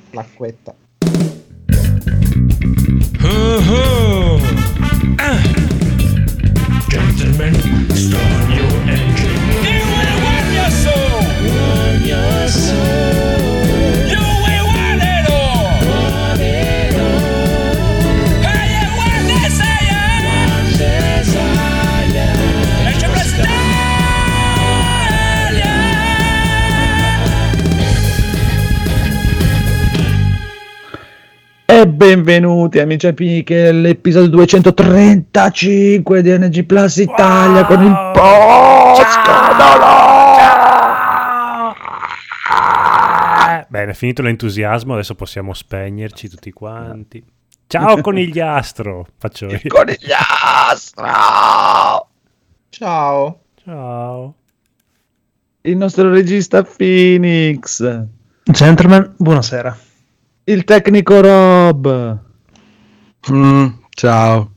l'acquetta. Gentlemen, start your engine. You will want your soul. Want your soul. You will want it all. Want it all. Hey, you want desire. Want desire. Let your breath E benvenuti amici e amiche all'episodio 235 di NG Plus Italia con il Bene, finito l'entusiasmo, adesso possiamo spegnerci tutti quanti. Ciao conigliastro, faccio io. Conigliastro! Ciao. Ciao. Il nostro regista Phoenix. Gentlemen, buonasera. Il tecnico Rob. Ciao.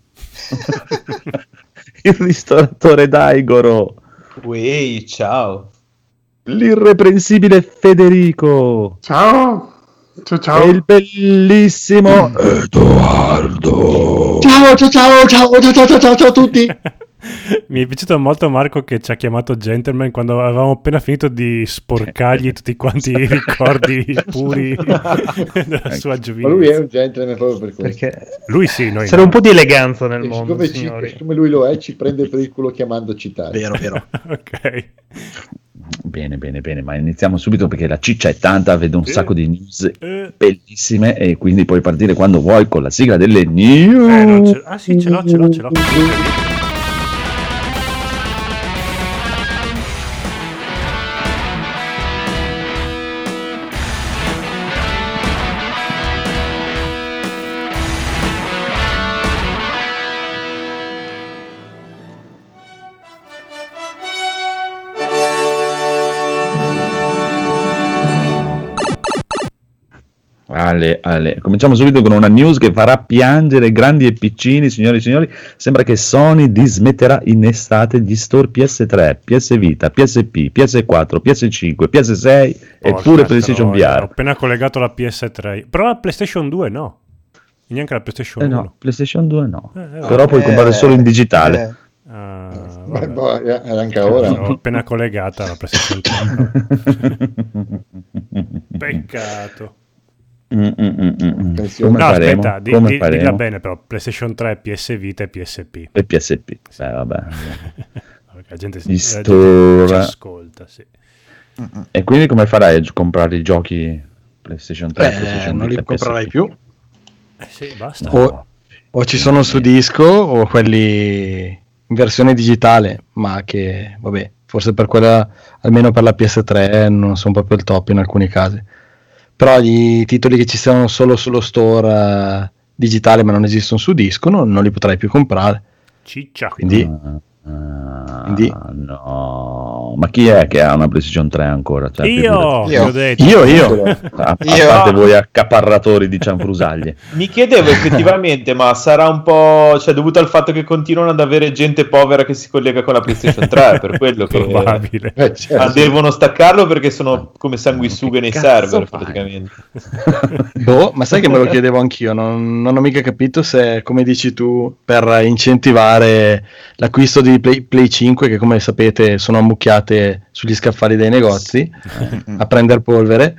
Il ristoratore Daigoro. Uè, ciao. L'irreprensibile Federico. Ciao. Ciao, ciao. E il bellissimo Edoardo. Ciao a tutti. Mi è piaciuto molto Marco che ci ha chiamato gentleman quando avevamo appena finito di sporcargli tutti quanti i ricordi puri della sua Ma gioventù. lui è un gentleman proprio per questo. Perché Lui sì, noi serve no. un po' di eleganza nel E mondo, signori. siccome lui lo è, ci prende per il culo chiamandoci tale. Vero. Ok. Bene, ma iniziamo subito perché la ciccia è tanta, vedo un sacco di news bellissime e quindi puoi partire quando vuoi con la sigla delle news. Non ce... Ah sì, ce l'ho. Ale. Cominciamo subito con una news che farà piangere grandi e piccini, signori e signori. Sembra che Sony dismetterà in estate gli store PS3, PS Vita, PSP, PS4, PS5, PS6 e pure PlayStation VR. Ho appena collegato la PS3, però la PlayStation 2 no. E neanche la PlayStation 1. No, PlayStation 2 no. Vabbè. Però puoi comprare solo in digitale. Vabbè. Anche ora. Ho appena collegata la PlayStation 3. Peccato. Come No, faremo? aspetta, Come faremo? dilla bene però, PlayStation 3, PS Vita e PSP. E PSP. Vabbè. La gente Gli ci store. ascolta, sì. E quindi come farai a comprare i giochi PlayStation 3? PlayStation non li Vita, comprerai PSP? più. Sì, basta. O ci sono su disco o quelli in versione digitale, ma che vabbè, forse per quella, almeno per la PS3 non sono proprio il top in alcuni casi. Però i titoli che ci sono solo sullo store digitale ma non esistono su disco non li potrai più comprare. Ciccia. Quindi no, ma chi è che ha una PlayStation 3 ancora? Cioè, Io. io. a parte voi accaparratori di cianfrusaglie. Mi chiedevo effettivamente, ma sarà un po', cioè, dovuto al fatto che continuano ad avere gente povera che si collega con la PlayStation 3, per quello che Probabile. Ah, devono staccarlo perché sono come sanguisughe nei server praticamente. Ma sai che me lo chiedevo anch'io, non ho mica capito se, come dici tu, per incentivare l'acquisto di Play 5, che come sapete sono ammucchiate sugli scaffali dei negozi a prendere polvere,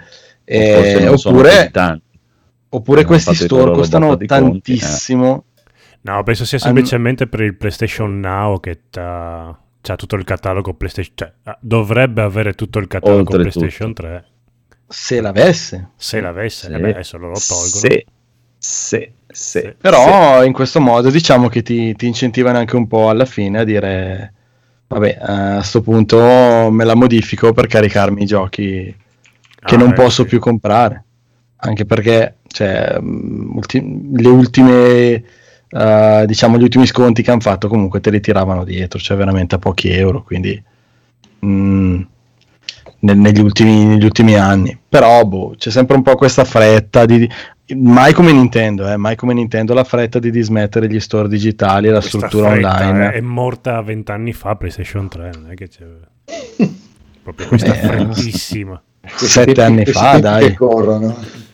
oppure questi store costano tantissimo. No, penso sia semplicemente per il PlayStation Now che c'ha tutto il catalogo PlayStation, cioè dovrebbe avere tutto il catalogo PlayStation 3. Se l'avesse, adesso lo tolgono. Sì. Però in questo modo diciamo che ti incentivano anche un po' alla fine a dire vabbè, a sto punto me la modifico per caricarmi i giochi che non posso più comprare, anche perché cioè, le ultime diciamo gli ultimi sconti che hanno fatto comunque te li tiravano dietro, cioè veramente a pochi euro, quindi negli ultimi anni. Però c'è sempre un po' questa fretta mai come Nintendo la fretta di dismettere gli store digitali e la struttura online. È morta 20 anni fa PlayStation 3, non è che c'è proprio questa freddissima. 7 anni fa, dai. Che corrono.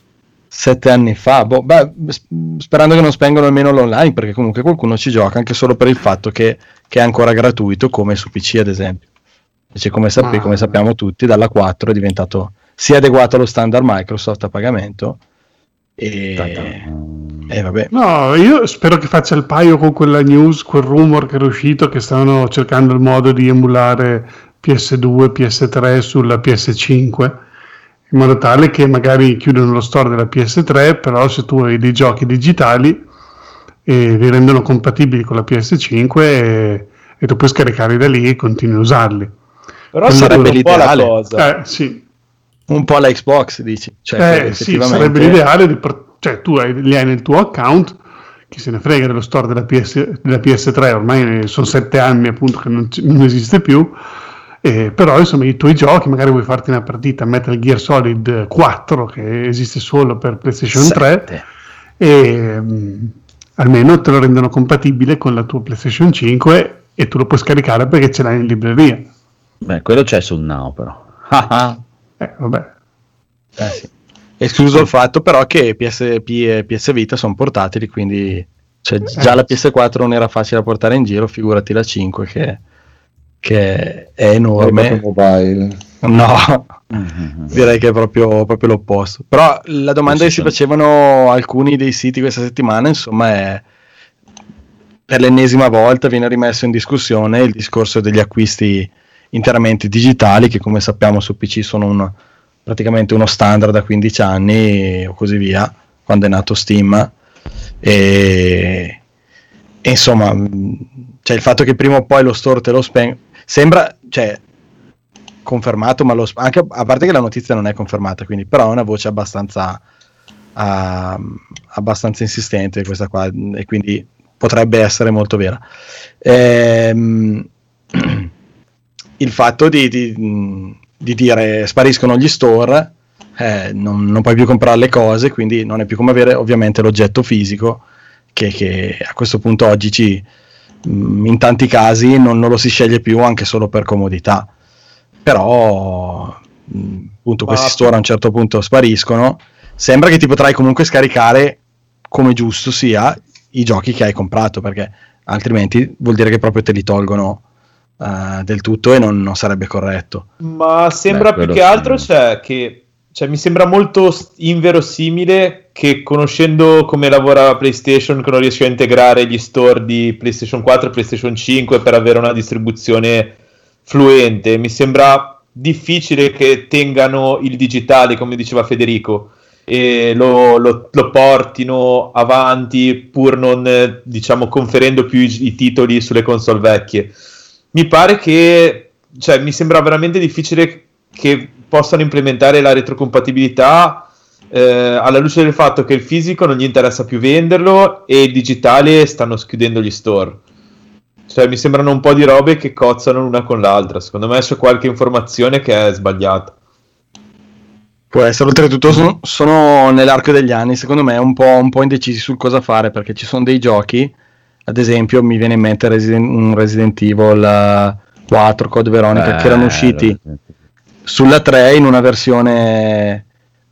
7 anni fa, sperando che non spengano almeno l'online, perché comunque qualcuno ci gioca anche solo per il fatto che è ancora gratuito, come su PC ad esempio. Invece come sappiamo tutti, dalla 4 è diventato sia adeguato allo standard Microsoft a pagamento e vabbè. No, io spero che faccia il paio con quella news, quel rumor che era uscito, che stavano cercando il modo di emulare PS2, PS3 sulla PS5, in modo tale che magari chiudono lo store della PS3, però se tu hai dei giochi digitali li rendono compatibili con la PS5 e tu puoi scaricarli da lì e continui a usarli. Però sarebbe l'ideale. Cosa. Sì. Un po' la Xbox, dici? Cioè, sì, sarebbe l'ideale, cioè tu li hai nel tuo account, chi se ne frega dello store della PS3, ormai sono 7 anni appunto che non esiste più, però insomma i tuoi giochi, magari vuoi farti una partita Metal Gear Solid 4 che esiste solo per PlayStation 3 e almeno te lo rendono compatibile con la tua PlayStation 5 e tu lo puoi scaricare perché ce l'hai in libreria. Beh, quello c'è sul Now però. Vabbè. Sì. Escluso il fatto però che PSP e PS Vita sono portatili, quindi già la PS4 non era facile da portare in giro, figurati la 5 che è enorme. Mobile. No, direi che è proprio l'opposto. Però la domanda che si facevano alcuni dei siti questa settimana, insomma, è: per l'ennesima volta viene rimesso in discussione il discorso degli acquisti interamente digitali, che come sappiamo su PC sono praticamente uno standard da 15 anni o così via, quando è nato Steam, e insomma, cioè il fatto che prima o poi lo store te lo sembra, cioè, confermato, ma anche a parte che la notizia non è confermata, quindi però è una voce abbastanza insistente questa qua, e quindi potrebbe essere molto vera. Il fatto di dire spariscono gli store, non puoi più comprare le cose, quindi non è più come avere ovviamente l'oggetto fisico che a questo punto oggi in tanti casi non lo si sceglie più, anche solo per comodità. Però appunto questi store a un certo punto spariscono. Sembra che ti potrai comunque scaricare, come giusto sia, i giochi che hai comprato, perché altrimenti vuol dire che proprio te li tolgono del tutto e non sarebbe corretto. Ma sembra più che altro mi sembra molto inverosimile che, conoscendo come lavora PlayStation, che non riesce a integrare gli store di PlayStation 4 e PlayStation 5 per avere una distribuzione fluente, mi sembra difficile che tengano il digitale, come diceva Federico, e lo portino avanti pur non, diciamo, conferendo più i titoli sulle console vecchie. Mi pare che, cioè, mi sembra veramente difficile che possano implementare la retrocompatibilità alla luce del fatto che il fisico non gli interessa più venderlo e il digitale stanno schiudendo gli store. Cioè, mi sembrano un po' di robe che cozzano l'una con l'altra. Secondo me c'è qualche informazione che è sbagliata. Può essere. Oltretutto sono nell'arco degli anni, secondo me, un po' indecisi sul cosa fare, perché ci sono dei giochi, ad esempio mi viene in mente un Resident Evil 4 Code Veronica, che erano usciti sulla 3 in una versione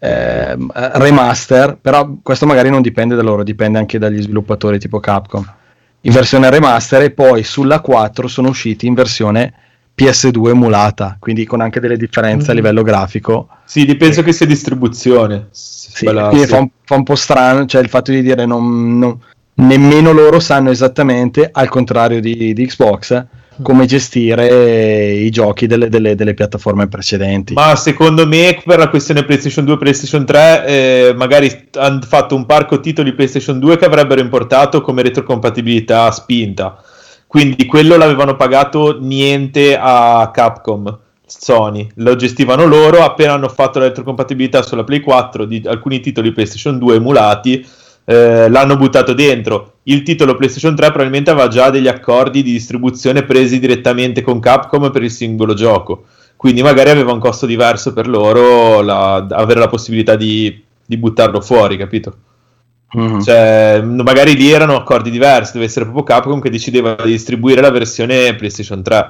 remaster, però questo magari non dipende da loro, dipende anche dagli sviluppatori tipo Capcom, in versione remaster, e poi sulla 4 sono usciti in versione PS2 emulata, quindi con anche delle differenze a livello grafico. Sì, penso che sia distribuzione. Sì, quindi fa un po' strano, cioè il fatto di dire nemmeno loro sanno esattamente, al contrario di Xbox, come gestire i giochi delle piattaforme precedenti. Ma secondo me, per la questione PlayStation 2 e PlayStation 3, magari hanno fatto un parco titoli PlayStation 2 che avrebbero importato come retrocompatibilità spinta, quindi quello l'avevano pagato niente a Capcom, Sony, lo gestivano loro. Appena hanno fatto la retrocompatibilità sulla Play 4 di alcuni titoli PlayStation 2 emulati, l'hanno buttato dentro. Il titolo PlayStation 3 probabilmente aveva già degli accordi di distribuzione presi direttamente con Capcom per il singolo gioco, quindi magari aveva un costo diverso per loro avere la possibilità di buttarlo fuori, capito? Mm-hmm. Cioè, magari lì erano accordi diversi, deve essere proprio Capcom che decideva di distribuire la versione PlayStation 3.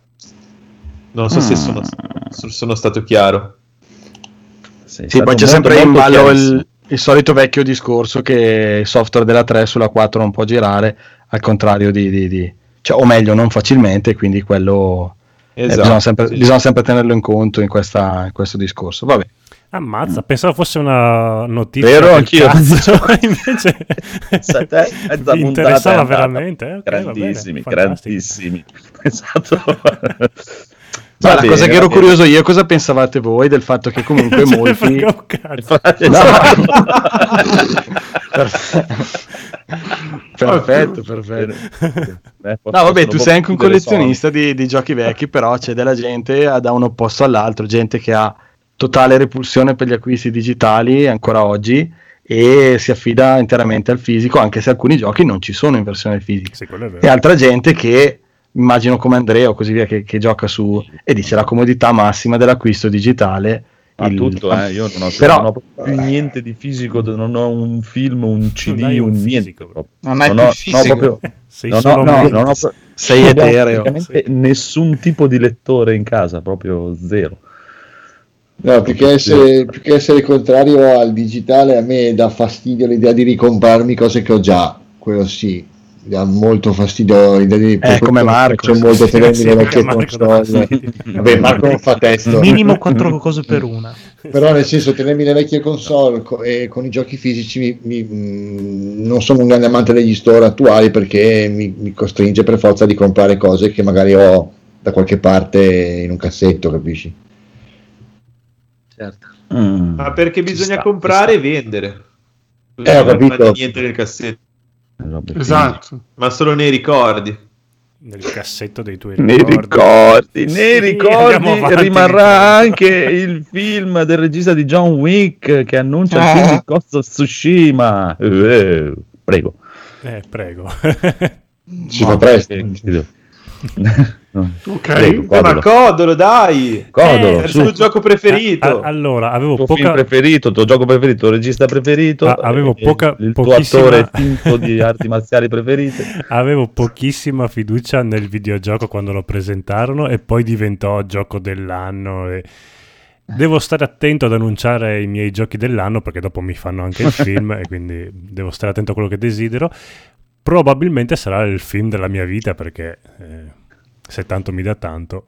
Non so se sono stato chiaro. Sì, poi c'è sempre in ballo Il solito vecchio discorso che il software della 3 sulla 4 non può girare, al contrario cioè, o meglio, non facilmente, quindi quello bisogna sempre tenerlo in conto in questo discorso. Vabbè. Ammazza, pensavo fosse una notizia. Vero, del anch'io. cazzo, invece Mezza mi puntata interessava è andata. veramente. Ok, Grandissimi, va bene, fantastico. grandissimi. Esatto. Ma Va la bene, cosa che va ero bene. curioso io, cosa pensavate voi del fatto che comunque Ce ne molti... frega un cazzo. Perfetto. No, vabbè, tu sei anche un collezionista di giochi vecchi, però c'è della gente da un opposto all'altro, gente che ha totale repulsione per gli acquisti digitali ancora oggi e si affida interamente al fisico, anche se alcuni giochi non ci sono in versione fisica. Sì, quello è E vero. altra gente che, immagino come Andrea o così via, che gioca su e dice la comodità massima dell'acquisto digitale. Tutto, io non ho, Però- non ho più niente di fisico, non ho un film, un CD, hai un un niente fisico. proprio. Non hai Non più ho- fisico. no, proprio- Sei no, solo no, mente. non ho Sei non ho etereo. praticamente nessun tipo di lettore in casa, proprio zero. No, più che essere contrario al digitale, a me dà fastidio l'idea di ricomprarmi cose che ho già, quello sì, dà molto fastidio l'idea di come Marco, c'è molto sì, tenermi sì, le vecchie Marco dà console. fastidio. Vabbè, Marco non fa testo. Minimo 4 cose per una. Però nel senso, tenermi le vecchie console e con i giochi fisici non sono un grande amante degli store attuali, perché mi costringe per forza di comprare cose che magari ho da qualche parte in un cassetto, capisci? Certo. Ma perché bisogna comprare e vendere. Così Ho non capito. rimane niente nel cassetto, Esatto. ma solo nei ricordi. Nel cassetto dei tuoi Nei ricordi. nei Sì, ricordi andiamo avanti, rimarrà nei anche il film del regista di John Wick che annuncia il film di Ghost of Tsushima. Prego. Prego. Si fa presto. No. Ok. Prego, Ma Codolo. Codolo, dai! Codolo, È il su. tuo gioco preferito. Allora, avevo Il tuo film poca... preferito, il tuo gioco preferito, il tuo regista preferito, avevo il tuo pochissima- attore finto di arti marziali preferite. Avevo pochissima fiducia nel videogioco quando lo presentarono e poi diventò gioco dell'anno. E devo stare attento ad annunciare i miei giochi dell'anno perché dopo mi fanno anche il film e quindi devo stare attento a quello che desidero. Probabilmente sarà il film della mia vita perché se tanto mi dà tanto.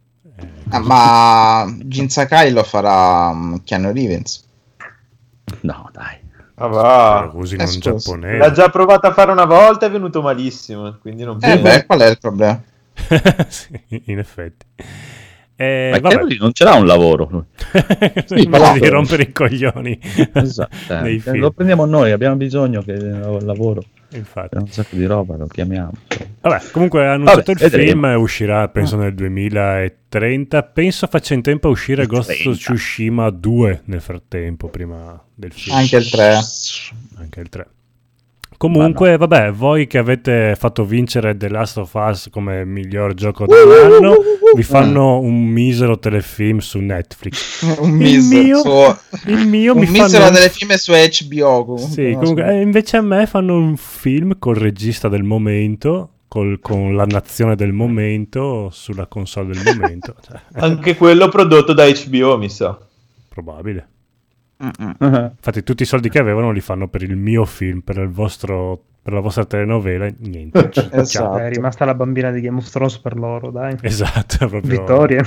Ma Jin Sakai lo farà Keanu Reeves. No, dai. Ah, va. Lo usi in un scusa. giapponese. L'ha già provata a fare una volta, è venuto malissimo. Quindi non Beh, qual è il problema? Sì, in effetti. Ma Vabbè. Keanu non ce l'ha un lavoro. lui. Sì, Invece di però- rompere i coglioni Esatto, nei film. lo prendiamo noi, abbiamo bisogno che il lavoro. Infatti. C'è un sacco di roba, lo chiamiamo. Vabbè, comunque ha annunciato Vabbè, il vedremo. film, uscirà penso nel 2030. Penso faccia in tempo a uscire Ghost of 30. Tsushima 2 nel frattempo, prima del film. Anche il 3. Anche il 3. Comunque, vabbè, voi che avete fatto vincere The Last of Us come miglior gioco dell'anno, vi fanno un misero telefilm su Netflix. Un Il mio, misero il mio un mi misero fanno... delle film su HBO comunque. Sì, no, comunque, invece a me fanno un film col regista del momento, con la nazione del momento, sulla console del momento. Cioè, Anche quello prodotto da HBO, mi sa. probabile. Infatti tutti i soldi che avevano li fanno per il mio film, per la vostra telenovela, niente. Ciao. Esatto. È rimasta la bambina di Game of Thrones per loro, dai. Esatto, proprio. Vittoria.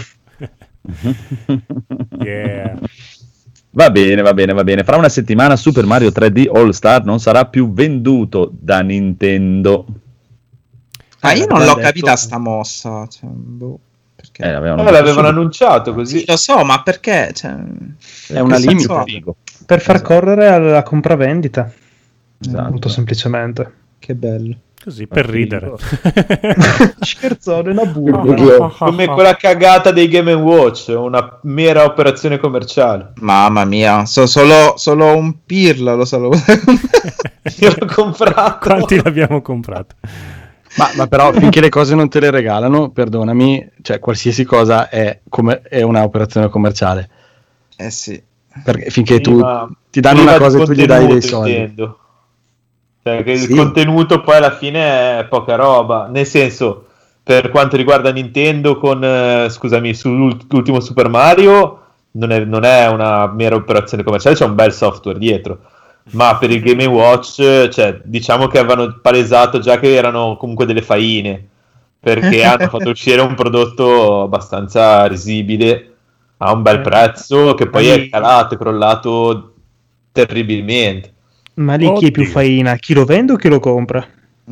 Yeah. Va bene. Fra una settimana Super Mario 3D All Star non sarà più venduto da Nintendo. Ma io non L'ha l'ho detto- capita sta mossa. Cioè, boh, perché? L'avevano annunciato così. Sì, lo so, ma perché? Cioè, È una che limite. senso ha? Figo. Per far correre alla compravendita. Esatto. Molto semplicemente. Che bello. Così, per ridere. Scherzone, una Come quella cagata dei Game & Watch, una mera operazione commerciale. Mamma mia, solo un pirla lo so. Io l'ho comprato. Quanti l'abbiamo comprato? Ma però finché le cose non te le regalano, perdonami, cioè qualsiasi cosa è una operazione commerciale. Eh sì. Perché finché Sì, tu ma ti danno una priva di cosa e tu gli dai dei contenuto, soldi. intendo. Cioè che Sì. il contenuto poi alla fine è poca roba. Nel senso, per quanto riguarda Nintendo con, scusami, sull'ultimo Super Mario non è una mera operazione commerciale, c'è un bel software dietro. ma per il Game & Watch, cioè, diciamo che avevano palesato già che erano comunque delle faine, perché hanno fatto uscire un prodotto abbastanza risibile a un bel prezzo, che poi è calato, è crollato terribilmente. Ma lì chi è più Oddio. faina? Chi lo vende o chi lo compra?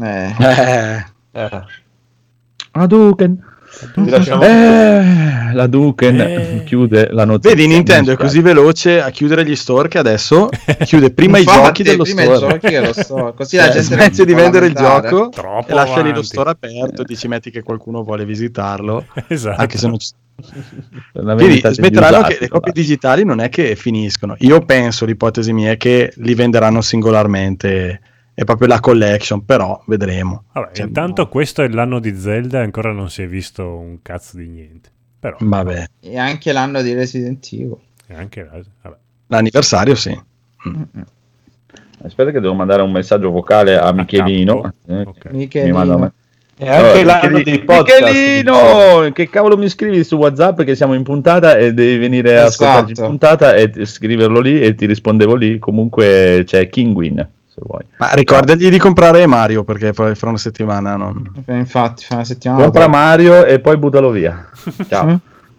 Hadouken. Vi lasciamo- La Duken chiude la notizia. Vedi, Nintendo è così veloce a chiudere gli store che adesso chiude prima i giochi dello prima store. i giochi dello store. Così la gente Smette di non può vendere il lamentare. gioco Troppo e lascia lì lo avanti. store aperto, dici metti che qualcuno vuole visitarlo, Esatto. anche se non ci... La Quindi vendita degli smetteranno usati, che le copie guarda. digitali non è che finiscono. Io penso, l'ipotesi mia è che li venderanno singolarmente, è proprio la collection, però vedremo. Vabbè, Cioè, intanto questo è l'anno di Zelda e ancora non si è visto un cazzo di niente. Però Vabbè, E anche l'anno di Resident Evil. è anche vabbè. l'anniversario sì. Aspetta che devo mandare un messaggio vocale a Michelino. Ok. Mi manda a me. E anche l'anno Micheli- dei podcast. Michelino, che cavolo mi scrivi su WhatsApp che siamo in puntata e devi venire a ascoltarci in Esatto. puntata e scriverlo lì e ti rispondevo lì. Comunque c'è Kinguin, se vuoi. Ma ricordagli di comprare Mario perché poi fra una settimana non... Infatti, fa una settimana. Compra Mario e poi buttalo via. Ciao.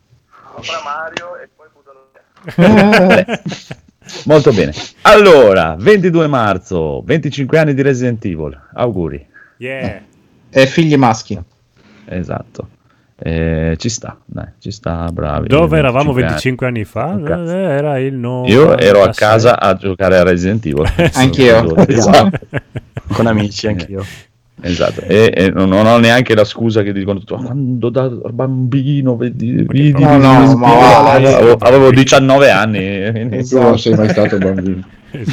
Molto bene. Allora, 22 marzo, 25 anni di Resident Evil. Auguri. Yeah. E figli maschi. Esatto. Ci sta, dai, ci sta, bravi. Dove eravamo 25 25 anni fa? Oh, cazzo. Era il 9. Io ero a casa a giocare a Resident Evil. Anch'io. Esatto. con amici anch'io. Esatto. E non ho neanche la scusa che dicono tutti, "Ah, quando da bambino vedi video No, di no, Resident ma Evil?" va, avevo 19 anni quindi- Tu non sei mai stato bambino.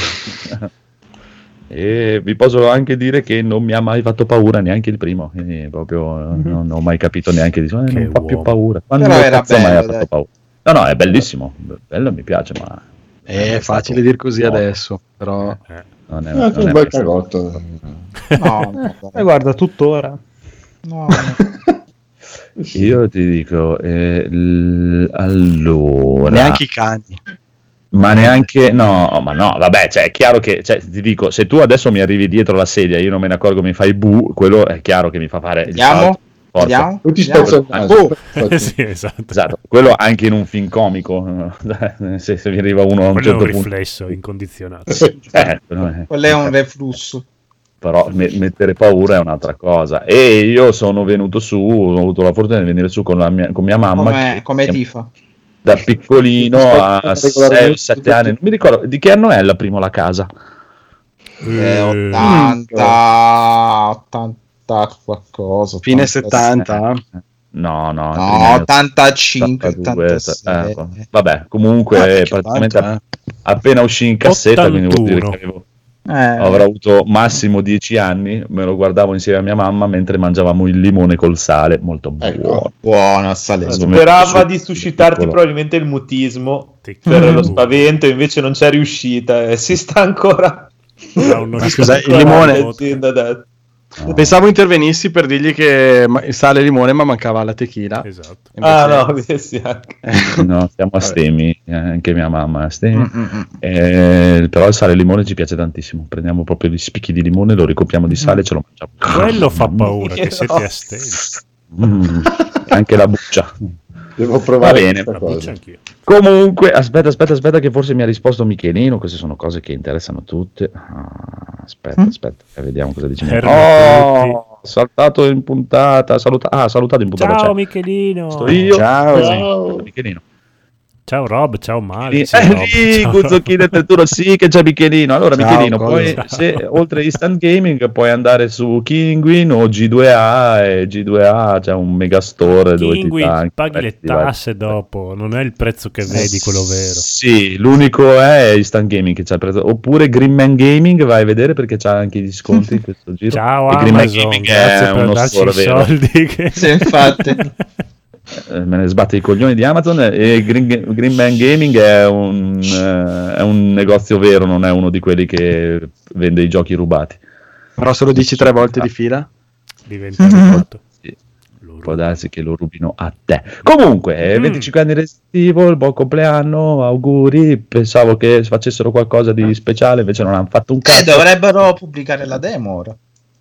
e vi posso anche dire che non mi ha mai fatto paura neanche il primo, quindi proprio non ho mai capito neanche di Che non fa più uomo. paura. Quando Però era cazzo mai ha bello, fatto dai. paura? No, no, è bellissimo, bello, mi piace, ma È facile dir così adesso, però... non è, È non anche è un bel mai stato. cagotto. No, E guarda, tuttora. no. Io ti dico, allora, Neanche i cani. ma neanche, no, ma no, vabbè, cioè, è chiaro che, cioè, ti dico, se tu adesso mi arrivi dietro la sedia e io non me ne accorgo, mi fai bu, quello è chiaro che mi fa fare il Vediamo? salto, forza. Vediamo? Tu ti Vediamo? spezzo il naso. Sì, esatto. Esatto, quello anche in un film comico, se mi arriva uno a un Quello è certo un punto. riflesso incondizionato. Quello è un reflusso. Però mettere paura è un'altra cosa. E io sono venuto su, ho avuto la fortuna di venire su con mia mamma, Come che tifa. da piccolino a 6 o 7 anni, non mi ricordo di che anno è la prima la casa. 80 qualcosa. Fine 86. 70? No, No, primi anni 85, 82, 86. vabbè, comunque perché praticamente 80, appena uscì in cassetta, quindi vuol dire 81. che avevo Eh, avrò avuto massimo 10 anni, me lo guardavo insieme a mia mamma mentre mangiavamo il limone col sale, molto Ecco. buono. buono, Salento. Sperava Su- di suscitarti piccolo. probabilmente il mutismo Ti per chiamo. lo spavento, invece non c'è riuscita. Si sta ancora. Da uno di scusa, questi il limone- quattro. L'azienda adesso. No. Pensavo intervenissi per dirgli che sale e limone, ma mancava la tequila. Esatto. Ah no, sì, anche. No, siamo astemi, anche mia mamma è astemi. Mm. Però il sale e limone ci piace tantissimo. Prendiamo proprio gli spicchi di limone, lo ricopriamo di sale e ce lo mangiamo. Quello fa paura, che No. siete astemi. Mm, anche la buccia. Devo provare Va bene, questa La buccia cosa. anch'io. Comunque, aspetta, che forse mi ha risposto Michelino. Queste sono cose che interessano tutte. Aspetta, vediamo cosa dice. Fermi Oh, saltato in puntata. Salutato in puntata. Ciao c'è. Michelino. Sto io. Ciao. Michelino. Ciao Rob, ciao Mario. Lì, Guzzucchino e Teturo, sì che c'è Michelino. Allora Ciao, Michelino, cosa? poi se oltre a Instant Gaming puoi andare su Kinguin o G2A, e G2A c'è un megastore dove ti dà Kinguin, anche paghi le prezzi vari. tasse dopo, non è il prezzo che vedi, quello vero. Sì, l'unico è Instant Gaming che c'ha il prezzo. Oppure Green Man Gaming, vai a vedere perché c'ha anche i sconti in questo giro. Ciao E Green Man Amazon, Gaming grazie è per uno darci store i vero. soldi. Che... Sì, infatti. Me ne sbatte i coglioni di Amazon. E Green Man Gaming è un negozio vero, non è uno di quelli che vende i giochi rubati. Però se lo dici 3 volte di fila? Diventa ribotto. Sì. Lo può darsi che lo rubino a te. Comunque, 25 anni Resident Evil, buon compleanno, auguri. Pensavo che facessero qualcosa di speciale, invece non hanno fatto un cazzo. Dovrebbero pubblicare la demo ora.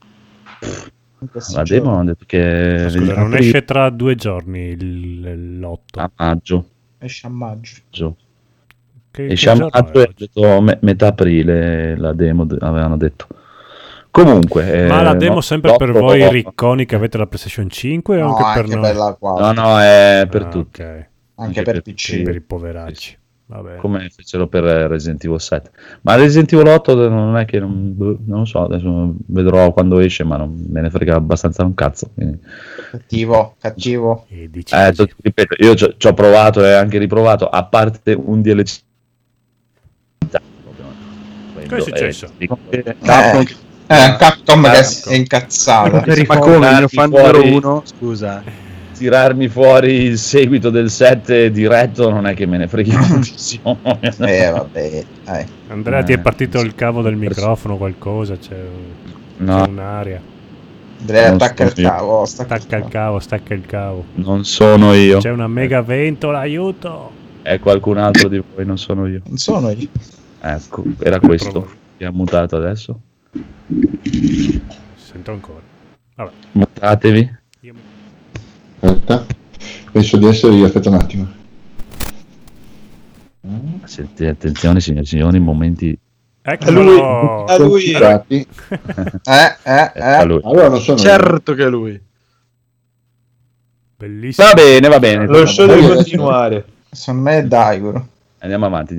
La demo hanno detto che Scusa, non esce tra 2 giorni l'8 a maggio. Esce a maggio. Esce a maggio, ha detto metà aprile la demo, avevano detto. Comunque, ma la demo sempre per voi ricconi che avete la PlayStation 5 o anche per noi? Per la 4. No, è per tutti. Okay. Anche per PC. Per i poveracci. Vabbè. Come fecero per Resident Evil 7. Ma Resident Evil 8 non è che non lo so, adesso vedrò quando esce, ma non me ne frega abbastanza un cazzo. Quindi. Cattivo. Ripeto, io ci ho provato e anche riprovato, a parte un DLC. Che è successo? Capcom che è incazzata. Ma come il mio fan numero 1? Scusa. Tirarmi fuori il seguito del 7 diretto non è che me ne freghi tantissimo. Vabbè, dai. Andrea, ti è partito il cavo del microfono, qualcosa? C'è un'aria. Andrea, attacca il cavo. Stacca il cavo. Non sono io. C'è una mega ventola, aiuto! È qualcun altro di voi, non sono io. Non sono io. Ecco, era questo. Ti ha mutato adesso? Sento ancora. Vabbè. Mutatevi. Aspetta, penso di essere io, aspetta un attimo. Senti, attenzione signori e signori, momenti. Eccolo! A lui. A lui. Allora non sono Certo che è lui. Bellissimo. Va bene. Lo show deve continuare. Secondo me è Daigoro. Andiamo avanti.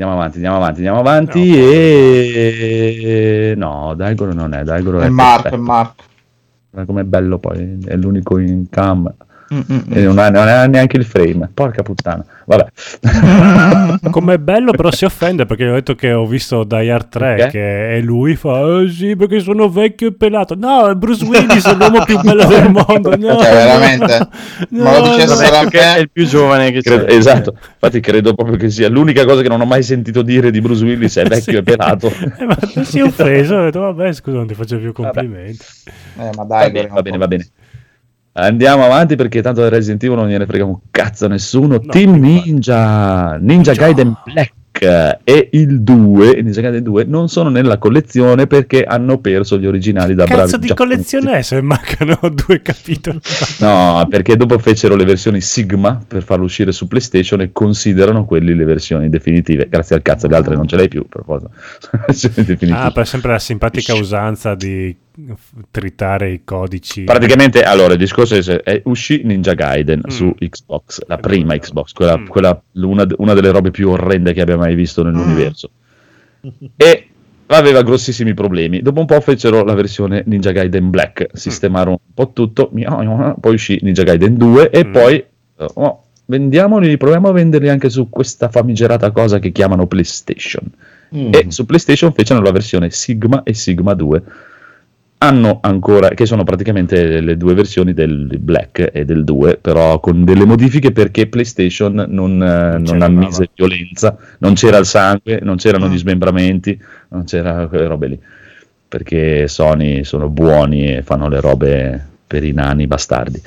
E no, Daigoro non è. Daigoro è Marco. Ma com'è bello poi, è l'unico in cam. E non ha neanche il frame, porca puttana. Vabbè. Com'è bello, però si offende perché ho detto che ho visto Die Hard 3 che è lui, fa sì perché sono vecchio e pelato. No, è Bruce Willis, è l'uomo più bello del mondo. No, cioè, veramente. Ma lo dicessero a me, è il più giovane che c'è. Esatto, infatti credo proprio che sia l'unica cosa che non ho mai sentito dire di Bruce Willis è vecchio e pelato. Ma tu si è offeso, ho detto vabbè scusa, non ti faccio più complimenti. Ma dai, va bene. Andiamo avanti perché tanto del Resident Evil non gliene frega un cazzo a nessuno. Team Ninja Gaiden Black e il 2 Ninja Gaiden 2 non sono nella collezione perché hanno perso gli originali da bravi cazzo di collezione è se mancano 2 capitoli? No, perché dopo fecero le versioni Sigma per farlo uscire su PlayStation e considerano quelli le versioni definitive. Grazie al cazzo, le altre non ce l'hai più per cosa. Per sempre la simpatica usanza di tritare i codici. Praticamente allora il discorso è uscì Ninja Gaiden su Xbox, la prima Xbox, quella una delle robe più orrende che abbia mai visto nell'universo, e aveva grossissimi problemi. Dopo un po' fecero la versione Ninja Gaiden Black, sistemarono un po' tutto, poi uscì Ninja Gaiden 2 e poi vendiamoli, proviamo a venderli anche su questa famigerata cosa che chiamano PlayStation. E su PlayStation fecero la versione Sigma e Sigma 2. Hanno ancora, che sono praticamente le due versioni del Black e del 2, però con delle modifiche perché PlayStation non ammise violenza, non c'era il sangue, non c'erano gli smembramenti, non c'era quelle robe lì, perché Sony sono buoni e fanno le robe per i nani bastardi.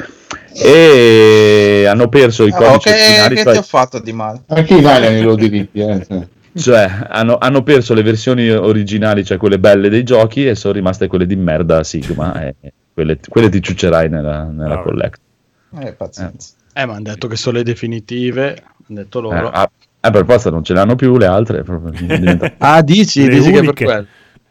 E hanno perso i codici originali. Che ti ho fatto di male? Anche i nani hanno i loro diritti, Cioè, hanno perso le versioni originali, cioè quelle belle dei giochi, e sono rimaste quelle di merda Sigma, e quelle ti ciuccerai nella collect. Pazienza. Ma hanno detto che sono le definitive, hanno detto loro. Per forza non ce le hanno più le altre. Dici che per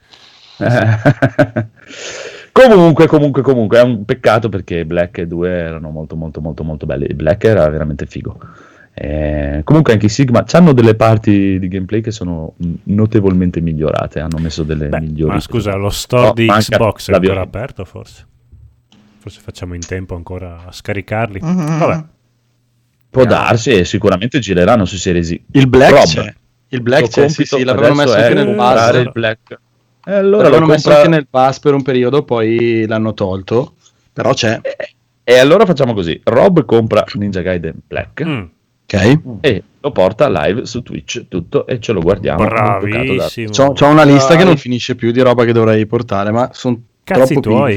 quello. Comunque è un peccato perché Black e 2 erano molto molto molto molto belli. Black era veramente figo. Comunque anche i Sigma hanno delle parti di gameplay che sono notevolmente migliorate, hanno messo delle migliori. Ma scusa, lo store di Xbox è ancora aperto forse facciamo in tempo ancora a scaricarli. Vabbè, può darsi, e sicuramente gireranno su Series X. Il Black c'è, sì, l'avevano messo anche nel pass. Il Black. Allora l'avevano messo anche nel pass per un periodo, poi l'hanno tolto, però c'è. E allora facciamo così: Rob compra Ninja Gaiden Black. E lo porta live su Twitch tutto e ce lo guardiamo. Bravissimo. C'ho una lista che non finisce più di roba che dovrei portare, ma sono Cazzi tuoi.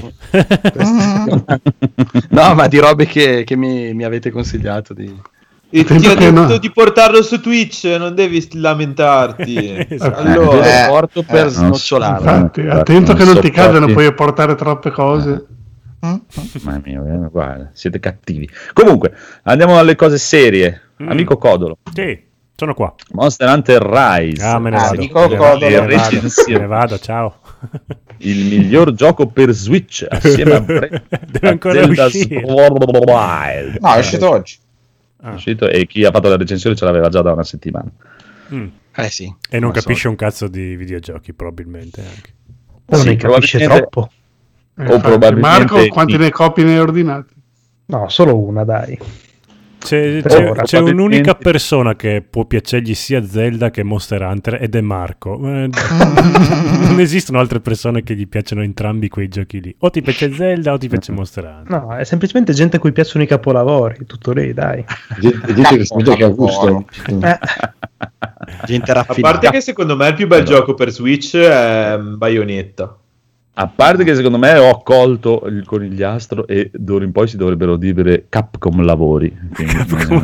No, ma di robe che mi avete consigliato di... E ti Attento ho che detto no. di portarlo su Twitch, non devi lamentarti. Esatto. Allora, porto per no, snocciolare. Infatti, attento che non ti sopporti. cadano poi a portare troppe cose. Mamma mia, guarda, siete cattivi. Comunque, andiamo alle cose serie. Amico Codolo, Sì, sono qua. Monster Hunter Rise. Ah, me ne vado. dico Me ne vado, Codolo. me ne vado, Recensioni. me ne vado, ciao. Il miglior gioco per Switch assieme a Deve ancora Zelda uscire. Sword Wild. No, è uscito oggi. È uscito e chi ha fatto la recensione ce l'aveva già da una settimana. Mm. Sì. E non Come capisce un cazzo di videogiochi, probabilmente anche. Non Sì, ne capisce probabilmente- troppo. O probabilmente Marco, quante sì. ne copie ne hai ordinate? No, solo una, dai. C'è probabilmente- un'unica persona che può piacergli sia Zelda che Monster Hunter ed è Marco. Non esistono altre persone che gli piacciono entrambi quei giochi lì. O ti piace Zelda o ti piace Monster Hunter. No, è semplicemente gente a cui piacciono i capolavori, tutto lì, dai. Gente che ha gusto. Gente a raffinata. parte che secondo me il più bel gioco per Switch è Bayonetta. A parte che secondo me ho colto il conigliastro e d'ora in poi si dovrebbero dire Capcom Lavori. Quindi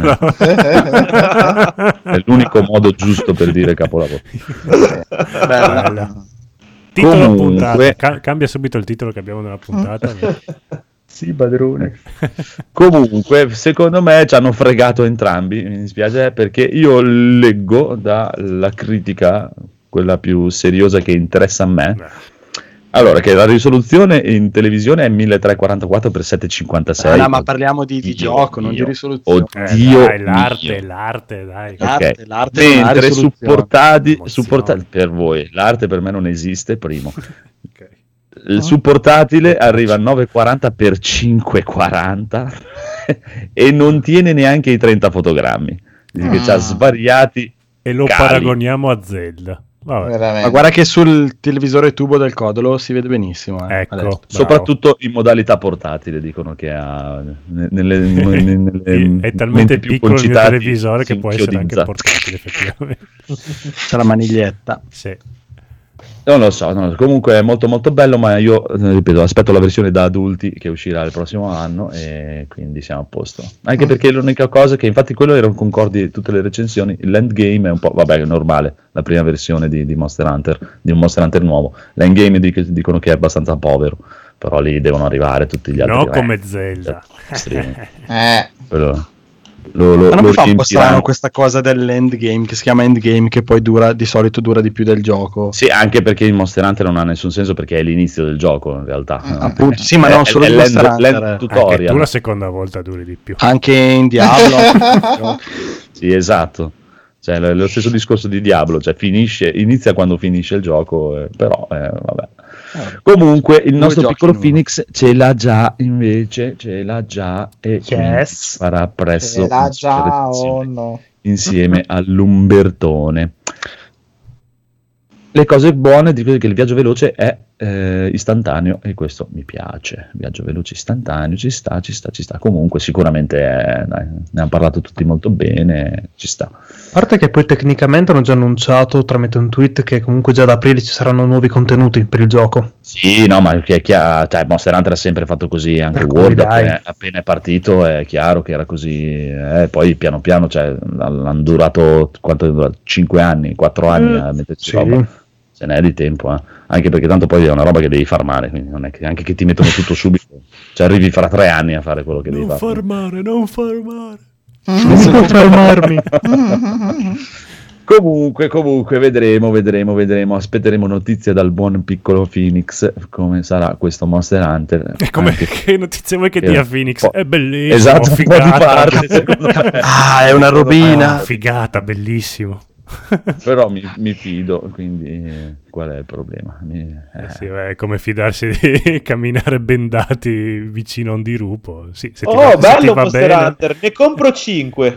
è l'unico modo giusto per dire capolavoro. Bella. Titolo Comunque- puntata. Cambia subito il titolo che abbiamo nella puntata. Sì, padrone. Comunque, secondo me ci hanno fregato entrambi. Mi dispiace perché io leggo dalla critica, quella più seriosa che interessa a me. Allora, che la risoluzione in televisione è 1344x756. No, ma parliamo di gioco, non di risoluzione. Oddio dai, l'arte, mio. l'arte, dai. L'arte, Ok. l'arte non ha Mentre risoluzione. Emozione. supportati per voi, l'arte per me non esiste, primo. Ok. Su portatile arriva a 940x540 e non tiene neanche i 30 fotogrammi. Dice che c'ha svariati E lo cali. paragoniamo a Zelda. Vabbè. Veramente. Ma guarda che sul televisore tubo del Codolo si vede benissimo. Ecco. adesso. Bravo. soprattutto in modalità portatile, dicono che ha nelle È talmente più piccolo il mio concitati televisore che può essere anche sinchiodizza. portatile, effettivamente. C'è la maniglietta. Sì. Non lo so, comunque è molto molto bello, ma io ripeto, aspetto la versione da adulti che uscirà il prossimo anno e quindi siamo a posto. Anche perché l'unica cosa che infatti quello erano concordi tutte le recensioni, l'endgame è un po', vabbè, è normale, la prima versione di Monster Hunter, di un Monster Hunter nuovo. L'endgame dicono che è abbastanza povero, però lì devono arrivare tutti gli altri. No, come Zelda. Quello- Ma non mi fa un po' riempiranno. strano questa cosa dell'endgame che si chiama endgame, che poi di solito dura di più del gioco. Sì, anche perché il Monster Hunter non ha nessun senso perché è l'inizio del gioco in realtà. Appunto, sì, ma non solo il l'end Monster Hunter. Anche tutorial. tu la seconda volta duri di più. Anche in Diablo. Sì, esatto. Cioè, lo stesso discorso di Diablo, cioè inizia quando finisce il gioco, però vabbè. Comunque il nostro giochi piccolo in uno. Phoenix ce l'ha già invece, ce l'ha già e quindi Yes. farà presso La una sua già o recensione no? insieme all'Umbertone. Le cose buone di che il viaggio veloce è istantaneo e questo mi piace. Viaggio veloce istantaneo, ci sta. Comunque sicuramente dai, ne hanno parlato tutti molto bene, ci sta. A parte che poi tecnicamente hanno già annunciato tramite un tweet che comunque già ad aprile ci saranno nuovi contenuti per il gioco. Sì, no, ma è chiaro, cioè Monster Hunter ha sempre fatto così, anche Per cui World dai. appena è partito è chiaro che era così, poi piano piano, cioè, hanno durato, quanto è durato? 5 anni, 4 anni a metterci Sì. roba, ce n'è di tempo, anche perché tanto poi è una roba che devi far male, quindi non è che anche che ti mettono tutto subito, cioè arrivi fra 3 anni a fare quello che devi Non fare. farmare, non farmare. Non si può fermarmi. Comunque vedremo, aspetteremo notizie dal buon piccolo Phoenix come sarà questo Monster Hunter. E come Anche- che notizie vuoi che che dia un Phoenix? po'- È bellissimo, esatto, un po' di figata. parte, secondo me. Ah, è una robina. Figata, bellissimo. Però mi fido, quindi qual è il problema? Sì, è come fidarsi di camminare bendati vicino a un dirupo. Sì, se ti Oh, va, se ti bello va Monster bene. Hunter, ne compro 5.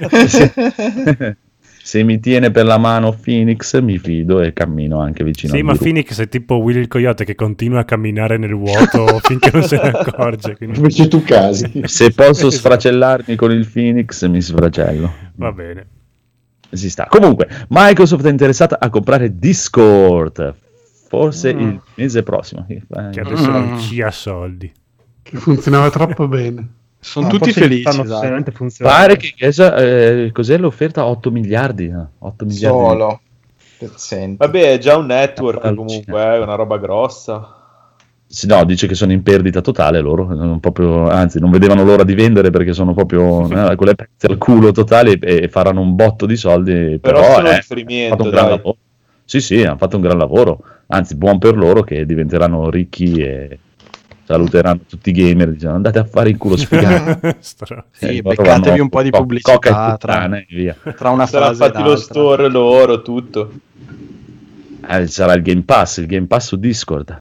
Se mi tiene per la mano Phoenix mi fido e cammino anche vicino Sì, al ma gruppo. Phoenix è tipo Willy il Coyote che continua a camminare nel vuoto finché non se ne accorge. Quindi... Invece tu casi. Se posso sfracellarmi con il Phoenix mi sfracello. Va bene. Si sta. Comunque, Microsoft è interessata a comprare Discord. forse il mese prossimo. Che adesso non ci ha soldi. Che funzionava troppo bene. Sono tutti felici. Pare che cos'è l'offerta? 8 miliardi. 8 miliardi. Solo. Vabbè, è già un network comunque, è una roba grossa. Sì, no, dice che sono in perdita totale loro, non proprio, anzi non vedevano l'ora di vendere perché sono proprio con le pezze al culo totali e faranno un botto di soldi, però solo hanno riferimento, fatto un gran lavoro. Sì, hanno fatto un gran lavoro, anzi buon per loro che diventeranno ricchi e saluteranno tutti i gamer dicendo andate a fare in culo sfigati. Sì, beccatevi un po' di pubblicità tra una saranno fase fatti lo store loro, tutto. Sarà il Game Pass su Discord.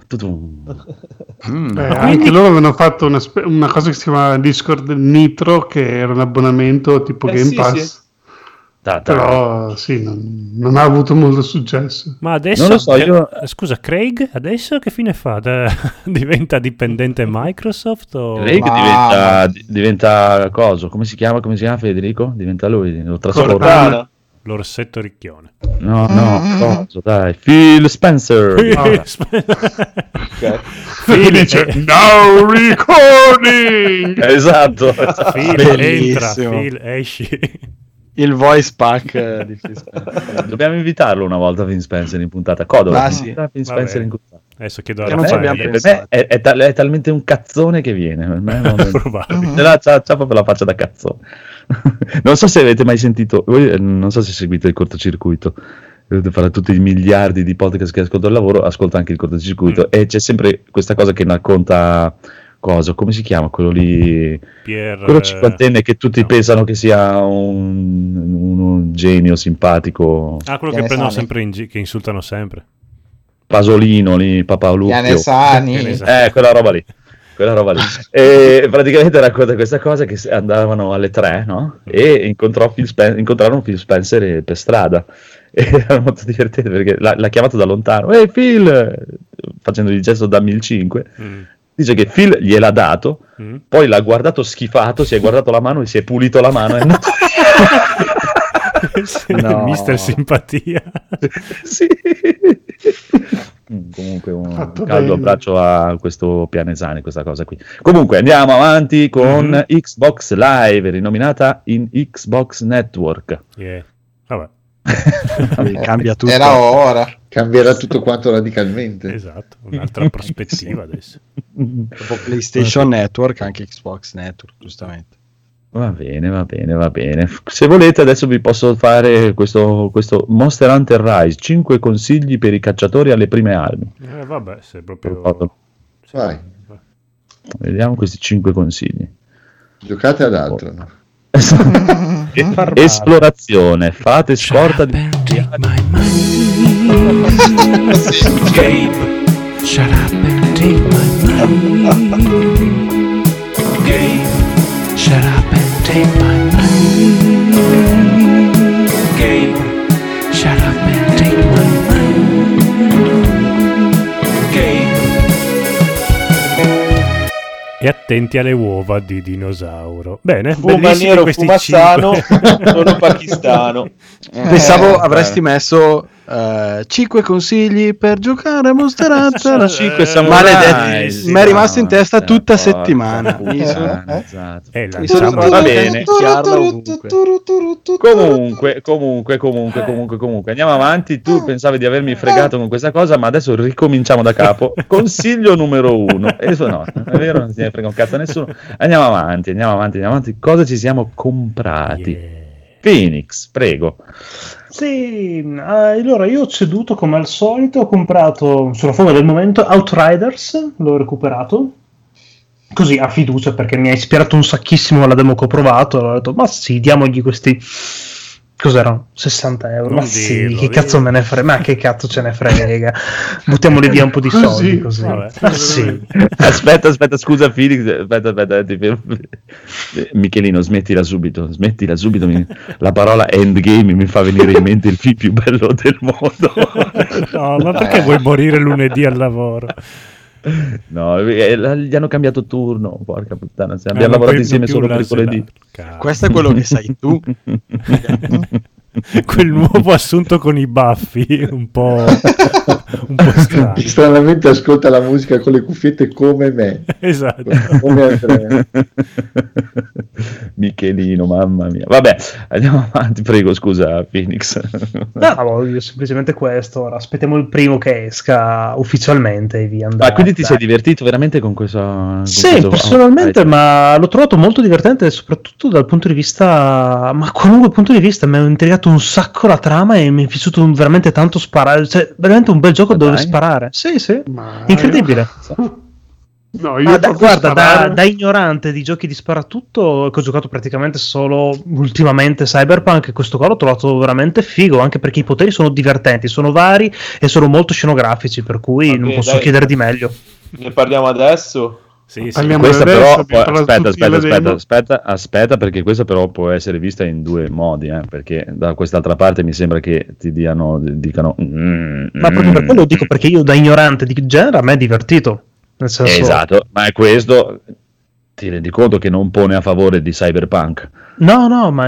Anche loro avevano fatto una cosa che si chiama Discord Nitro, che era un abbonamento tipo Game Pass. Però sì, non ha avuto molto successo. Ma adesso non lo so, scusa, Craig adesso che fine fa? Diventa dipendente Microsoft? O... Craig diventa coso? Come si chiama Federico? Diventa lui, lo trasporta. L'orsetto ricchione. No, coso, dai. Phil Spencer. Phil dice no recording. Esatto. Phil entra, Phil esci. Il voice pack di Phil Spencer. Dobbiamo invitarlo una volta Phil Spencer in puntata. Sì. Phil Spencer in puntata. Adesso chiedo non ci abbiamo per me è talmente un cazzone che viene. Per me c'ha proprio la faccia da cazzone. Non so se avete mai sentito, voi non so se seguite il cortocircuito, dovete fare tutti i miliardi di podcast che ascolto al lavoro, ascolto anche il cortocircuito e c'è sempre questa cosa che racconta come si chiama quello lì, quello cinquantenne che tutti pensano che sia un genio simpatico, quello che prendono sempre che insultano sempre, Pasolino lì, Papalucchio, Pianesani, quella roba lì. E praticamente racconta questa cosa che andavano alle 3, no? E incontrarono Phil Spencer per strada e era molto divertente perché l'ha chiamato da lontano, ehi Phil, facendogli il gesto dammi il 5. Dice che Phil gliel'ha dato, poi l'ha guardato schifato, si è guardato la mano e si è pulito la mano e no. Mister Simpatia. Sì. Comunque un caldo abbraccio a questo Pianesani, questa cosa qui. Comunque andiamo avanti con Xbox Live, rinominata in Xbox Network. Vabbè. Cambia tutto. Era ora. Cambierà tutto quanto radicalmente. Esatto, un'altra prospettiva adesso. Dopo PlayStation Network, anche Xbox Network, giustamente. Va bene. Se volete adesso vi posso fare questo Monster Hunter Rise, 5 consigli per i cacciatori alle prime armi. Vabbè, se proprio... Vai. Vediamo questi 5 consigli. Giocate ad altro, no? Esplorazione, fate scorta di... Gabe, shut up and take my money. Gabe, shut up and take my money. Gabe, shut up and take my money. Gabe. E attenti alle uova di dinosauro. Bene, fuma nero, fuma sano, sono pakistano. Pensavo avresti messo 5 consigli per giocare a Monster Hunter. 5 samurai. Maledetti, mi è rimasto in testa tutta settimana. Esatto. Mi sono Va bene. Comunque andiamo avanti. Tu pensavi di avermi fregato con questa cosa, ma adesso ricominciamo da capo. Consiglio numero 1. No, è vero, non si ne frega un cazzo a nessuno. Andiamo avanti. Cosa ci siamo comprati? Phoenix, prego. Sì, allora io ho ceduto come al solito, ho comprato sulla foga del momento Outriders, l'ho recuperato così a fiducia perché mi ha ispirato un sacchissimo la demo che ho provato, allora ho detto ma sì, diamogli questi, cos'erano? 60 euro, ma sì, che cazzo me ne frega, ma che cazzo ce ne frega, buttiamoli via un po' di soldi così. Vabbè, sì. Aspetta, scusa Felix, aspetta, Michelino, smettila subito, la parola endgame mi fa venire in mente il film più bello del mondo. No, ma perché vuoi morire lunedì al lavoro? No, gli hanno cambiato turno, porca puttana, abbiamo lavorato insieme solo mercoledì. Questo è quello che sai tu. Quel nuovo assunto con i baffi un po' un po' strano. Stranamente ascolta la musica con le cuffiette come me. Esatto. Come Andrea. Michelino, mamma mia. Vabbè, andiamo avanti, prego, scusa Phoenix. No, io semplicemente questo. Ora aspettiamo il primo che esca ufficialmente e via andare. Ma quindi ti sei divertito veramente con questo? Sì, personalmente, ma l'ho trovato molto divertente, soprattutto dal punto di vista, ma qualunque punto di vista, mi ha intrigato un sacco la trama e mi è piaciuto veramente tanto sparare, cioè veramente un bel gioco dove sparare. Sì, Ma incredibile. No, io Guarda, da ignorante di giochi di sparatutto, che ho giocato praticamente solo ultimamente Cyberpunk, e questo qua l'ho trovato veramente figo, anche perché i poteri sono divertenti, sono vari e sono molto scenografici, per cui non posso chiedere di meglio. Ne parliamo adesso? Sì. Parliamo Questa adesso, però aspetta, perché questa però può essere vista in due modi, perché da quest'altra parte mi sembra che ti dicano Ma proprio per quello dico, perché io da ignorante di genere a me è divertito, nel senso... Esatto, ma è questo, ti rendi conto che non pone a favore di Cyberpunk? No, ma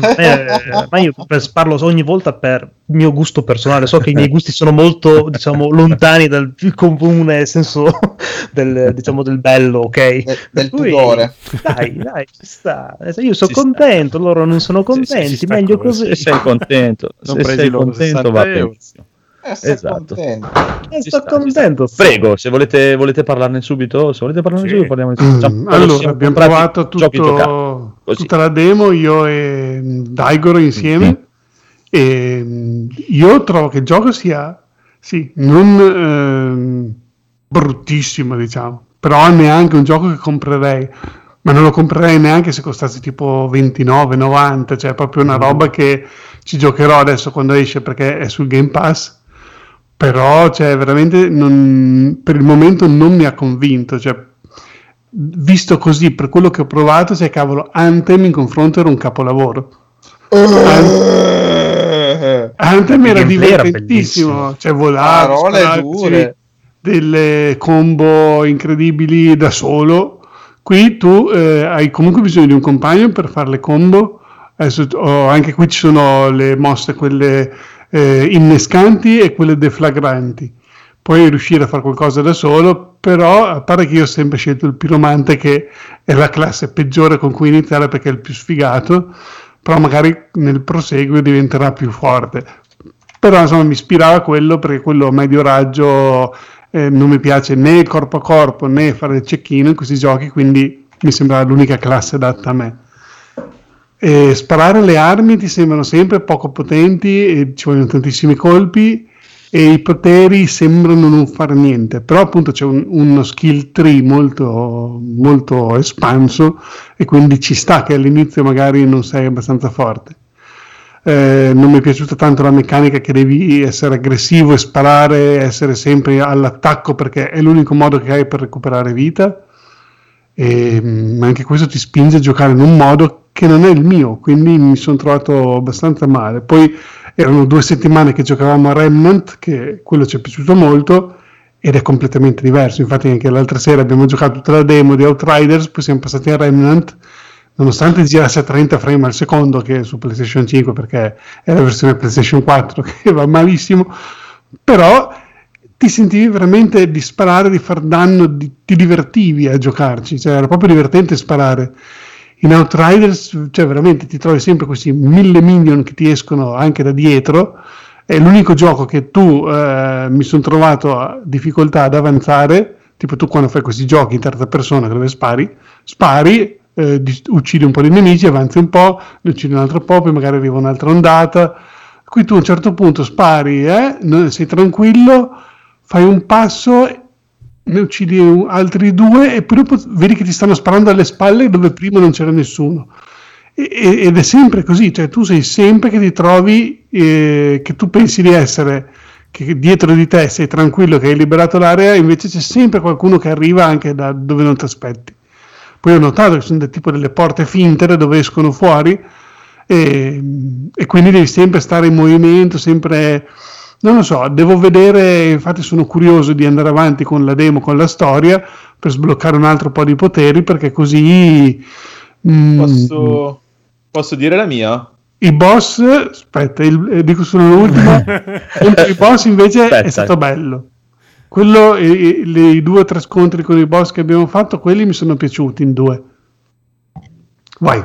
io parlo ogni volta per mio gusto personale. So che i miei gusti sono molto, diciamo, lontani dal più comune senso del bello, ok? Del pudore. Dai, ci sta. Io sono contento, loro non sono contenti, meglio così. Se sei contento, Non se presi sei loro contento 60 va euro. benissimo. Esatto. Sto contento. Prego, se volete parlarne subito, parliamo subito. Allora, abbiamo provato tutta la demo, io e Daigoro insieme, e io trovo che il gioco sia, sì, non bruttissimo, diciamo, però neanche un gioco che comprerei, ma non lo comprerei neanche se costasse tipo 29,90, cioè proprio una roba che ci giocherò adesso quando esce, perché è sul Game Pass. Però, cioè, veramente per il momento non mi ha convinto, cioè, visto così, per quello che ho provato, cioè, cavolo, Anthem in confronto era un capolavoro. Anthem era divertentissimo, cioè, volare, dure, delle combo incredibili da solo. Qui tu hai comunque bisogno di un compagno per fare le combo. Adesso, anche qui ci sono le mosse, quelle innescanti e quelle deflagranti. Puoi riuscire a fare qualcosa da solo, però a parte che io ho sempre scelto il piromante, che è la classe peggiore con cui iniziare perché è il più sfigato, però magari nel proseguo diventerà più forte. Però insomma mi ispirava quello, perché quello a medio raggio non mi piace né il corpo a corpo né fare il cecchino in questi giochi, quindi mi sembrava l'unica classe adatta a me. E sparare le armi ti sembrano sempre poco potenti e ci vogliono tantissimi colpi, e i poteri sembrano non fare niente, però appunto c'è uno skill tree molto, molto espanso, e quindi ci sta che all'inizio magari non sei abbastanza forte. Non mi è piaciuta tanto la meccanica che devi essere aggressivo e sparare, essere sempre all'attacco, perché è l'unico modo che hai per recuperare vita, ma anche questo ti spinge a giocare in un modo che non è il mio, quindi mi sono trovato abbastanza male. Poi erano 2 settimane che giocavamo a Remnant, che quello ci è piaciuto molto ed è completamente diverso. Infatti anche l'altra sera abbiamo giocato tutta la demo di Outriders, poi siamo passati a Remnant, nonostante girasse a 30 frame al secondo, che è su PlayStation 5, perché è la versione PlayStation 4 che va malissimo, però ti sentivi veramente di sparare, di far danno, ti divertivi a giocarci, cioè era proprio divertente sparare. In Outriders, cioè veramente ti trovi sempre questi 1000 minion che ti escono anche da dietro. È l'unico gioco che tu mi sono trovato a difficoltà ad avanzare, tipo tu quando fai questi giochi in terza persona dove spari, uccidi un po' di nemici, avanzi un po', ne uccidi un altro po', poi magari arriva un'altra ondata. Qui tu a un certo punto spari, sei tranquillo, fai un passo, ne uccidi altri 2 e poi dopo vedi che ti stanno sparando alle spalle dove prima non c'era nessuno, ed è sempre così, cioè tu sei sempre che ti trovi che tu pensi di essere, che dietro di te sei tranquillo che hai liberato l'area, invece c'è sempre qualcuno che arriva anche da dove non ti aspetti. Poi ho notato che sono tipo delle porte finte da dove escono fuori, e quindi devi sempre stare in movimento, sempre... Non lo so, devo vedere, infatti sono curioso di andare avanti con la demo, con la storia, per sbloccare un altro po' di poteri, perché così... Posso dire la mia? I boss, aspetta, dico solo l'ultimo. Contro i boss invece è stato bello. Quello, i 2 o 3 scontri con i boss che abbiamo fatto, quelli mi sono piaciuti in 2. Vai.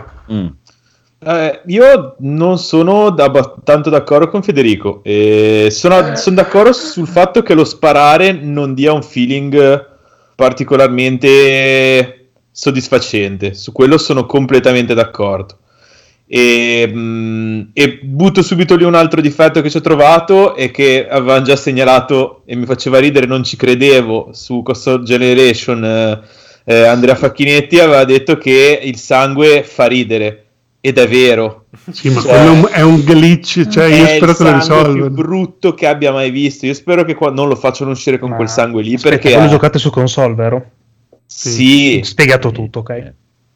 Io non sono tanto d'accordo con Federico. Sono d'accordo sul fatto che lo sparare non dia un feeling particolarmente soddisfacente. Su quello sono completamente d'accordo. E butto subito lì un altro difetto che ci ho trovato e che avevano già segnalato e mi faceva ridere, non ci credevo, su Console Generation. Andrea Facchinetti aveva detto che il sangue fa ridere. Ed è vero. Sì, ma quello è un glitch, cioè io spero che lo risolvano. È il più brutto che abbia mai visto. Io spero che non lo facciano uscire con quel sangue lì. Aspetta, perché lo giocate su console, vero? Sì. Spiegato tutto, ok?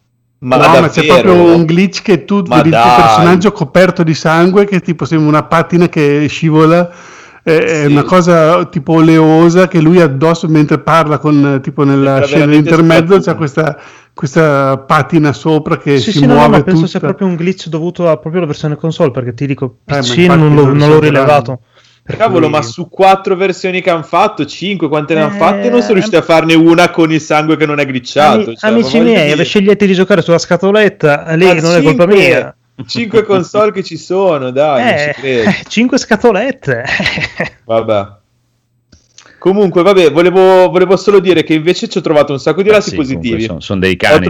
Ma c'è proprio un glitch che tu vedi il tuo personaggio coperto di sangue, che tipo sembra una patina che scivola. È una cosa tipo oleosa che lui addosso mentre parla con tipo nella scena d'intermezzo c'è questa patina sopra che si muove. No, penso sia proprio un glitch dovuto a proprio la versione console, perché ti dico PC non l'ho rilevato. Cavolo, ma su 4 versioni che hanno fatto, 5 quante ne hanno fatte, non sono riusciti a farne una con il sangue che non è glitchato. Amici miei, scegliete di giocare sulla scatoletta, lì non è colpa mia. 5 console che ci sono, dai, non ci credo. 5 scatolette. Vabbè. Comunque, volevo solo dire che invece ci ho trovato un sacco di lati positivi. Sono dei cani.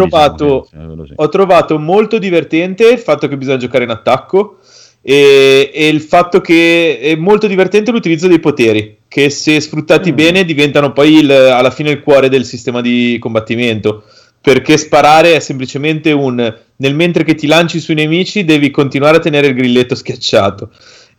Ho trovato molto divertente il fatto che bisogna giocare in attacco e il fatto che è molto divertente l'utilizzo dei poteri, che se sfruttati bene diventano poi alla fine il cuore del sistema di combattimento. Perché sparare è semplicemente nel mentre che ti lanci sui nemici devi continuare a tenere il grilletto schiacciato,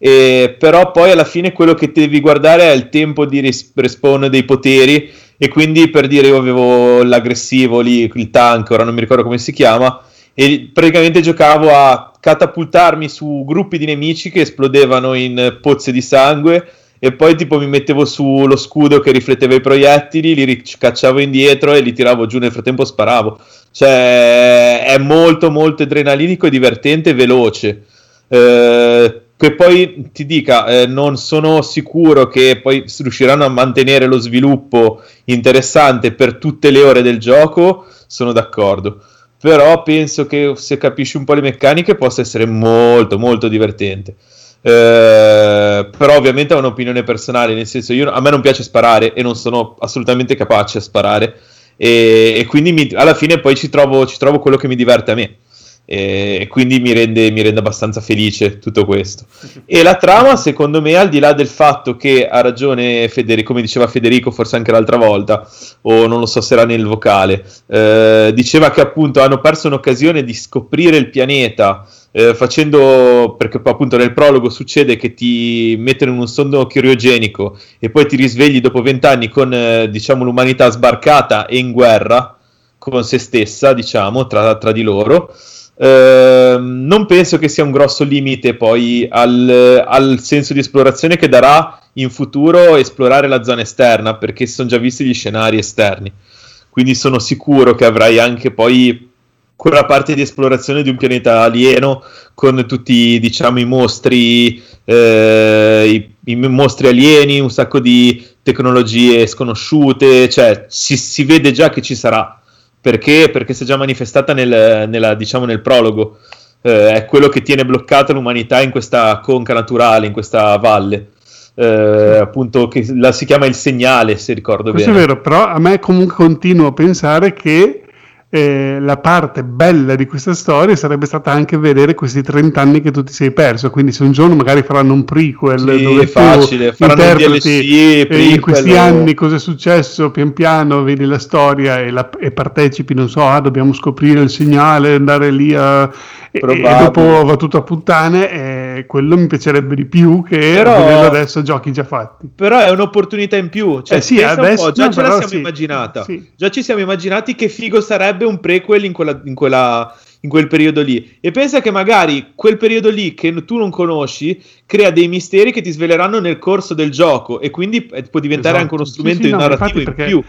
però poi alla fine quello che devi guardare è il tempo di respawn dei poteri, e quindi per dire io avevo l'aggressivo lì, il tank, ora non mi ricordo come si chiama, e praticamente giocavo a catapultarmi su gruppi di nemici che esplodevano in pozze di sangue, e poi tipo mi mettevo su lo scudo che rifletteva i proiettili, li ricacciavo indietro e li tiravo giù, nel frattempo sparavo. Cioè è molto molto adrenalinico e divertente e veloce, che poi ti dica non sono sicuro che poi riusciranno a mantenere lo sviluppo interessante per tutte le ore del gioco, sono d'accordo, però penso che se capisci un po' le meccaniche possa essere molto molto divertente. Però ovviamente è un'opinione personale, nel senso a me non piace sparare e non sono assolutamente capace a sparare, e quindi alla fine poi ci trovo quello che mi diverte a me, e quindi mi rende abbastanza felice tutto questo. E la trama, secondo me, al di là del fatto che ha ragione Federico, come diceva Federico forse anche l'altra volta, o non lo so se era nel vocale, diceva che appunto hanno perso un'occasione di scoprire il pianeta, facendo, perché appunto nel prologo succede che ti mettono in un sonno criogenico e poi ti risvegli dopo 20 anni con diciamo l'umanità sbarcata e in guerra con se stessa, diciamo, tra di loro. Non penso che sia un grosso limite poi al senso di esplorazione che darà in futuro esplorare la zona esterna, perché si sono già visti gli scenari esterni, quindi sono sicuro che avrai anche poi quella parte di esplorazione di un pianeta alieno con tutti, diciamo, i mostri i mostri alieni, un sacco di tecnologie sconosciute, cioè si vede già che ci sarà, perché si è già manifestata diciamo nel prologo, è quello che tiene bloccata l'umanità in questa conca naturale, in questa valle, appunto, che si chiama il segnale, se ricordo questo bene. È vero, però a me comunque continuo a pensare che la parte bella di questa storia sarebbe stata anche vedere questi 30 anni che tu ti sei perso, quindi se un giorno magari faranno un prequel dove facile, faranno un DLC, prequel, in questi anni cosa è successo, pian piano vedi la storia e partecipi, non so, dobbiamo scoprire il segnale, andare lì e dopo va tutto a puttane, quello mi piacerebbe di più che vederlo adesso giochi già fatti. Però è un'opportunità in più, cioè sì, adesso, un po', già ce la siamo immaginata, già ci siamo immaginati che figo sarebbe un prequel in quel periodo lì, e pensa che magari quel periodo lì che tu non conosci crea dei misteri che ti sveleranno nel corso del gioco, e quindi può diventare anche uno strumento narrativo in più.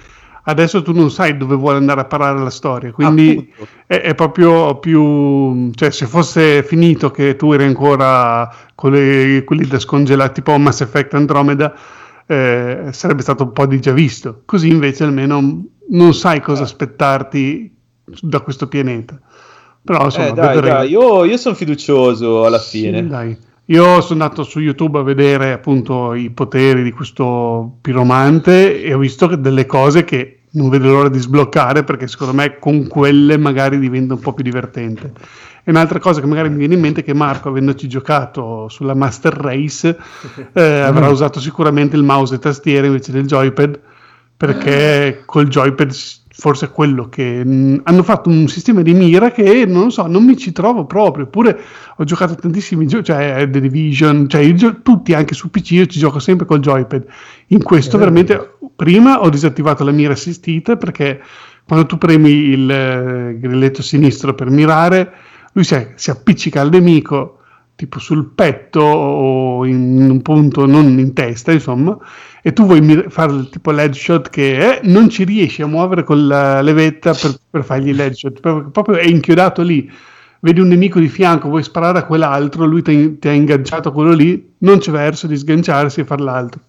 adesso tu non sai dove vuole andare a parare la storia, quindi è proprio più, cioè se fosse finito che tu eri ancora con quelli da scongelare tipo Mass Effect Andromeda, sarebbe stato un po' di già visto, così invece almeno non sai cosa aspettarti da questo pianeta. Però insomma, dai, io sono fiducioso alla fine. Sì, dai. Io sono andato su YouTube a vedere appunto i poteri di questo piromante e ho visto delle cose che non vedo l'ora di sbloccare, perché secondo me con quelle magari diventa un po' più divertente. E un'altra cosa che magari mi viene in mente è che Marco, avendoci giocato sulla Master Race, avrà usato sicuramente il mouse e tastiere invece del joypad, perché col joypad forse è quello che hanno fatto un sistema di mira che non so, non mi ci trovo proprio. Eppure ho giocato tantissimi giochi, cioè The Division, cioè tutti anche su PC, io ci gioco sempre col joypad. In questo veramente, prima ho disattivato la mira assistita, perché quando tu premi il grilletto sinistro per mirare, lui si appiccica al nemico tipo sul petto o in un punto non in testa, insomma, e tu vuoi fare tipo l'headshot che non ci riesci a muovere con la levetta per fargli l'headshot, proprio è inchiodato lì. Vedi un nemico di fianco, vuoi sparare a quell'altro, lui ti ha ingaggiato quello lì, non c'è verso di sganciarsi e far l'altro.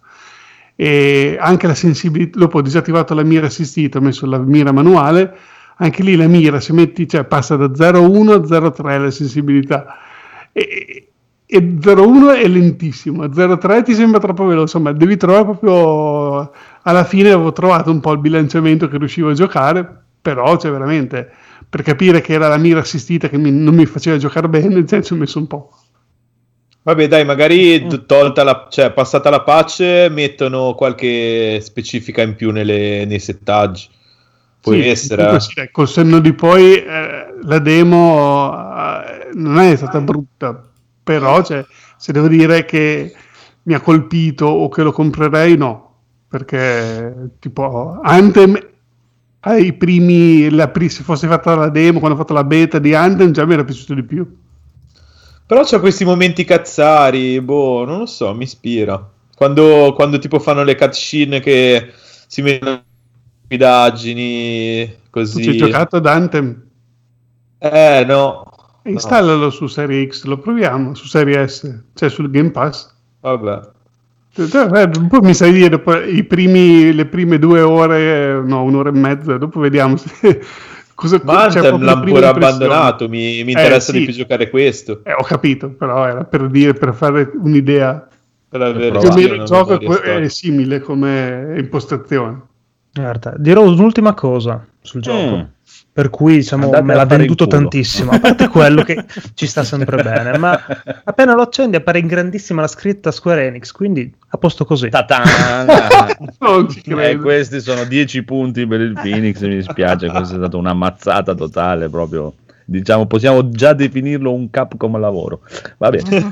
E anche la sensibilità, dopo ho disattivato la mira assistita, ho messo la mira manuale, anche lì la mira, se metti, cioè passa da 0,1 a 0,3 la sensibilità. E 0,1 è lentissimo, 0,3 ti sembra troppo veloce, insomma devi trovare proprio, alla fine avevo trovato un po' il bilanciamento che riuscivo a giocare, però cioè veramente per capire che era la mira assistita che non mi faceva giocare bene, nel senso ho messo un po'. Vabbè dai, magari cioè passata la patch mettono qualche specifica in più nei settaggi. Può essere. Sì, col senno di poi la demo non è stata brutta, però cioè, se devo dire che mi ha colpito o che lo comprerei, no, perché tipo Anthem ai primi, se fosse fatta la demo, quando ho fatto la beta di Anthem, già mi era piaciuto di più. Però c'ha questi momenti cazzari, non lo so, mi ispira. Quando tipo fanno le cutscene che si mettono stupidaggini così. Tu ci hai giocato ad Anthem? No. Installalo su Serie X, lo proviamo, su Serie S, cioè sul Game Pass. Vabbè. Poi mi sai dire dopo le prime 2 ore, no, 1 ora e mezza, dopo vediamo se ma Anthem l'hanno pure abbandonato, mi interessa di più giocare questo. Ho capito, però era per fare un'idea. Il gioco è simile come impostazione. Guarda, dirò un'ultima cosa sul gioco, per cui diciamo me l'ha venduto tantissimo, a parte quello che ci sta sempre bene, ma appena lo accendi appare in grandissima la scritta Square Enix, quindi a posto così. Non ci credo. Questi sono 10 punti per il Phoenix, mi dispiace, questa è stata una mazzata totale proprio. Diciamo, possiamo già definirlo un Capcom lavoro. Va bene.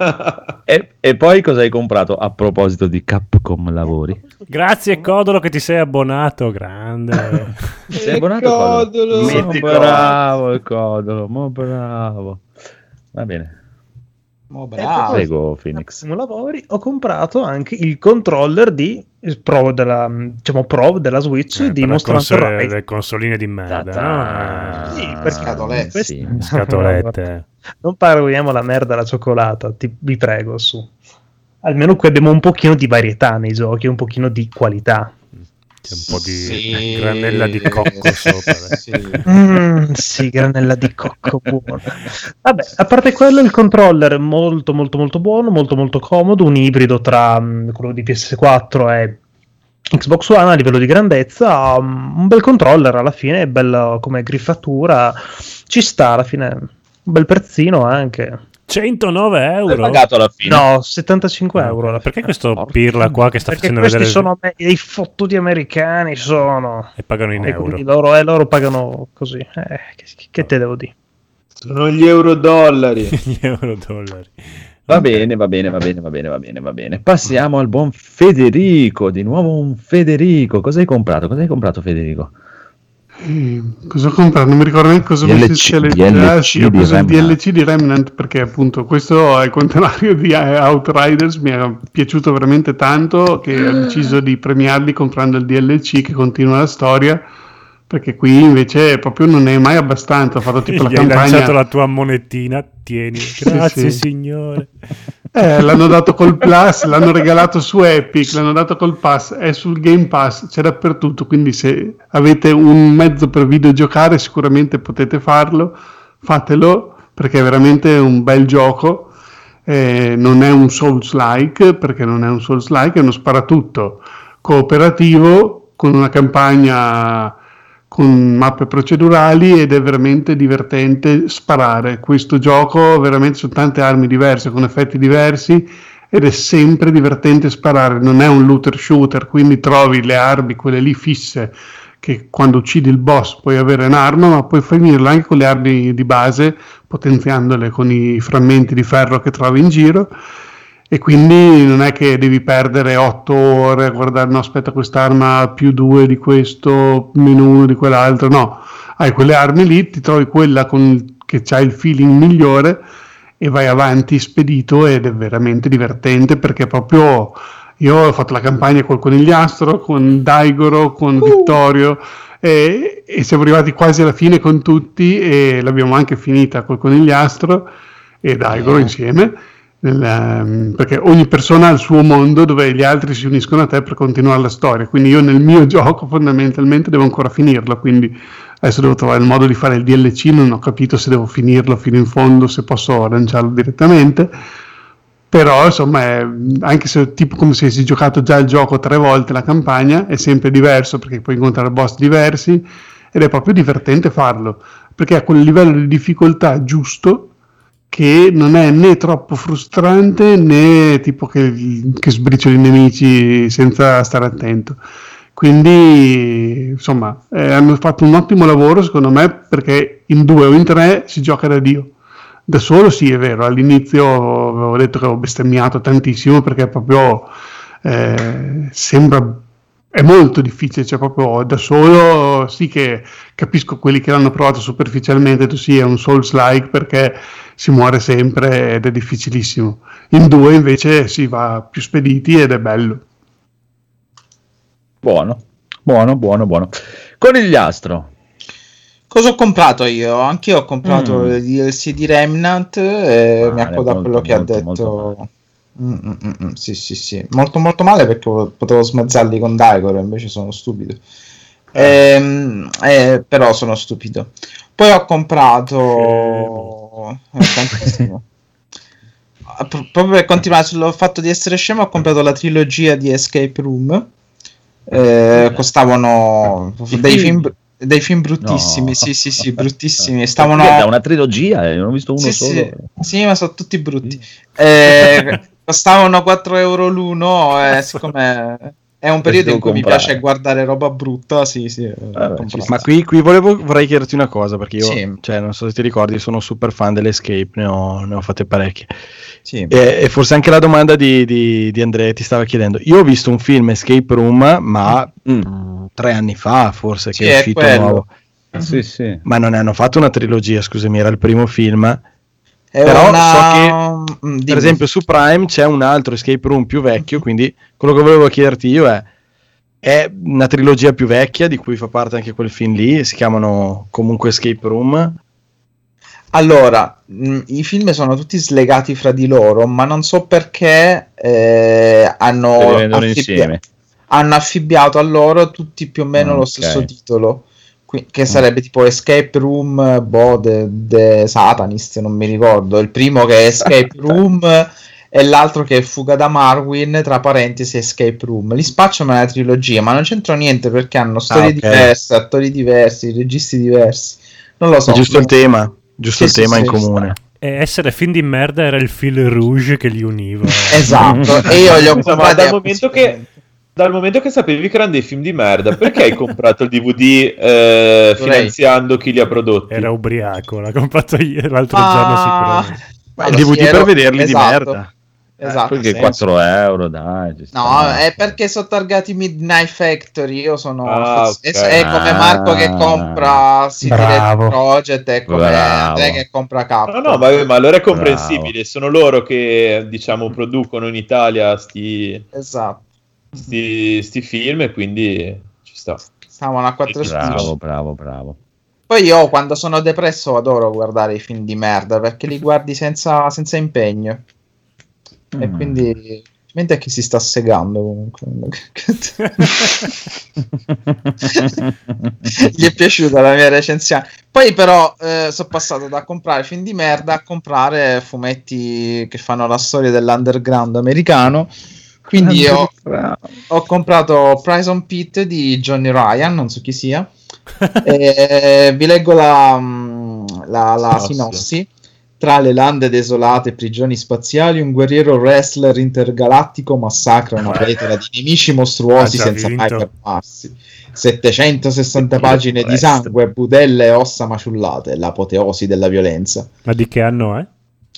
e poi cosa hai comprato a proposito di Capcom lavori? Grazie Codolo che ti sei abbonato, grande. Sei abbonato Codolo? Bravo il Codolo, bravo. Va bene. Bravo. Prego Phoenix. Lavori, ho comprato anche il controller di Pro della Switch di Monster Hunter Rise. Le consoline di merda, no? Sì, perché scatolette. Scatolette. Non parliamo la merda alla cioccolata, vi prego, su. Almeno qui abbiamo un pochino di varietà nei giochi, un pochino di qualità. C'è un po' di granella di cocco sopra. Sì, granella di cocco buono. Vabbè, a parte quello, il controller molto molto molto buono, molto molto comodo, un ibrido tra quello di PS4 e Xbox One a livello di grandezza, un bel controller alla fine, è bello come griffatura, ci sta alla fine, un bel prezzino anche. 109 euro? L'hai pagato alla fine? No, 75 euro. Perché questo pirla qua che sta perché facendo questi vedere... sono i fottuti americani, sono... E pagano in euro. Loro pagano così. Che te devo dire? Sono gli euro-dollari. Gli euro-dollari. Va bene. Passiamo al buon Federico. Di nuovo un Federico. Cosa hai comprato? Federico? Cosa ho comprato? Non mi ricordo neanche cosa mi DLC sia di ho preso il Remnant. DLC di Remnant perché appunto questo al contrario di Outriders mi è piaciuto veramente tanto che ho deciso di premiarli comprando il DLC che continua la storia, perché qui invece proprio non è mai abbastanza. Ho fatto tipo la Gli hai lanciato campagna. la tua monetina, tieni, grazie sì. signore. L'hanno dato col Plus, l'hanno regalato su Epic, l'hanno dato col Pass, è sul Game Pass, c'è dappertutto, quindi se avete un mezzo per videogiocare sicuramente potete farlo, fatelo, perché è veramente un bel gioco. Non è un Souls-like, perché non è un Souls-like, è uno sparatutto cooperativo con una campagna con mappe procedurali ed è veramente divertente sparare. Questo gioco veramente su tante armi diverse, con effetti diversi, ed è sempre divertente sparare. Non è un looter shooter, quindi trovi le armi, quelle lì fisse, che quando uccidi il boss puoi avere un'arma, ma puoi finirla anche con le armi di base, potenziandole con i frammenti di ferro che trovi in giro. E quindi non è che devi perdere 8 ore a guardare, no aspetta quest'arma più 2 di questo, meno 1 di quell'altro, no, hai quelle armi lì, ti trovi quella che c'ha il feeling migliore e vai avanti spedito ed è veramente divertente, perché proprio io ho fatto la campagna col conigliastro, con Daigoro, con Vittorio e siamo arrivati quasi alla fine con tutti e l'abbiamo anche finita col conigliastro e Daigoro insieme. Perché ogni persona ha il suo mondo dove gli altri si uniscono a te per continuare la storia, quindi io nel mio gioco fondamentalmente devo ancora finirlo, quindi adesso devo trovare il modo di fare il DLC, non ho capito se devo finirlo fino in fondo, se posso lanciarlo direttamente, però insomma anche se tipo come se avessi giocato già il gioco 3 volte la campagna, è sempre diverso perché puoi incontrare boss diversi ed è proprio divertente farlo, perché ha quel livello di difficoltà giusto che non è né troppo frustrante né tipo che sbricioli i nemici senza stare attento. Quindi insomma hanno fatto un ottimo lavoro secondo me, perché in 2 o in 3 si gioca da Dio. Da solo sì, è vero, all'inizio avevo detto che ho bestemmiato tantissimo perché proprio sembra, è molto difficile, cioè proprio da solo sì che capisco quelli che l'hanno provato superficialmente, tu sì è un Souls-like perché si muore sempre ed è difficilissimo. In 2 invece si va più spediti ed è bello. Buono. Conigliastro. Cosa ho comprato io? Anch'io ho comprato il DLC di Remnant e mi accodo a quello che ha detto. Sì. Molto molto male perché potevo smazzarli con Daigoro, invece sono stupido. Però sono stupido. Poi ho comprato tantissimo. Proprio per continuare sul fatto di essere scemo, ho comprato la trilogia di Escape Room. Costavano dei film bruttissimi. No. Sì, bruttissimi. Stavano Da una trilogia, non ho visto uno solo. Sì, ma sono tutti brutti. Costavano 4 euro l'uno, siccome è un periodo in cui mi piace guardare roba brutta, sì. Ma qui vorrei chiederti una cosa, perché io, cioè, non so se ti ricordi, sono super fan dell'Escape, ne ho fatte parecchie. Sì. E forse anche la domanda di Andrea ti stava chiedendo. Io ho visto un film Escape Room, ma 3 anni fa, forse, che è uscito nuovo. Sì. Ma non ne hanno fatto una trilogia, scusami, era il primo film. Però so che per esempio su Prime c'è un altro Escape Room più vecchio, quindi quello che volevo chiederti io è una trilogia più vecchia di cui fa parte anche quel film lì, si chiamano comunque Escape Room. Allora, i film sono tutti slegati fra di loro, ma non so perché hanno affibbiato a loro tutti più o meno lo stesso titolo, che sarebbe tipo Escape Room The Satanist, non mi ricordo, il primo che è Escape Room e l'altro che è Fuga da Marwin, tra parentesi Escape Room. Li spacciano nella trilogia, ma non c'entra niente perché hanno storie diverse, attori diversi, registi diversi, non lo so. È giusto il tema in comune. E essere film di merda era il fil rouge che li univa. Esatto, e io li ho comprati dal momento che sapevi che erano dei film di merda, perché hai comprato il DVD finanziando chi li ha prodotti? Era ubriaco, l'ha comprato io l'altro giorno sicuramente. Ma il DVD per vederli di merda. Esatto. Perché 4 euro, dai. No, è perché sono targati Midnight Factory. Io sono okay. è come Marco che compra CD Bravo. Projekt, è come Bravo. Andrea che compra Capcom. No, ma allora è comprensibile. Sono loro che, diciamo, producono in Italia sti Esatto. film e quindi ci sta. Stavano a 4 spicci. Bravo. Poi io quando sono depresso adoro guardare i film di merda perché li guardi senza impegno. E quindi mentre che si sta segando comunque. Gli è piaciuta la mia recensione. Poi però sono passato da comprare film di merda a comprare fumetti che fanno la storia dell'underground americano. Quindi io ho comprato Prison Pit di Johnny Ryan, non so chi sia. Vi leggo la sinossi. Tra le lande desolate e prigioni spaziali, un guerriero wrestler intergalattico massacra una pletora di nemici mostruosi senza mai fermarsi. 760 pagine di sangue, budelle e ossa maciullate, l'apoteosi della violenza. Ma di che anno è?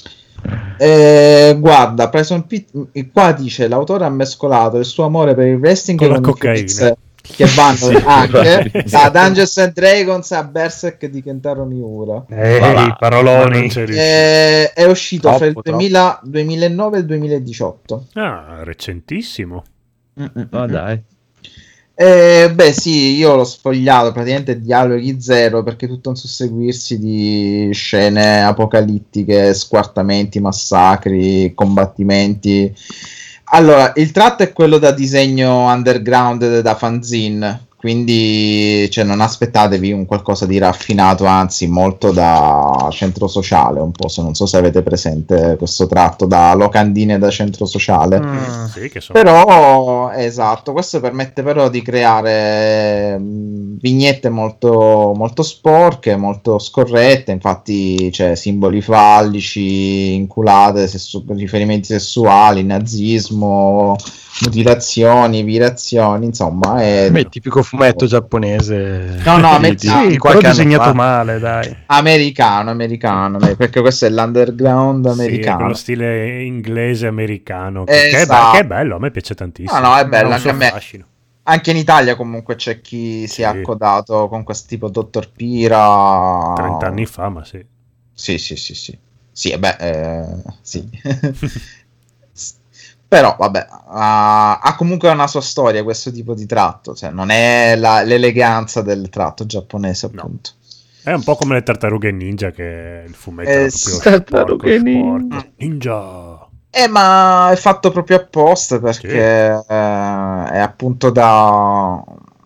Guarda, Prison Pit, qua dice l'autore ha mescolato il suo amore per il wrestling con la i cocaina. comics che vanno anche da Dungeons and Dragons a Berserk di Kentaro Miura. Paroloni. È uscito fra il 2009 e il 2018. Ah, recentissimo. Dai. Beh sì, io l'ho sfogliato, praticamente dialoghi zero perché tutto un susseguirsi di scene apocalittiche, squartamenti, massacri, combattimenti. Allora, il tratto è quello da disegno underground da fanzine, quindi non aspettatevi un qualcosa di raffinato, anzi molto da centro sociale, un po', non so se avete presente questo tratto da locandine da centro sociale. Sì, che sono. Però, esatto, questo permette però di creare vignette molto, molto sporche, molto scorrette, infatti c'è simboli fallici, inculate, riferimenti sessuali, nazismo, mutilazioni, virazioni, insomma è il tipico fumetto giapponese. No, sì, però disegnato male, dai. Americano, perché questo è l'underground americano. Sì, con lo stile inglese americano, Esatto. che è bello, a me piace tantissimo. No, è bello, anche a me. Fascino. Anche in Italia comunque c'è chi si è accodato con questo tipo Dottor Pira 30 anni fa, ma sì. Sì. Sì. Però vabbè, ha comunque una sua storia questo tipo di tratto, non è l'eleganza del tratto giapponese, appunto. È un po' come le tartarughe ninja, che è il fumetto tartarughe ninja. Ma è fatto proprio apposta perché è appunto da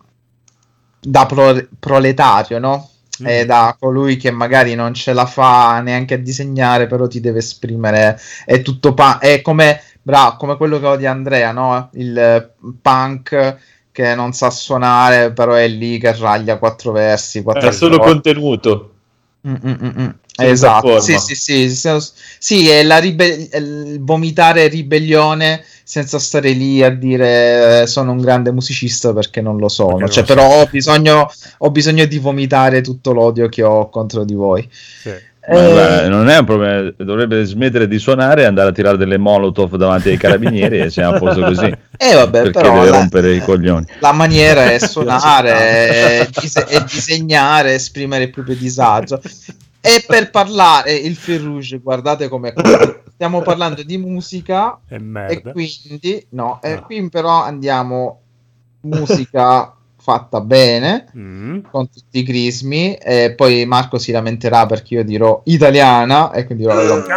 proletario, no? È da colui che magari non ce la fa neanche a disegnare, però ti deve esprimere, è tutto è come quello che odia Andrea, no? Il punk che non sa suonare, però è lì che raglia 4 versi. È solo contenuto. Esatto, sì, è il vomitare ribellione senza stare lì a dire sono un grande musicista perché non lo sono, però ho bisogno di vomitare tutto l'odio che ho contro di voi. Sì. Non è un problema, dovrebbe smettere di suonare e andare a tirare delle molotov davanti ai carabinieri e siamo a posto così. Vabbè, perché però deve rompere i coglioni. La maniera è suonare, è disegnare, esprimere il proprio disagio. E per parlare il fil rouge, guardate come stiamo parlando di musica e quindi qui però andiamo musica fatta bene con tutti i crismi, e poi Marco si lamenterà perché io dirò italiana e quindi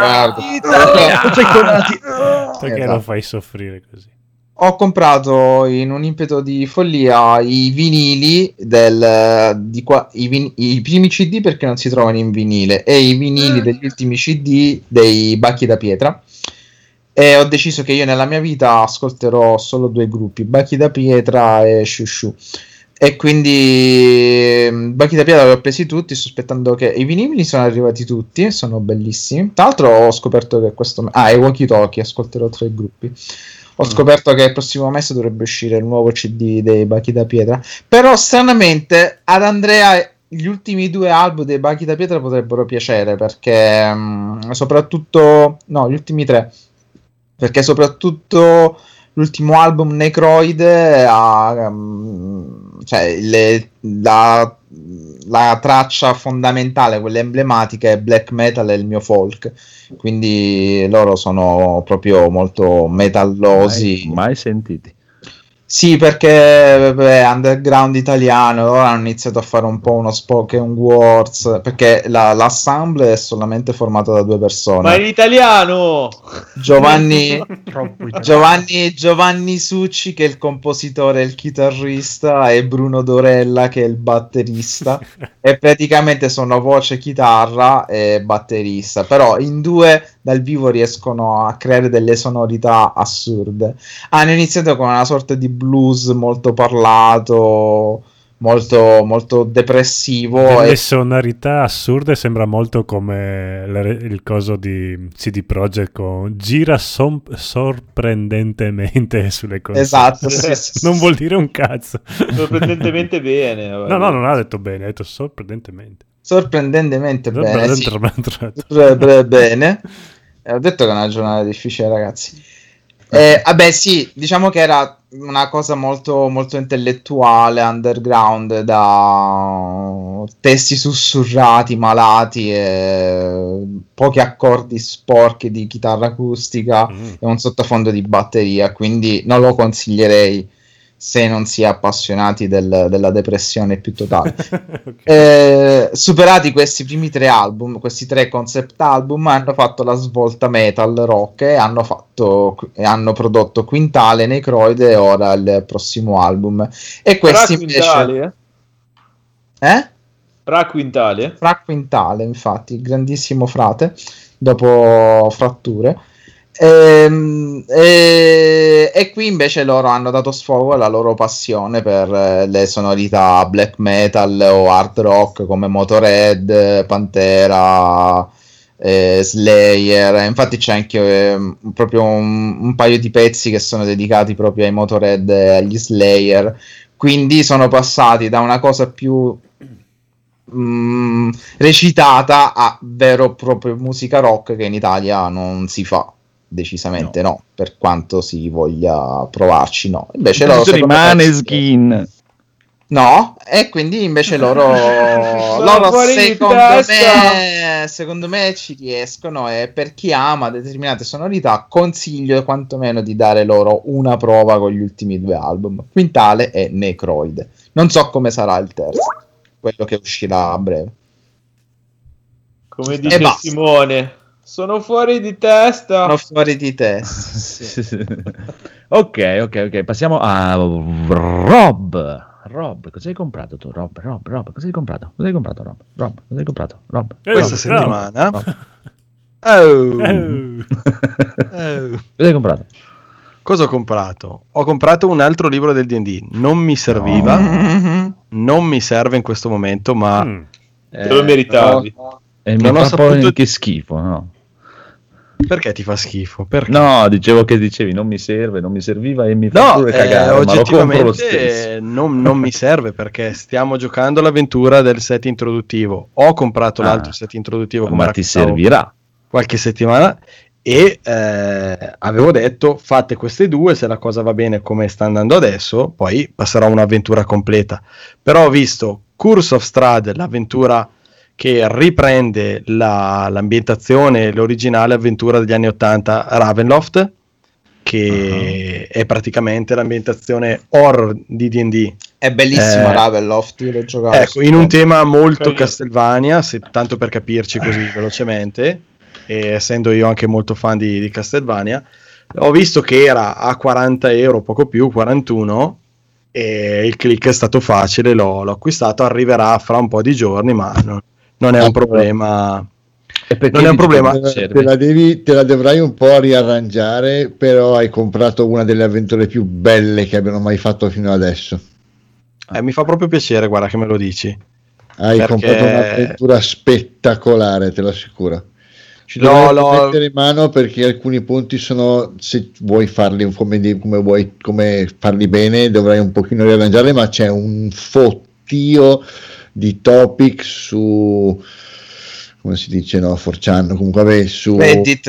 perché lo fai soffrire così. Ho comprato in un impeto di follia i vinili i primi CD perché non si trovano in vinile, e i vinili degli ultimi CD dei Bacchi da Pietra, e ho deciso che io nella mia vita ascolterò solo 2 gruppi, Bacchi da Pietra e Shushu, e quindi Bacchi da Pietra li ho presi tutti, sospettando che i vinili sono arrivati tutti, sono bellissimi. Tra l'altro ho scoperto che e Walkie Talkie, ascolterò 3 gruppi. Ho scoperto che il prossimo mese dovrebbe uscire il nuovo CD dei Bacchi da Pietra, però stranamente ad Andrea gli ultimi 2 album dei Bacchi da Pietra potrebbero piacere, perché soprattutto gli ultimi 3, perché soprattutto l'ultimo album Necroid ha cioè la traccia fondamentale, quella emblematica, è black metal e il mio folk, quindi loro sono proprio molto metallosi. Mai sentiti. Sì, perché underground italiano, ora hanno iniziato a fare un po' uno spoken words, perché l'ensemble è solamente formato da 2 persone. Ma in italiano! Giovanni Succi, che è il compositore e il chitarrista, e Bruno Dorella, che è il batterista, e praticamente sono voce, chitarra e batterista, però in 2 dal vivo riescono a creare delle sonorità assurde. Hanno iniziato con una sorta di blues molto parlato, molto depressivo. Le sonorità assurde sembra molto come il coso di CD Projekt con gira sorprendentemente sulle console. Esatto, sì. Non vuol dire un cazzo. Sorprendentemente bene. No, non ha detto bene, ha detto sorprendentemente. Sorprendentemente bene, sì. Bene. Ho detto che è una giornata difficile, ragazzi. Vabbè, sì, diciamo che era una cosa molto, molto intellettuale, underground, da testi sussurrati, malati, e pochi accordi sporchi di chitarra acustica e un sottofondo di batteria, quindi non lo consiglierei se non si è appassionati della depressione più totale. Okay. Superati questi primi 3 album, questi 3 concept album, hanno fatto la svolta metal rock e hanno prodotto Quintale, Necroid e ora il prossimo album. E questi invece... Fra Quintale, infatti, grandissimo frate, dopo Fratture. E qui invece loro hanno dato sfogo alla loro passione per le sonorità black metal o hard rock come Motorhead, Pantera, Slayer. Infatti c'è anche proprio un paio di pezzi che sono dedicati proprio ai Motorhead e agli Slayer, quindi sono passati da una cosa più recitata a vero e proprio musica rock, che in Italia non si fa. Decisamente no, per quanto si voglia provarci, no. Invece loro rimane skin. No, e quindi invece loro secondo me ci riescono, e per chi ama determinate sonorità consiglio quantomeno di dare loro una prova con gli ultimi 2 album, Quintale e Necroid. Non so come sarà il terzo, quello che uscirà a breve. Come dice Simone, sono fuori di testa. Sì. Ok. Passiamo a Rob. Rob, cosa hai comprato tu? Rob, cosa hai comprato? Rob. Questa settimana. Cosa hai comprato? Cosa ho comprato? Ho comprato un altro libro del D&D. Non mi serviva. Non mi serve in questo momento, ma te lo meritavi. E non ho saputo che schifo, no? Perché ti fa schifo? Perché? No, dicevo che dicevi non mi serve, non mi serviva e mi fa pure cagare, oggettivamente non mi serve, perché stiamo giocando l'avventura del set introduttivo. Ho comprato l'altro set introduttivo, ma ti servirà qualche settimana, e avevo detto fate queste 2, se la cosa va bene come sta andando adesso poi passerò un'avventura completa. Però ho visto Curse of Strahd, l'avventura che riprende l'ambientazione, l'originale avventura degli anni 80 Ravenloft, che è praticamente l'ambientazione horror di D&D. È bellissimo Ravenloft, io l'ho giocato. Ecco, in un tema molto Castlevania, tanto per capirci così velocemente, e essendo io anche molto fan di Castlevania, ho visto che era a €40, poco più, 41, e il click è stato facile, l'ho acquistato, arriverà fra un po' di giorni, ma non è un problema. Non è un problema. Te la dovrai un po' riarrangiare, però hai comprato una delle avventure più belle che abbiano mai fatto fino adesso. Mi fa proprio piacere, guarda che me lo dici. Hai comprato un'avventura spettacolare, te lo assicuro. Ci dovrei mettere in mano, perché alcuni punti sono, se vuoi farli come farli bene, dovrai un pochino riarrangiarli, ma c'è un fottio di topic su, come si dice, 4chan, comunque su Reddit.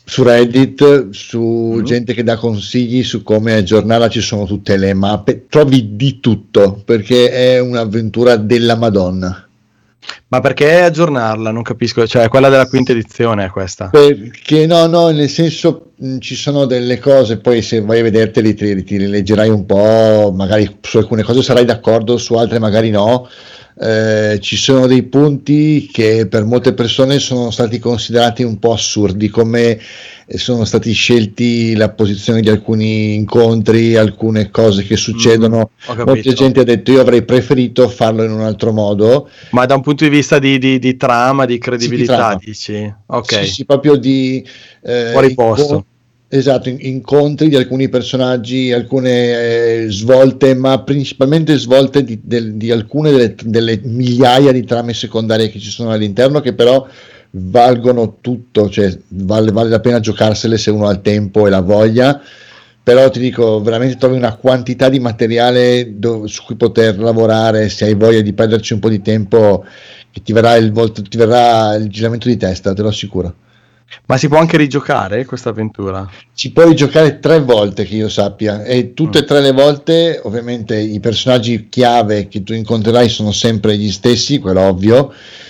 su Reddit, su gente che dà consigli su come aggiornarla, ci sono tutte le mappe, trovi di tutto perché è un'avventura della Madonna. Ma perché aggiornarla? Non capisco, cioè quella della quinta edizione è questa? Perché no, nel senso ci sono delle cose, poi se vai a vederteli ti rileggerai un po', magari su alcune cose sarai d'accordo, su altre magari no. Ci sono dei punti che per molte persone sono stati considerati un po' assurdi, come sono stati scelti la posizione di alcuni incontri, alcune cose che succedono. Molta gente ha detto io avrei preferito farlo in un altro modo, ma da un punto di vista di trama, di credibilità, sì, dici? Ok, sì, proprio di fuori posto. Esatto, incontri di alcuni personaggi, alcune svolte, ma principalmente svolte di alcune delle migliaia di trame secondarie che ci sono all'interno, che però valgono tutto, cioè vale la pena giocarsele se uno ha il tempo e la voglia. Però ti dico, veramente trovi una quantità di materiale su cui poter lavorare, se hai voglia di perderci un po' di tempo, che ti verrà il giramento di testa, te lo assicuro. Ma si può anche rigiocare questa avventura? Si può rigiocare 3 volte che io sappia, e tutte e 3 le volte ovviamente i personaggi chiave che tu incontrerai sono sempre gli stessi, quello ovvio,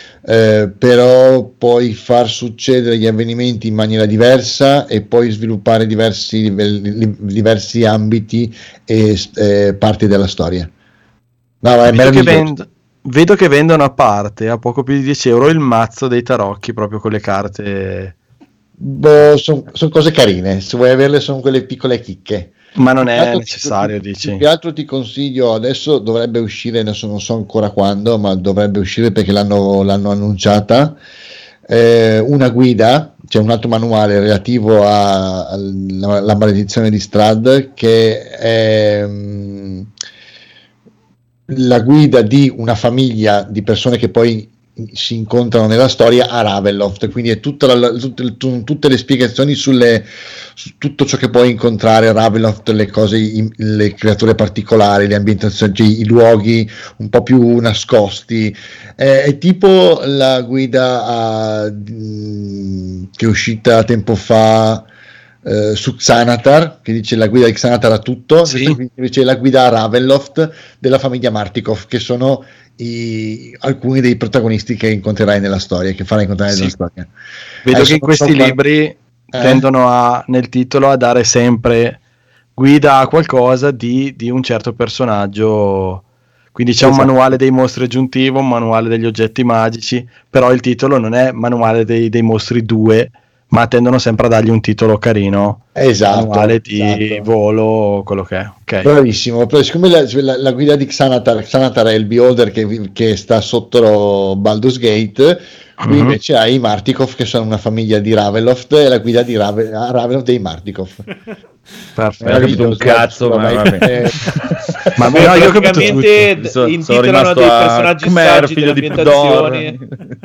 però puoi far succedere gli avvenimenti in maniera diversa e puoi sviluppare diversi ambiti e parti della storia. No, è meraviglioso. Vedo che vendono a poco più di 10 euro il mazzo dei tarocchi proprio con le carte. Sono cose carine, se vuoi averle sono quelle piccole chicche. Ma non è necessario, dici? Più che altro ti consiglio, adesso dovrebbe uscire, adesso non so ancora quando, ma dovrebbe uscire perché l'hanno annunciata, una guida, cioè un altro manuale relativo alla maledizione di Strahd, che è la guida di una famiglia di persone che poi si incontrano nella storia a Ravenloft, quindi è tutte le spiegazioni su tutto ciò che puoi incontrare a Ravenloft, le cose, le creature particolari, le ambientazioni, cioè i luoghi un po' più nascosti. È tipo la guida che è uscita tempo fa su Xanatar, che dice la guida di Xanatar a tutto, sì. Invece la guida a Ravenloft della famiglia Martikov, che sono alcuni dei protagonisti che incontrerai nella storia, che farai incontrare nella storia. Vedo che in questi libri tendono nel titolo a dare sempre guida a qualcosa di un certo personaggio, quindi c'è un manuale dei mostri aggiuntivo, un manuale degli oggetti magici, però il titolo non è manuale dei mostri 2, ma tendono sempre a dargli un titolo carino, manuale di volo, quello che è. Okay. Bravissimo, però siccome la guida di Xanatar è il beholder che sta sotto Baldur's Gate, qui invece hai i Martikov, che sono una famiglia di Ravenloft, e la guida di Ravenloft dei Martikov. Perfetto, ho capito un cazzo, ma vabbè. Ma no, io praticamente intitolano dei personaggi saggi delle ambientazioni,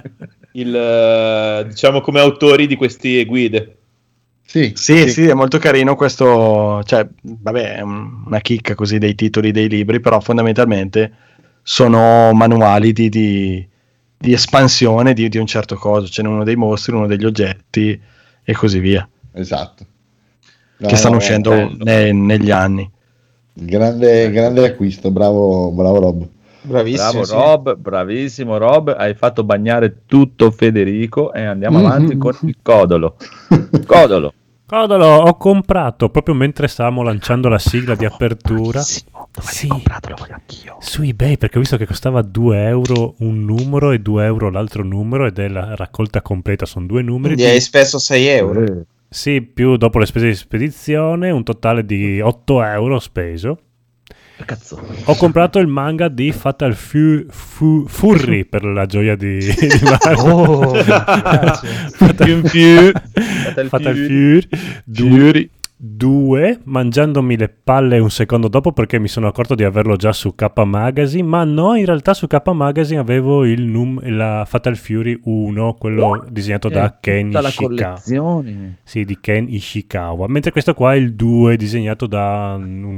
diciamo come autori di queste guide. Sì, è molto carino questo, cioè, vabbè, è una chicca così dei titoli dei libri, però fondamentalmente sono manuali di espansione di un certo coso, ce n'è uno dei mostri, uno degli oggetti e così via. Esatto. Che stanno uscendo negli anni. Grande acquisto, bravo Rob. Bravissimo, Rob, bravissimo Rob, hai fatto bagnare tutto Federico e andiamo avanti con il Codolo. Codolo, ho comprato proprio mentre stavamo lanciando la sigla di apertura. Dove hai comprato? Lo voglio anch'io. Su eBay, perché ho visto che costava 2 euro un numero e 2 euro l'altro numero, ed è la raccolta completa, sono 2 numeri. Quindi hai speso 6 euro. Sì, più dopo le spese di spedizione, un totale di 8 euro speso. Cazzo. Ho comprato il manga di Fatal Fury per la gioia di Mario. Fatal Fury 2, mangiandomi le palle un secondo dopo perché mi sono accorto di averlo già su K Magazine, ma no, in realtà su K Magazine avevo la Fatal Fury 1, quello disegnato da Ken Ishikawa. Sì, di Ken Ishikawa, mentre questo qua è il 2 disegnato da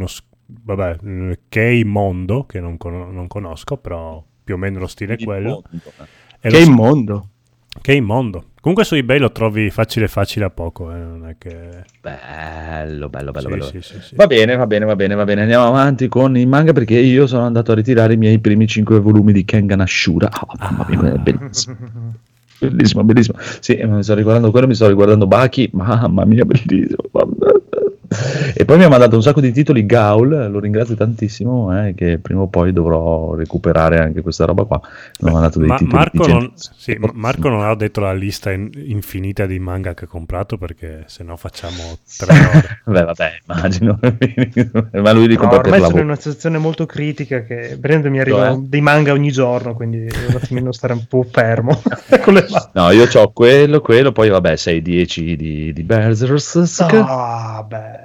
Kei Mondo, che non conosco, però più o meno lo stile è quello. Kei Mondo? Che è immondo. Comunque su eBay lo trovi facile a poco, non è che... Bello. Sì. Va bene, andiamo avanti con i manga perché io sono andato a ritirare i miei primi 5 volumi di Kengan Ashura. Mamma mia, è bellissimo. Bellissimo. Sì, mi sto riguardando quello, mi sto riguardando Baki, mamma mia, bellissimo. E poi mi ha mandato un sacco di titoli Gaul, lo ringrazio tantissimo, che prima o poi dovrò recuperare anche questa roba qua. Mi ha mandato dei titoli Marco non ha detto la lista infinita di manga che ha comprato, perché se no facciamo 3 ore. Vabbè, immagino. Ma lui li compra per ormai lavoro. sono in una situazione molto critica che prendo e mi arrivano dei manga ogni giorno, quindi devo un attimino stare un po' fermo con le mani. No, io ho quello, poi vabbè 6-10 di Berserk. Bello.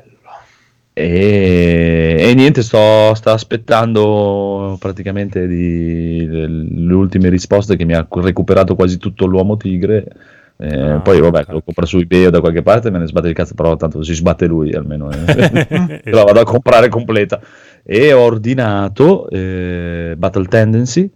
E niente, sto aspettando praticamente le ultime risposte, che mi ha recuperato quasi tutto l'Uomo Tigre. Poi vabbè, lo compro su eBay o da qualche parte, me ne sbatte il cazzo, però tanto si sbatte lui almeno. La vado a comprare completa. E ho ordinato Battle Tendency.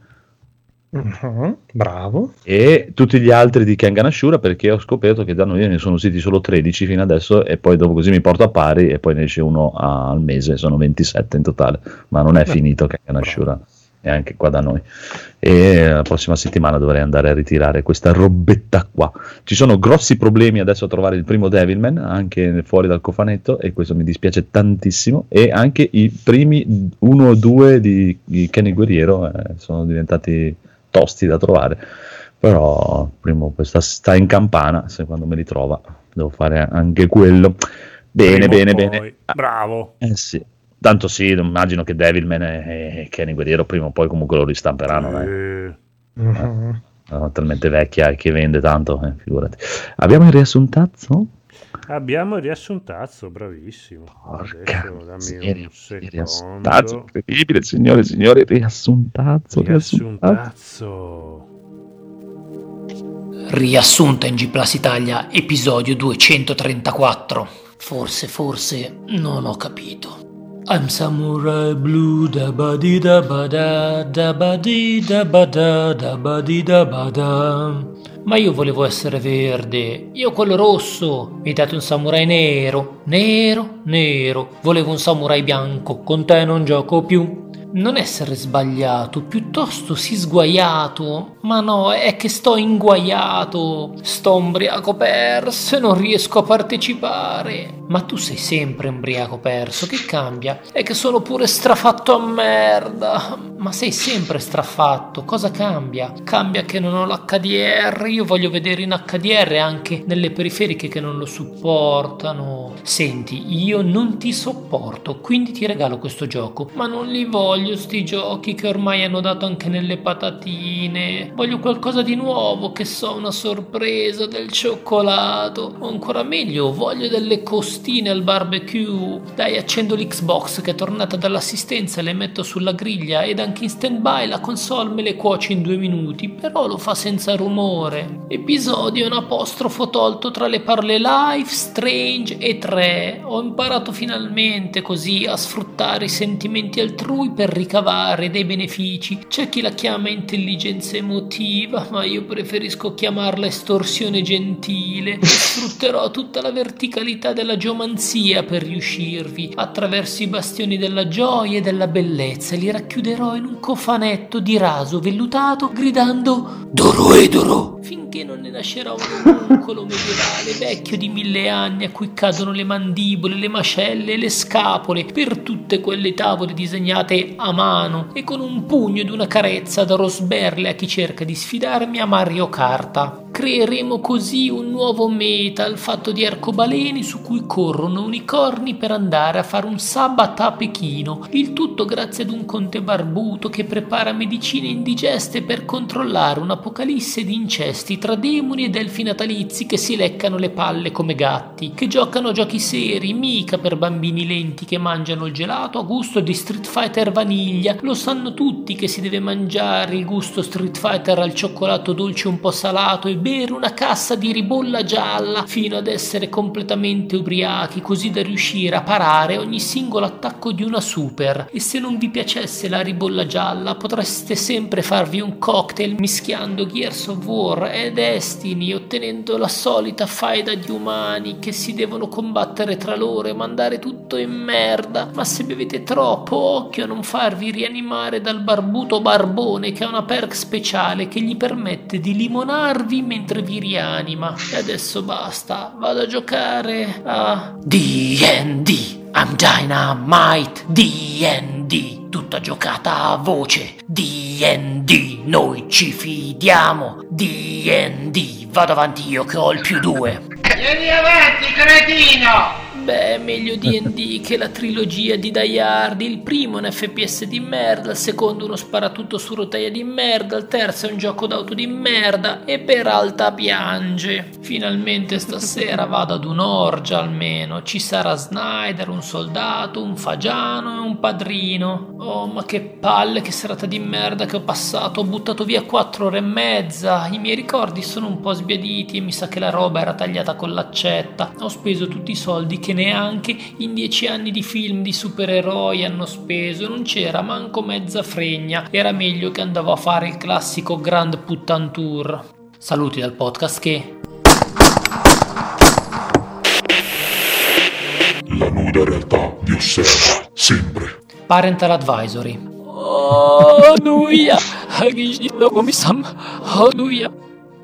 Bravo. E tutti gli altri di Kengan Ashura, perché ho scoperto che da noi ne sono usciti solo 13 fino adesso, e poi dopo così mi porto a pari e poi ne esce uno al mese, sono 27 in totale, ma non è finito Kengan Ashura, è anche qua da noi, e la prossima settimana dovrei andare a ritirare questa robetta qua. Ci sono grossi problemi adesso a trovare il primo Devilman anche fuori dal cofanetto, e questo mi dispiace tantissimo, e anche i primi 1 o 2 di Kenny Guerriero sono diventati tosti da trovare, però primo questa sta in campana, se quando me li trova devo fare anche quello. Bene. Bravo. Sì. Tanto sì, immagino che Devilman e Kenny Guerriero prima o poi comunque lo ristamperanno. Talmente vecchia che vende tanto, figurati. Abbiamo il riassuntazzo? Abbiamo il riassuntazzo, bravissimo. Porca dammi un secondo. Riassuntazzo, incredibile, signore e signori, riassuntazzo. Riassunta in G Plus Italia, episodio 234. Forse non ho capito. I'm samurai blue, da ba di da ba da ba di da ba da ba di da ba da. Ma io volevo essere verde, io quello rosso, mi date un samurai nero. Volevo un samurai bianco, con te non gioco più. Non essere sbagliato, piuttosto sì sguaiato. Ma no, è che sto inguaiato, sto ubriaco perso e non riesco a partecipare. Ma tu sei sempre ubriaco perso, che cambia? È che sono pure strafatto a merda. Ma sei sempre strafatto, cosa cambia? Cambia che non ho l'HDR, io voglio vedere in HDR anche nelle periferiche che non lo supportano. Senti, io non ti sopporto, quindi ti regalo questo gioco, ma non li voglio sti giochi che ormai hanno dato anche nelle patatine. Voglio qualcosa di nuovo, che so, una sorpresa del cioccolato, o ancora meglio, voglio delle costine al barbecue. Dai, accendo l'Xbox che è tornata dall'assistenza, le metto sulla griglia ed anche in stand-by la console me le cuoce in 2 minuti, però lo fa senza rumore. Episodio un apostrofo tolto tra le parole Life, Strange e 3. Ho imparato finalmente così a sfruttare i sentimenti altrui per ricavare dei benefici. C'è chi la chiama intelligenza emotiva, ma io preferisco chiamarla estorsione gentile. Sfrutterò tutta la verticalità della geomanzia per riuscirvi. Attraverso i bastioni della gioia e della bellezza li racchiuderò in un cofanetto di raso vellutato, gridando Doroedoro, finché non ne nascerà un omuncolo medievale vecchio di 1000 anni a cui cadono le mandibole, le mascelle e le scapole per tutte quelle tavole disegnate a mano, e con un pugno ed una carezza darò sberle a chi cerca di sfidarmi a Mario Kart. Creeremo così un nuovo metal fatto di arcobaleni su cui corrono unicorni per andare a fare un sabato a Pechino, il tutto grazie ad un conte barbuto che prepara medicine indigeste per controllare un'apocalisse di incesti tra demoni ed elfi natalizi che si leccano le palle come gatti, che giocano a giochi seri, mica per bambini lenti che mangiano il gelato a gusto di Street Fighter vaniglia. Lo sanno tutti che si deve mangiare il gusto Street Fighter al cioccolato dolce un po' salato e bere una cassa di ribolla gialla fino ad essere completamente ubriachi, così da riuscire a parare ogni singolo attacco di una super. E se non vi piacesse la ribolla gialla, potreste sempre farvi un cocktail mischiando Gears of War e Destiny, ottenendo la solita faida di umani che si devono combattere tra loro e mandare tutto in merda. Ma se bevete troppo, occhio a non farvi rianimare dal barbuto barbone, che ha una perk speciale che gli permette di limonarvi mentre vi rianima. E adesso basta, vado a giocare a D&D. I'm Dynamite. D&D, tutta giocata a voce. D&D, noi ci fidiamo. D&D, vado avanti io che ho il +2. Vieni avanti, cretino! Beh, meglio D&D che la trilogia di Die Hard. Il primo è un FPS di merda, il secondo uno sparatutto su rotaia di merda, il terzo è un gioco d'auto di merda e Peralta piange. Finalmente stasera vado ad un'orgia almeno. Ci sarà Snyder, un soldato, un fagiano e un padrino. Oh, ma che palle, che serata di merda che ho passato. Ho buttato via 4 ore e mezza. I miei ricordi sono un po' sbiaditi e mi sa che la roba era tagliata con l'accetta. Ho speso tutti i soldi che neanche in 10 anni di film di supereroi hanno speso. Non c'era manco mezza fregna. Era meglio che andavo a fare il classico Grand Puttan Tour. Saluti dal podcast che... La nuda realtà vi osserva sempre. Parental Advisory. Oh, nuia. Oh, nuia.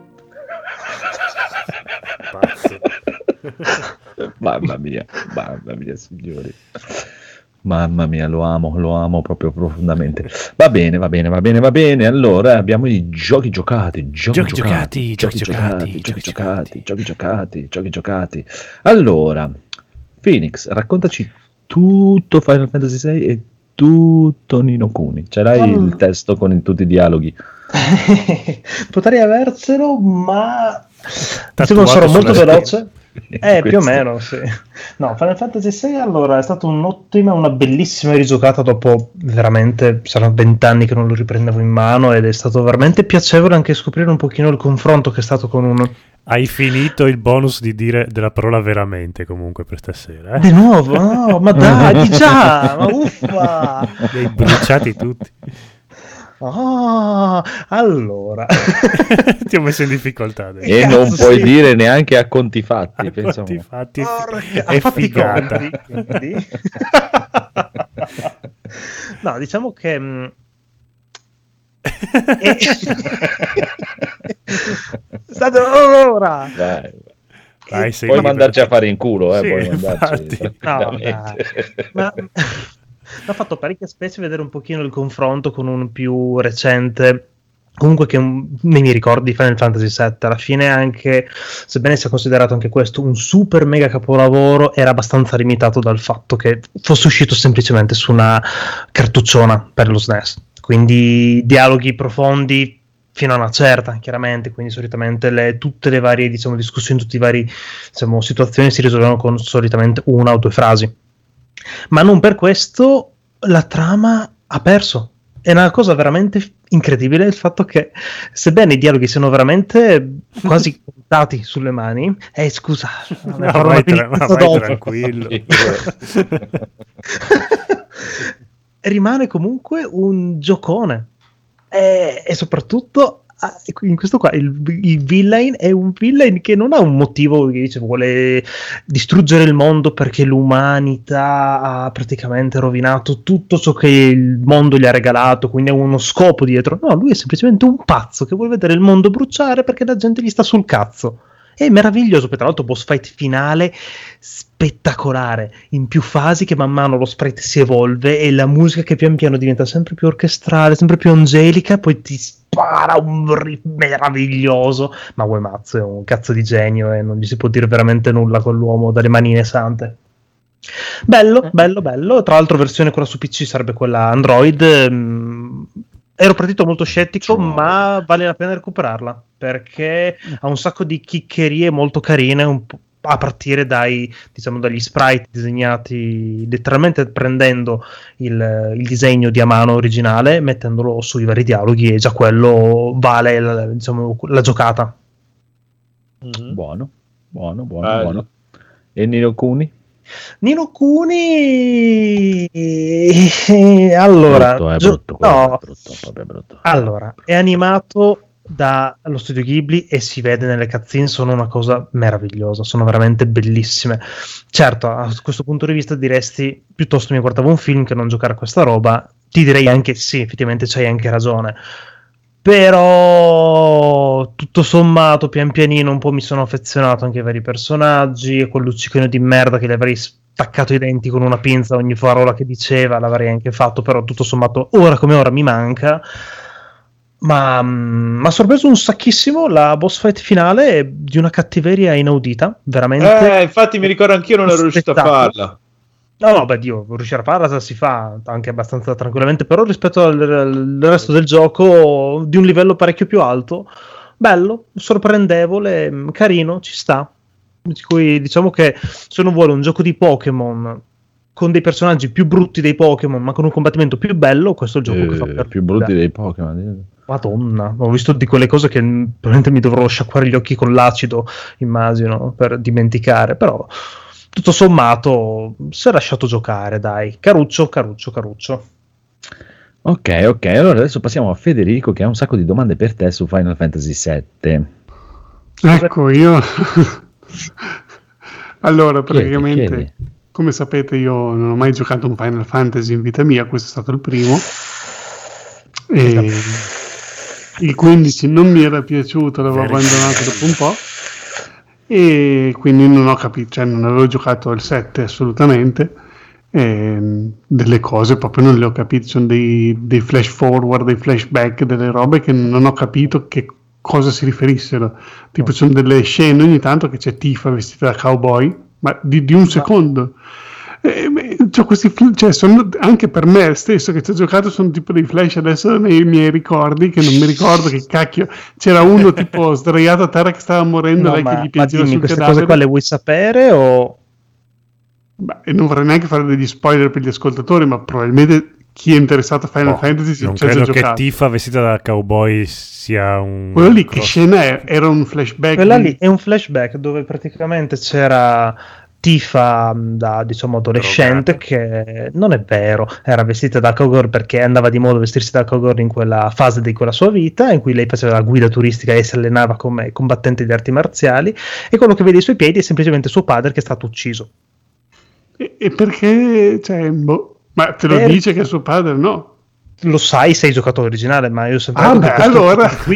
Mamma mia, signori. Mamma mia, lo amo proprio profondamente. Va bene. Allora abbiamo i giochi giocati. Allora, Phoenix, raccontaci tutto Final Fantasy VI e tutto Ni no Kuni. Ce l'hai il testo con tutti i dialoghi? Potrei avercelo, ma sarò molto veloce. Più o meno, sì. No, Final Fantasy VI allora è stata una bellissima rigiocata dopo veramente, saranno 20 anni che non lo riprendevo in mano ed è stato veramente piacevole anche scoprire un pochino il confronto che è stato con uno. Hai finito il bonus di dire della parola veramente comunque per stasera, eh? Di nuovo? No, ma dai, già, ma uffa! Li hai bruciati tutti. Allora ti ho messo in difficoltà adesso. E non puoi dire neanche a conti fatti, conti fatti è figata. No, diciamo che state ora dai, puoi mandarci a fare in culo, sì, puoi mandarci ma mi ha fatto parecchia specie vedere un pochino il confronto con un più recente, comunque che nei miei ricordi Final Fantasy VII alla fine, anche sebbene sia considerato anche questo un super mega capolavoro, era abbastanza limitato dal fatto che fosse uscito semplicemente su una cartucciona per lo SNES, quindi dialoghi profondi fino a una certa, chiaramente, quindi solitamente tutte le varie discussioni, tutte le varie situazioni si risolvono con solitamente una o due frasi. Ma non per questo la trama ha perso. È una cosa veramente incredibile il fatto che, sebbene i dialoghi siano veramente quasi contati sulle mani, scusa, vai tranquillo. Rimane comunque un giocone e soprattutto in questo qua il villain è un villain che non ha un motivo che dice vuole distruggere il mondo perché l'umanità ha praticamente rovinato tutto ciò che il mondo gli ha regalato, quindi ha uno scopo dietro. No, lui è semplicemente un pazzo che vuole vedere il mondo bruciare perché la gente gli sta sul cazzo. È meraviglioso, poi tra l'altro boss fight finale spettacolare, in più fasi, che man mano lo sprite si evolve e la musica che pian piano diventa sempre più orchestrale, sempre più angelica, poi ti spara un riff meraviglioso. Ma Uematsu è un cazzo di genio e non gli si può dire veramente nulla con l'uomo dalle manine sante. Bello. Tra l'altro versione quella su PC sarebbe quella Android. Ero partito molto scettico, ma vale la pena recuperarla perché ha un sacco di chiccherie molto carine, a partire dagli sprite disegnati letteramente prendendo il disegno di a mano originale, mettendolo sui vari dialoghi, e già quello vale la giocata. Buono. E Nino Kuni? Nino Kuni, allora, brutto. Allora, è animato dallo studio Ghibli e si vede nelle cutscene, sono una cosa meravigliosa, sono veramente bellissime. Certo, a questo punto di vista diresti piuttosto mi guardavo un film che non giocare a questa roba. Ti direi anche sì, effettivamente c'hai anche ragione, però tutto sommato pian pianino un po' mi sono affezionato anche ai vari personaggi e quel luccicino di merda che gli avrei staccato i denti con una pinza ogni parola che diceva l'avrei anche fatto, però tutto sommato ora come ora mi manca. Ma mi ha sorpreso un sacchissimo la boss fight finale di una cattiveria inaudita, veramente. Infatti mi ricordo anch'io non ero riuscito a farla. No, riuscire a farla si fa anche abbastanza tranquillamente, però rispetto al resto del gioco di un livello parecchio più alto, bello, sorprendevole, carino, ci sta. Di cui diciamo che se uno vuole un gioco di Pokémon con dei personaggi più brutti dei Pokémon, ma con un combattimento più bello, questo è il gioco che fa per più brutti dei Pokémon. Madonna, ho visto di quelle cose che probabilmente mi dovrò sciacquare gli occhi con l'acido, immagino, per dimenticare, però tutto sommato si è lasciato giocare, dai. Caruccio. Ok, allora adesso passiamo a Federico che ha un sacco di domande per te su Final Fantasy VII. Ecco, io... Allora, praticamente, come sapete, io non ho mai giocato un Final Fantasy in vita mia, questo è stato il primo. E il 15 non mi era piaciuto, l'avevo abbandonato dopo un po'. E quindi non ho capito, cioè non avevo giocato il 7 assolutamente, delle cose proprio non le ho capite, sono dei flash forward, dei flashback, delle robe che non ho capito che cosa si riferissero, tipo sono delle scene ogni tanto che c'è Tifa vestita da cowboy, ma di un secondo. Sono, anche per me stesso che ci ho giocato sono tipo dei flash adesso nei miei ricordi che non mi ricordo che cacchio c'era uno tipo sdraiato a terra che stava morendo, lei che gli piangeva sul queste cadavere. cose qua le vuoi sapere o e non vorrei neanche fare degli spoiler per gli ascoltatori, ma probabilmente chi è interessato a Final Fantasy non c'è credo già che giocato. Tifa vestita da cowboy sia un quello lì che scena è? Era un flashback? Quella lì è un flashback dove praticamente c'era Tifa da diciamo adolescente che non è vero, era vestita da cowgirl perché andava di moda vestirsi da cowgirl in quella fase di quella sua vita in cui lei faceva la guida turistica e si allenava come combattente di arti marziali, e quello che vede ai suoi piedi è semplicemente suo padre che è stato ucciso. E perché, cioè, ma te lo dice che è suo padre? No, lo sai, sei giocatore originale, ma io sempre allora qui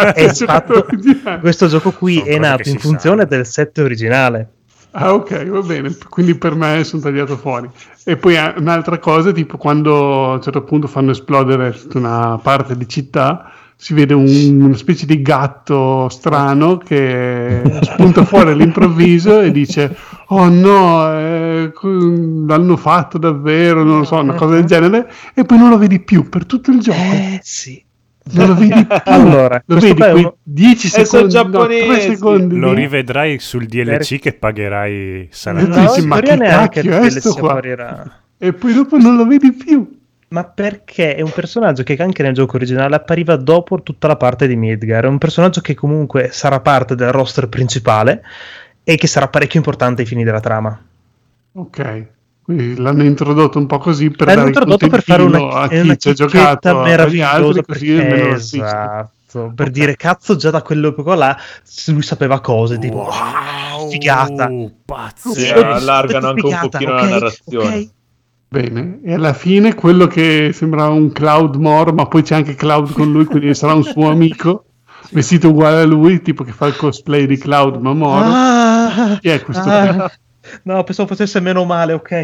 questo gioco qui è nato in funzione del 7 originale. Ah, ok, va bene, quindi per me sono tagliato fuori. E poi un'altra cosa, tipo quando a un certo punto fanno esplodere tutta una parte di città, si vede una specie di gatto strano che spunta fuori all'improvviso e dice oh no, l'hanno fatto davvero, non lo so, una cosa del genere, e poi non lo vedi più per tutto il gioco. Sì. Non lo vedi più. Allora, lo vedi quei 10 secondi, no, 3 secondi. Lo rivedrai sul DLC che pagherai salatissimo. Ma che cacchio è sto qua? E poi dopo non lo vedi più. Ma perché è un personaggio che anche nel gioco originale appariva dopo tutta la parte di Midgar. È un personaggio che comunque sarà parte del roster principale e che sarà parecchio importante ai fini della trama. Ok. Quindi l'hanno introdotto un po' così per l'hanno dare introdotto per fare a chi ci ha giocato agli altri, così almeno esatto, per dire cazzo già da quell'epoca là lui sapeva cose tipo figata, allargano anche un pochino la narrazione. Okay. Bene, e alla fine quello che sembrava un Cloud More, ma poi c'è anche Cloud con lui, quindi sarà un suo amico vestito uguale a lui, tipo che fa il cosplay di Cloud ma More. Chi è questo? No, pensavo facesse meno male, ok.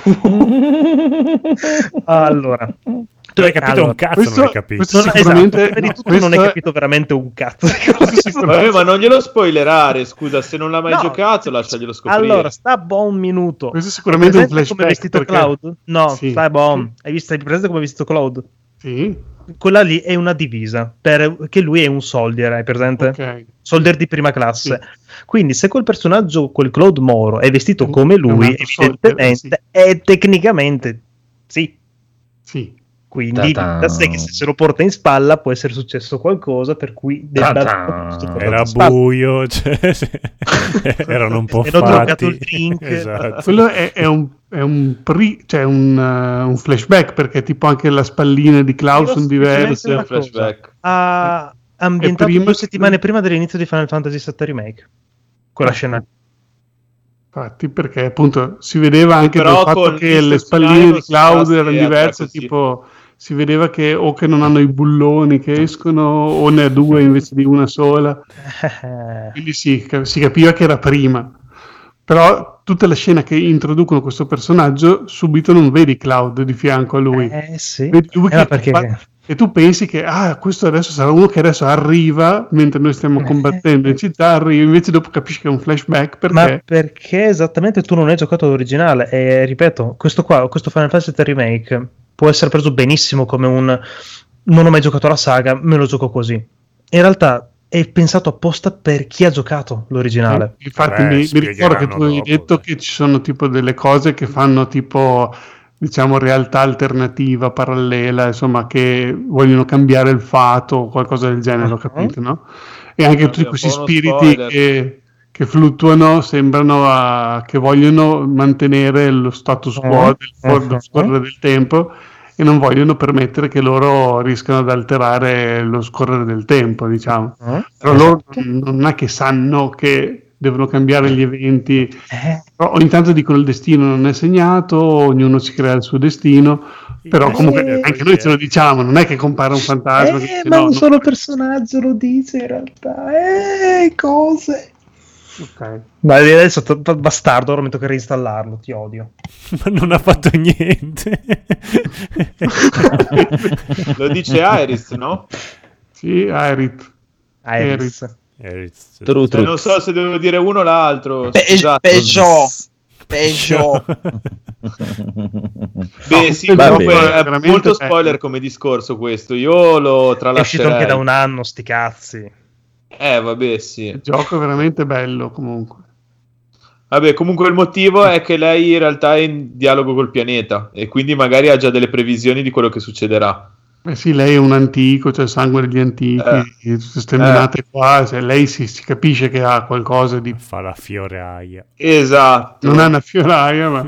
Allora, tu hai capito un cazzo, non hai capito. Sicuramente, non hai capito veramente un cazzo. Ma non glielo spoilerare, scusa, se non l'ha mai giocato, lasciaglielo scoprire. Allora, sta buon minuto. Questo è sicuramente un flashback. Come è vestito perché... Cloud? No, sì, stai buon. Sì. Hai presente come è vestito Cloud? Sì. Quella lì è una divisa, perché lui è un soldier, hai presente? Okay. Soldier di prima classe. Sì. Quindi se quel personaggio, quel Claude Moro, è vestito come lui, evidentemente, soldier, sì. è tecnicamente sì. Quindi da sé che se lo porta in spalla può essere successo qualcosa per cui era buio, cioè, erano un po' fatti. Il drink. Esatto. Quello è un flashback, perché tipo anche la spallina di Klaus sono diverse. Un flashback. Ha ambientato 2 settimane prima dell'inizio di Final Fantasy VII Remake quella scena. Infatti, perché appunto si vedeva anche Però dal fatto che le spalline di Klaus erano diverse, tipo si vedeva che o che non hanno i bulloni che escono o ne ha 2 invece di una sola, quindi si capiva che era prima. Però tutta la scena che introducono questo personaggio, subito non vedi Cloud di fianco a lui, sì. Vedi lui e tu pensi che questo adesso sarà uno che adesso arriva mentre noi stiamo combattendo in città, arriva, invece dopo capisci che è un flashback. Ma perché esattamente tu non hai giocato l'originale, e ripeto, questo Final Fantasy VII Remake può essere preso benissimo come un non ho mai giocato la saga, me lo gioco così. In realtà è pensato apposta per chi ha giocato l'originale. Infatti mi ricordo che tu hai detto che ci sono tipo delle cose che fanno tipo, diciamo, realtà alternativa, parallela, insomma, che vogliono cambiare il fato o qualcosa del genere, ho capito, no? E anche tutti questi spiriti che fluttuano sembrano che vogliono mantenere lo status quo del scorrere del tempo e non vogliono permettere che loro riescano ad alterare lo scorrere del tempo, diciamo. Però loro non è che sanno che devono cambiare gli eventi. Però ogni tanto dicono il destino non è segnato, ognuno si crea il suo destino, però comunque anche noi ce lo diciamo, non è che compare un fantasma che dice, ma un solo personaggio lo dice in realtà, cose. Okay. Ma adesso bastardo, ora mi tocca reinstallarlo, ti odio. Ma non ha fatto niente. Lo dice Iris, no? Sì, Iris. Non so se devo dire uno o l'altro. Peggio. Beh, sì, comunque è molto spoiler come discorso questo. Io lo tralascerei. È uscito anche da un anno, sti cazzi. Vabbè, sì. Il gioco è veramente bello, comunque. Vabbè, comunque il motivo è che lei in realtà è in dialogo col pianeta e quindi magari ha già delle previsioni di quello che succederà. Sì, lei è un antico, cioè sangue degli antichi, queste menate qua, cioè lei si capisce che ha qualcosa di... Fa la fioraia. Esatto. Non è una fioraia, ma...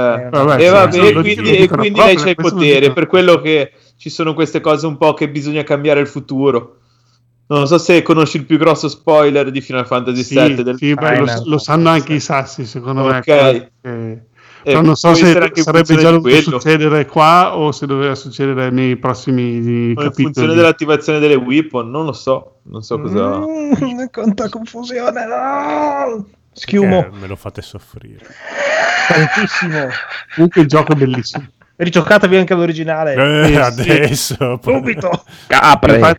quindi lei c'ha il potere, per quello che ci sono queste cose un po' che bisogna cambiare il futuro. Non so se conosci il più grosso spoiler di Final Fantasy VII. Sì, lo sanno anche i sassi, secondo me. Però non so se sarebbe già dovuto succedere qua o se doveva succedere nei prossimi capitoli. In funzione dell'attivazione delle weapon, non lo so. Non so cosa... Quanta confusione, no! Schiumo. Me lo fate soffrire. Tantissimo. Comunque il gioco è bellissimo. Rigiocatevi anche l'originale. Adesso. Subito. Capre.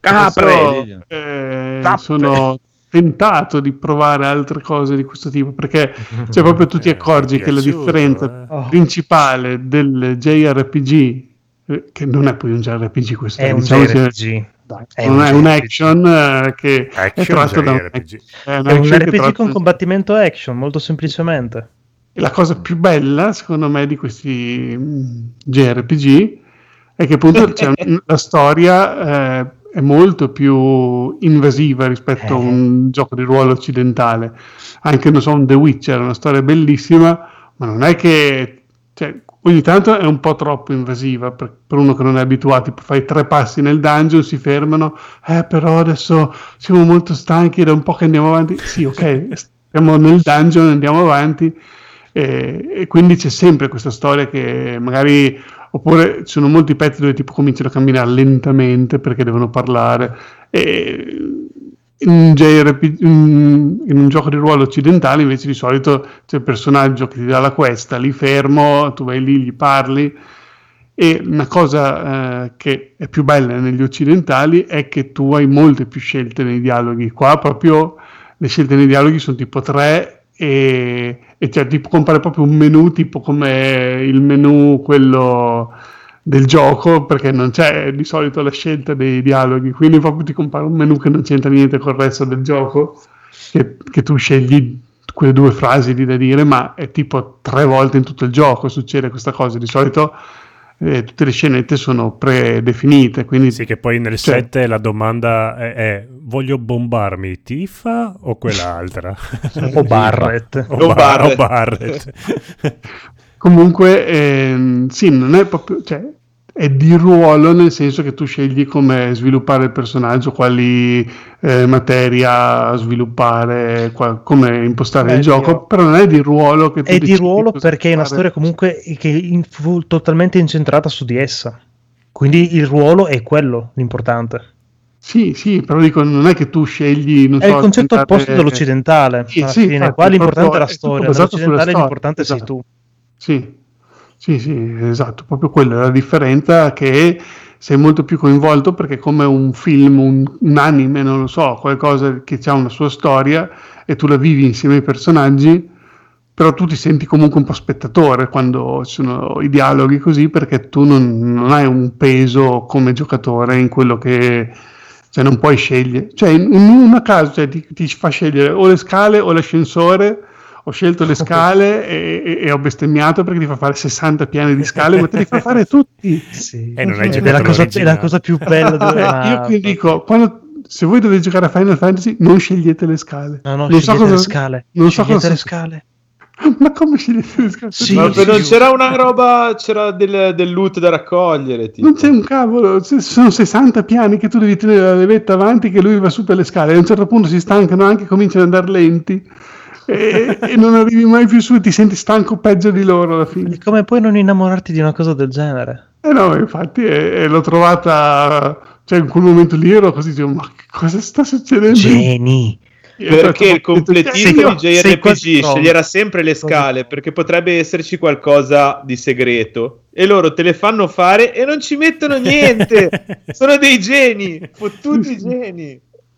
Sono tentato di provare altre cose di questo tipo, perché cioè proprio tu ti accorgi che la differenza principale del JRPG, che non è poi un JRPG questo, è un JRPG. Non è un action che è tratto da un RPG. È un RPG con combattimento action, molto semplicemente. E la cosa più bella, secondo me, di questi JRPG è che appunto la storia è molto più invasiva rispetto a un gioco di ruolo occidentale. Anche, non so, un The Witcher, una storia bellissima, ma non è che... Cioè, ogni tanto è un po' troppo invasiva per uno che non è abituato. Tipo, fai 3 passi nel dungeon, si fermano, però adesso siamo molto stanchi, da un po' che andiamo avanti. Sì, ok, stiamo nel dungeon, andiamo avanti. E quindi c'è sempre questa storia che magari, oppure ci sono molti pezzi dove tipo cominciano a camminare lentamente perché devono parlare, e in un JRPG, in un gioco di ruolo occidentale invece di solito c'è il personaggio che ti dà la quest, lì fermo, tu vai lì, gli parli. E una cosa che è più bella negli occidentali è che tu hai molte più scelte nei dialoghi. Qua proprio le scelte nei dialoghi sono tipo 3 e cioè tipo compare proprio un menu tipo come il menu quello del gioco, perché non c'è di solito la scelta dei dialoghi, quindi proprio ti compare un menu che non c'entra niente con il resto del gioco, che tu scegli quelle 2 frasi lì da dire, ma è tipo 3 volte in tutto il gioco succede questa cosa. Di solito tutte le scenette sono predefinite, quindi sì, che poi nel 7 la domanda è voglio bombarmi Tifa o quell'altra? O Barret. o Barret. Comunque sì, non è proprio, cioè, è di ruolo, nel senso che tu scegli come sviluppare il personaggio, quali materia sviluppare, come impostare il gioco, però non è di ruolo che tu è di ruolo perché è una fare. storia comunque che totalmente incentrata su di essa, quindi il ruolo è quello l'importante. Sì, però dico, non è che tu scegli, non è so, il concetto opposto dell'occidentale, alla fine. infatti, Qua l'importante è la è tutto storia, basato sulla nell'occidentale storia, l'importante sei esatto. tu. Sì, esatto, proprio quella è la differenza, che sei molto più coinvolto perché come un film, un anime, non lo so, qualcosa che ha una sua storia e tu la vivi insieme ai personaggi, però tu ti senti comunque un po' spettatore quando ci sono i dialoghi così, perché tu non hai un peso come giocatore in quello che, cioè non puoi scegliere, cioè in una caso, cioè, ti fa scegliere o le scale o l'ascensore. Ho scelto le scale e ho bestemmiato perché ti fa fare 60 piani di scale, ma te li fa fare tutti. Sì. Non hai È giocato la cosa più bella. Io qui dico, se voi dovete giocare a Final Fantasy, non scegliete le scale. No, non scegliete le scale. Non scegliete so le scale. Ma come scegliete le scale? Sì, non c'era una roba, c'era del loot da raccogliere. Tipo. Non c'è un cavolo, sono 60 piani che tu devi tenere la levetta avanti, che lui va su per le scale. A un certo punto si stancano anche, cominciano ad andare lenti. E non arrivi mai più su e ti senti stanco peggio di loro alla fine. E come puoi non innamorarti di una cosa del genere? No, infatti l'ho trovata, cioè in quel momento lì ero così, dicevo, ma che cosa sta succedendo? Geni. Perché il completista di JRPG quasi sceglierà sempre le scale, perché potrebbe esserci qualcosa di segreto e loro te le fanno fare e non ci mettono niente. Sono dei geni, fottuti geni.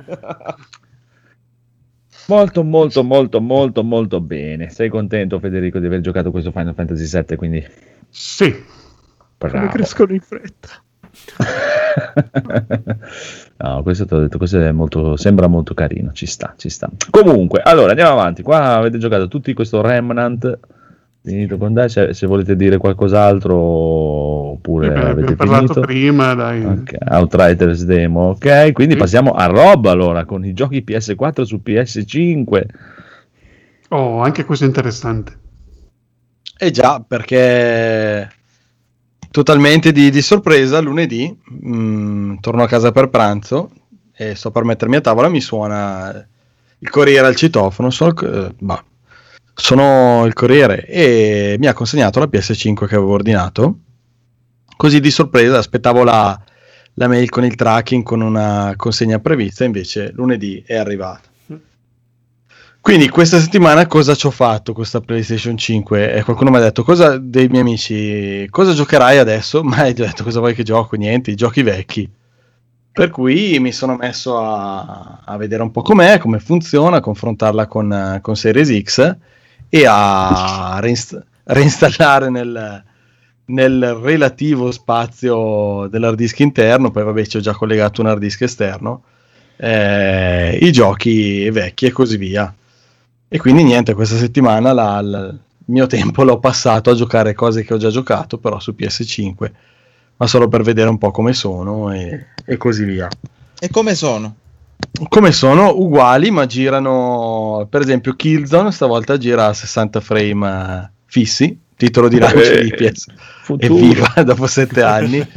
Molto bene. Sei contento, Federico, di aver giocato questo Final Fantasy VII? Quindi sì. Bravo. Come crescono in fretta. No, questo t'ho detto, questo è sembra molto carino, ci sta. Comunque, allora andiamo avanti. Qua avete giocato tutti questo Remnant. Finito con te, se volete dire qualcos'altro oppure avete parlato finito prima, dai. Okay. Outriders demo, ok, quindi passiamo a Rob allora con i giochi PS4 su PS5. Oh, anche questo è interessante. Già, perché totalmente di sorpresa lunedì torno a casa per pranzo e sto per mettermi a tavola, mi suona il corriere al citofono, sono il corriere e mi ha consegnato la PS5 che avevo ordinato, così di sorpresa aspettavo la mail con il tracking con una consegna prevista, invece lunedì è arrivata. Quindi questa settimana cosa ci ho fatto con questa PlayStation 5? E qualcuno mi ha detto, dei miei amici, cosa giocherai adesso? Ma ho detto, cosa vuoi che gioco? Niente, i giochi vecchi. Per cui mi sono messo a vedere un po' com'è, come funziona, a confrontarla con Series X e a reinstallare nel relativo spazio dell'hard disk interno, poi vabbè ci ho già collegato un hard disk esterno, i giochi vecchi e così via. E quindi niente, questa settimana il mio tempo l'ho passato a giocare cose che ho già giocato, però su PS5, ma solo per vedere un po' come sono e così via. E come sono? Come sono uguali, ma girano, per esempio Killzone stavolta gira a 60 frame fissi, titolo di lancio di PS evviva dopo 7 anni.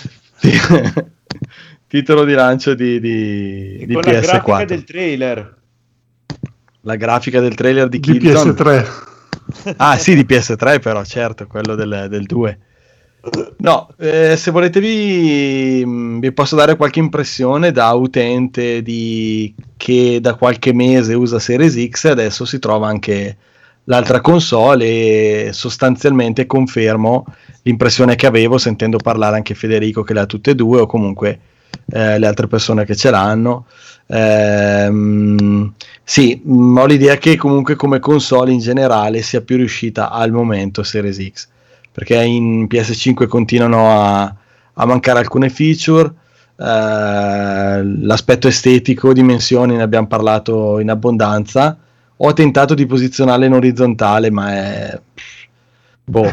Titolo di lancio di con PS4. La grafica del trailer. La grafica del trailer di Killzone. PS3. Ah sì, di PS3 però, certo, quello del 2. No, se volete vi posso dare qualche impressione da utente che da qualche mese usa Series X e adesso si trova anche l'altra console e sostanzialmente confermo l'impressione che avevo sentendo parlare anche Federico che le ha tutte e due o comunque le altre persone che ce l'hanno. Sì, ho l'idea che comunque come console in generale sia più riuscita al momento Series X, perché in PS5 continuano a mancare alcune feature, l'aspetto estetico, dimensioni, ne abbiamo parlato in abbondanza. Ho tentato di posizionarla in orizzontale, ma è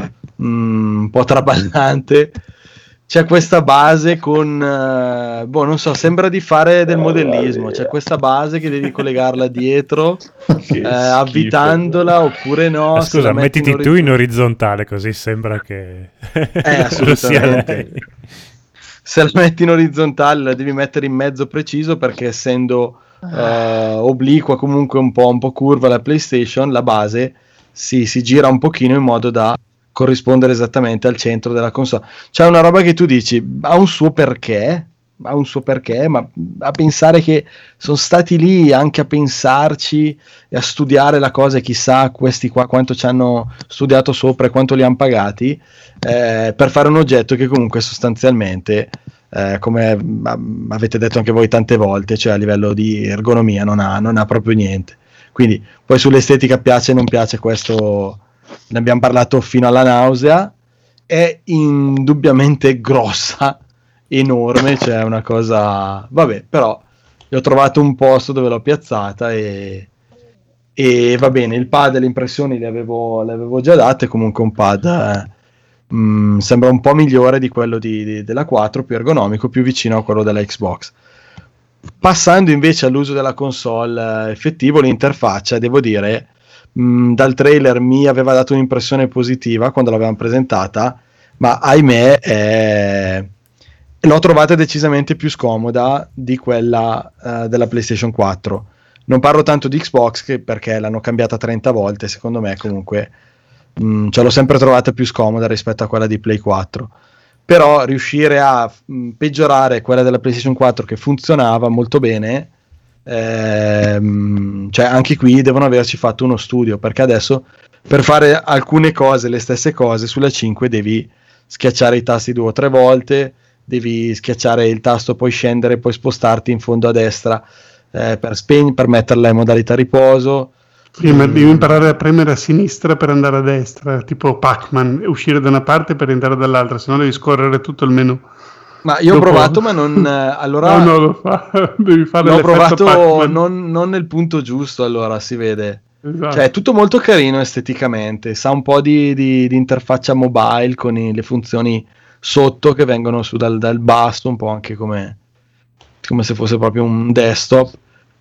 un po' traballante. C'è questa base con, non so, sembra di fare del modellismo. C'è questa base che devi collegarla dietro, avvitandola oppure no. Scusa, mettiti tu in orizzontale, così sembra che lo sia lei. Se la metti in orizzontale la devi mettere in mezzo preciso, perché essendo obliqua, comunque un po' curva la PlayStation, la base si gira un pochino in modo da corrispondere esattamente al centro della console. C'è una roba che tu dici ha un suo perché, ma a pensare che sono stati lì anche a pensarci e a studiare la cosa, e chissà questi qua quanto ci hanno studiato sopra e quanto li hanno pagati per fare un oggetto che comunque sostanzialmente come avete detto anche voi tante volte, cioè a livello di ergonomia non ha proprio niente. Quindi poi sull'estetica piace o non piace, questo ne abbiamo parlato fino alla nausea. È indubbiamente grossa, enorme, cioè una cosa, vabbè, però gli ho trovato un posto dove l'ho piazzata e va bene. Il pad e le impressioni le avevo già date, comunque un pad sembra un po' migliore di quello della 4, più ergonomico, più vicino a quello della Xbox. Passando invece all'uso della console effettivo, l'interfaccia, devo dire, dal trailer mi aveva dato un'impressione positiva quando l'avevamo presentata, ma ahimè l'ho trovata decisamente più scomoda di quella della PlayStation 4. Non parlo tanto di Xbox, perché l'hanno cambiata 30 volte, secondo me comunque l'ho sempre trovata più scomoda rispetto a quella di Play 4. Però riuscire a peggiorare quella della PlayStation 4 che funzionava molto bene, cioè anche qui devono averci fatto uno studio, perché adesso per fare alcune cose, le stesse cose, sulla 5 devi schiacciare i tasti 2 o 3 volte, devi schiacciare il tasto, poi scendere, poi spostarti in fondo a destra per metterla in modalità riposo. Prima devi imparare a premere a sinistra per andare a destra, tipo Pac-Man, e uscire da una parte per andare dall'altra, se no devi scorrere tutto il menu. Ma io ho provato, ma non allora no, lo fa. Devi fare l'ho l'effetto provato non nel punto giusto, allora si vede. Esatto. Cioè è tutto molto carino esteticamente, sa un po' di interfaccia mobile con le funzioni sotto che vengono su dal basso, un po' anche come se fosse proprio un desktop.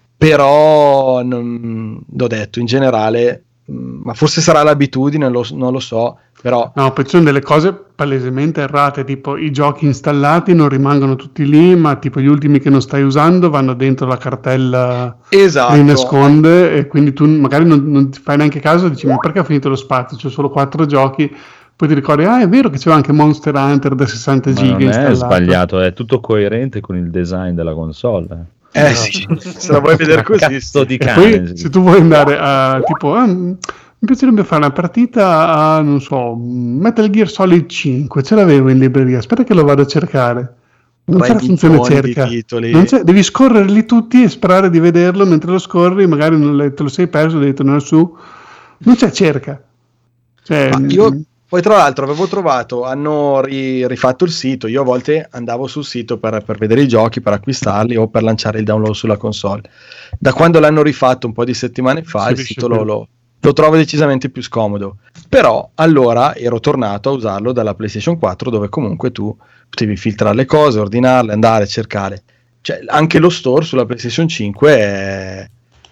Però l'ho detto, in generale, ma forse sarà l'abitudine, non lo so, però no, poi ci sono delle cose palesemente errate, tipo i giochi installati non rimangono tutti lì, ma tipo gli ultimi che non stai usando vanno dentro la cartella, esatto, li nasconde, e quindi tu magari non ti fai neanche caso, dici ma perché ho finito lo spazio, c'ho solo 4 giochi, poi ti ricordi è vero che c'era anche Monster Hunter da 60 giga non installato. È sbagliato, è tutto coerente con il design della console. Sì, se la vuoi vedere così, cazzo di cane. Poi, se tu vuoi andare a tipo mi piacerebbe fare una partita a, non so, Metal Gear Solid 5, ce l'avevo in libreria, aspetta che lo vado a cercare, non c'è la funzione cerca, non c'è, devi scorrerli tutti e sperare di vederlo, mentre lo scorri magari te lo sei perso, devi tornare su, non c'è cerca, cioè, io poi tra l'altro avevo trovato, hanno rifatto il sito, io a volte andavo sul sito per vedere i giochi, per acquistarli o per lanciare il download sulla console. Da quando l'hanno rifatto un po' di settimane fa, il sito lo trovo decisamente più scomodo. Però allora ero tornato a usarlo dalla PlayStation 4, dove comunque tu potevi filtrare le cose, ordinarle, andare a cercare. Cioè anche lo store sulla PlayStation 5 è...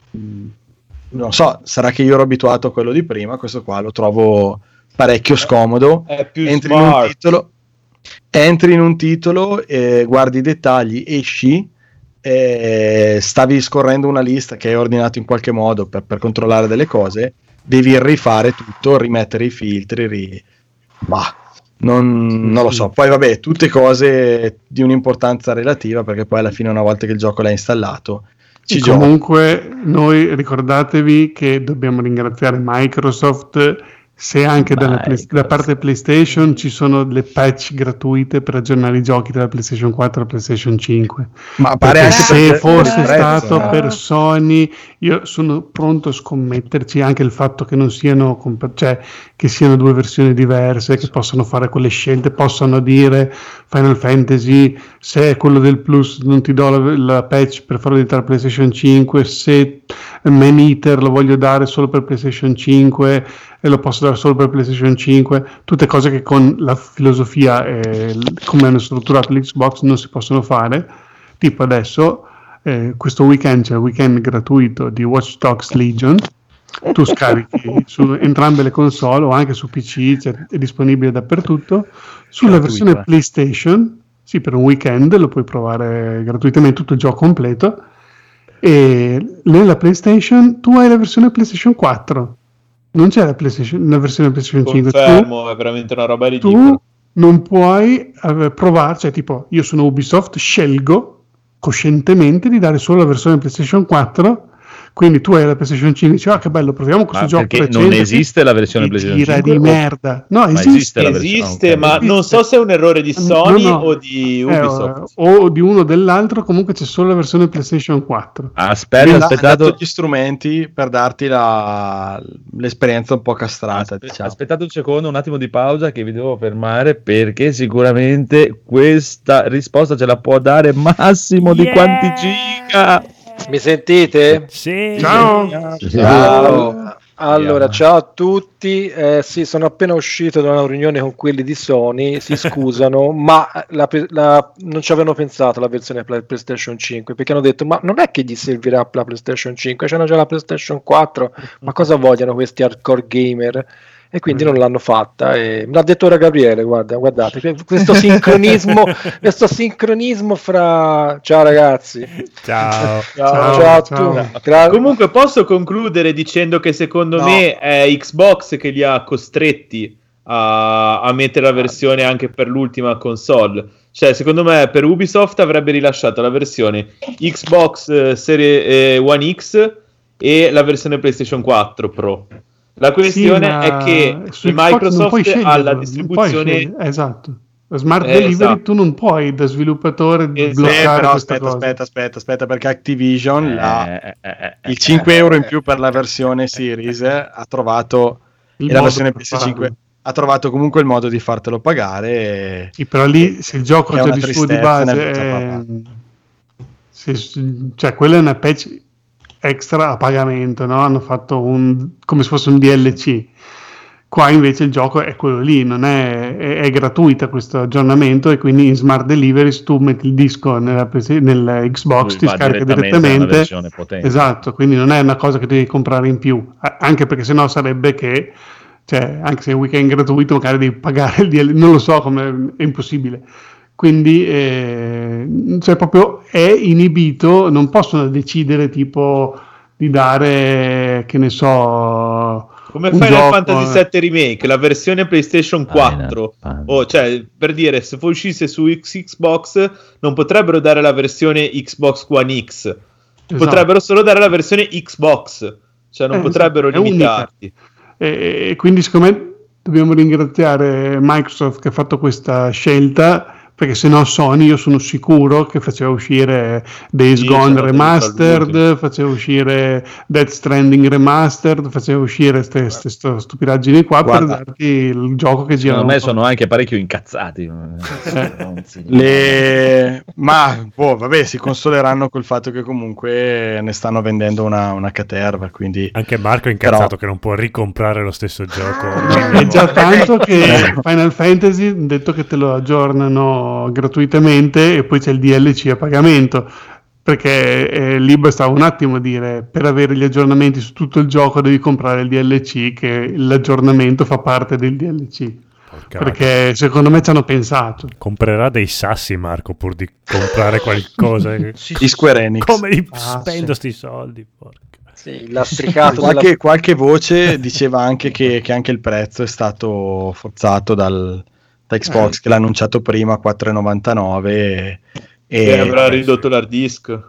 non so, sarà che io ero abituato a quello di prima, questo qua lo trovo parecchio scomodo. È più entri in un titolo, guardi i dettagli, esci, stavi scorrendo una lista che hai ordinato in qualche modo per controllare delle cose, devi rifare tutto, rimettere i filtri, non lo so. Poi vabbè, tutte cose di un'importanza relativa, perché poi alla fine una volta che il gioco l'hai installato ci giochi. Comunque noi ricordatevi che dobbiamo ringraziare Microsoft se anche da parte PlayStation ci sono le patch gratuite per aggiornare i giochi della PlayStation 4 e PlayStation 5. Ma pare anche se fosse stato per Sony, io sono pronto a scommetterci anche il fatto che non siano che siano due versioni diverse, che possano fare quelle scelte, possano dire Final Fantasy, se è quello del Plus non ti do la patch per farlo diventare PlayStation 5, se Man Eater lo voglio dare solo per PlayStation 5 e lo posso dare solo per PlayStation 5, tutte cose che con la filosofia e come hanno strutturato l'Xbox non si possono fare. Tipo adesso questo weekend c'è il weekend gratuito di Watch Dogs Legion, tu scarichi su entrambe le console o anche su PC, è disponibile dappertutto. Sulla versione PlayStation, sì, per un weekend lo puoi provare gratuitamente tutto il gioco completo, e nella PlayStation tu hai la versione PlayStation 4, non c'è la versione PlayStation 5. Confermo, è veramente una roba ridicola. Tu non puoi provare, cioè tipo io sono Ubisoft, scelgo coscientemente di dare solo la versione PlayStation 4. Quindi tu hai la PlayStation 5 e dici, che bello, proviamo questo gioco perché recente. non esiste la versione PlayStation 5? Tira di merda. No, esiste. Esiste, ma non so se è un errore di Sony o di Ubisoft. O di uno o dell'altro, comunque c'è solo la versione PlayStation 4. Aspettate gli strumenti per darti l'esperienza un po' castrata. Aspettate un secondo, un attimo di pausa che vi devo fermare, perché sicuramente questa risposta ce la può dare Massimo di quanti giga. Mi sentite? Sì. Ciao. Allora, ciao a tutti. Sì, sono appena uscito da una riunione con quelli di Sony, si scusano, ma non ci avevano pensato la versione PlayStation 5, perché hanno detto, ma non è che gli servirà la PlayStation 5, c'hanno già la PlayStation 4, ma cosa vogliono questi hardcore gamer? E quindi non l'hanno fatta, e me l'ha detto ora Gabriele, guardate questo sincronismo fra... Ciao ragazzi, ciao a tutti. Comunque posso concludere dicendo che secondo me è Xbox che li ha costretti a mettere la versione anche per l'ultima console. Cioè, secondo me per Ubisoft avrebbe rilasciato la versione Xbox Series One X e la versione PlayStation 4 Pro. La questione è che Microsoft ha la distribuzione... Esatto. La Smart Delivery tu non puoi da sviluppatore bloccare questa cosa. Aspetta, perché Activision il 5 euro in più per la versione Series ha trovato e la versione PS5 ha trovato comunque il modo di fartelo pagare. Sì, però lì se il gioco già di suo di base cioè quella è una patch extra a pagamento, no? Hanno fatto come se fosse un DLC. Qua invece il gioco è quello lì, non è gratuita questo aggiornamento, e quindi in Smart Delivery se tu metti il disco nella Xbox ti scarica direttamente. Esatto, quindi non è una cosa che devi comprare in più, anche perché sennò sarebbe che, cioè, anche se è un weekend gratuito magari devi pagare il DLC, non lo so, come è impossibile. Quindi cioè proprio è inibito, non possono decidere tipo di dare, che ne so, come Final Fantasy VII Remake, la versione PlayStation 4, cioè per dire, se uscisse su Xbox non potrebbero dare la versione Xbox One X, potrebbero solo dare la versione Xbox, cioè non potrebbero limitarti. E quindi secondo me dobbiamo ringraziare Microsoft che ha fatto questa scelta, perché se no Sony io sono sicuro che faceva uscire Days Gone Remastered, faceva uscire Death Stranding Remastered, faceva uscire queste stupidaggini qua. Guarda, per darti il gioco che gira. Secondo me sono anche parecchio incazzati. Ma vabbè, si consoleranno col fatto che comunque ne stanno vendendo una caterva, quindi... Anche Marco è incazzato che non può ricomprare lo stesso gioco. È già tanto che Final Fantasy ha detto che te lo aggiornano gratuitamente e poi c'è il DLC a pagamento, perché lì bastava un attimo dire, per avere gli aggiornamenti su tutto il gioco devi comprare il DLC, che l'aggiornamento fa parte del DLC. Perché secondo me ci hanno pensato. Comprerà dei sassi Marco pur di comprare qualcosa di Square Enix. Come spendo sti soldi, porca. Sì, lastricato qualche voce diceva anche che anche il prezzo è stato forzato da Xbox, che l'ha annunciato prima a 4,99 e avrà ridotto l'hard disk.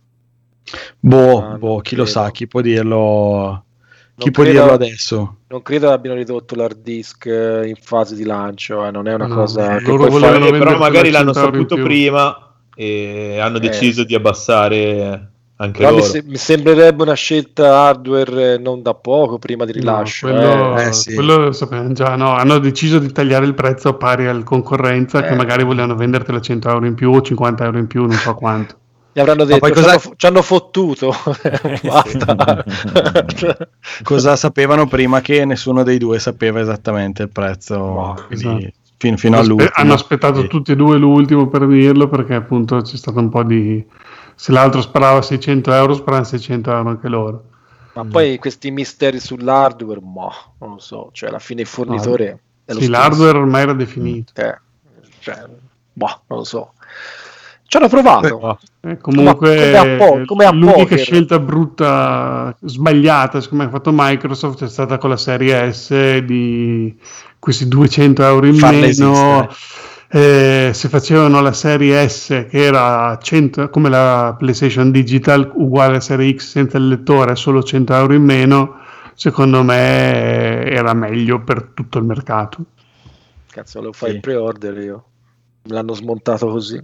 Chi lo sa, chi può dirlo? Chi può dirlo adesso? Non credo abbiano ridotto l'hard disk in fase di lancio, non è una cosa che loro volevano fare, però magari l'hanno saputo prima e hanno deciso di abbassare anche loro. Mi sembrerebbe una scelta hardware non da poco prima di rilascio. Quello lo sapevano già, hanno deciso di tagliare il prezzo pari al concorrenza, che magari volevano vendertela 100 euro in più o 50 euro in più, non so quanto. Gli avranno detto, ci hanno fottuto. Basta. Cosa sapevano prima che nessuno dei due sapeva esattamente il prezzo, quindi, fino all'ultimo. Hanno aspettato tutti e due l'ultimo per dirlo, perché appunto c'è stato un po' di... Se l'altro sparava 600 euro, sparano 600 euro anche loro. Ma poi questi misteri sull'hardware, non lo so, cioè alla fine il fornitore è lo stesso. L'hardware ormai era definito. Non lo so. Ci hanno provato. Comunque l'unica scelta brutta, sbagliata, secondo me, ha fatto Microsoft è stata con la serie S di questi 200 euro in meno. Se facevano la serie S, che era 100, come la PlayStation Digital, uguale alla serie X senza il lettore, solo 100 euro in meno, secondo me era meglio per tutto il mercato. Cazzo, lo fai il pre-order io. Me l'hanno smontato così.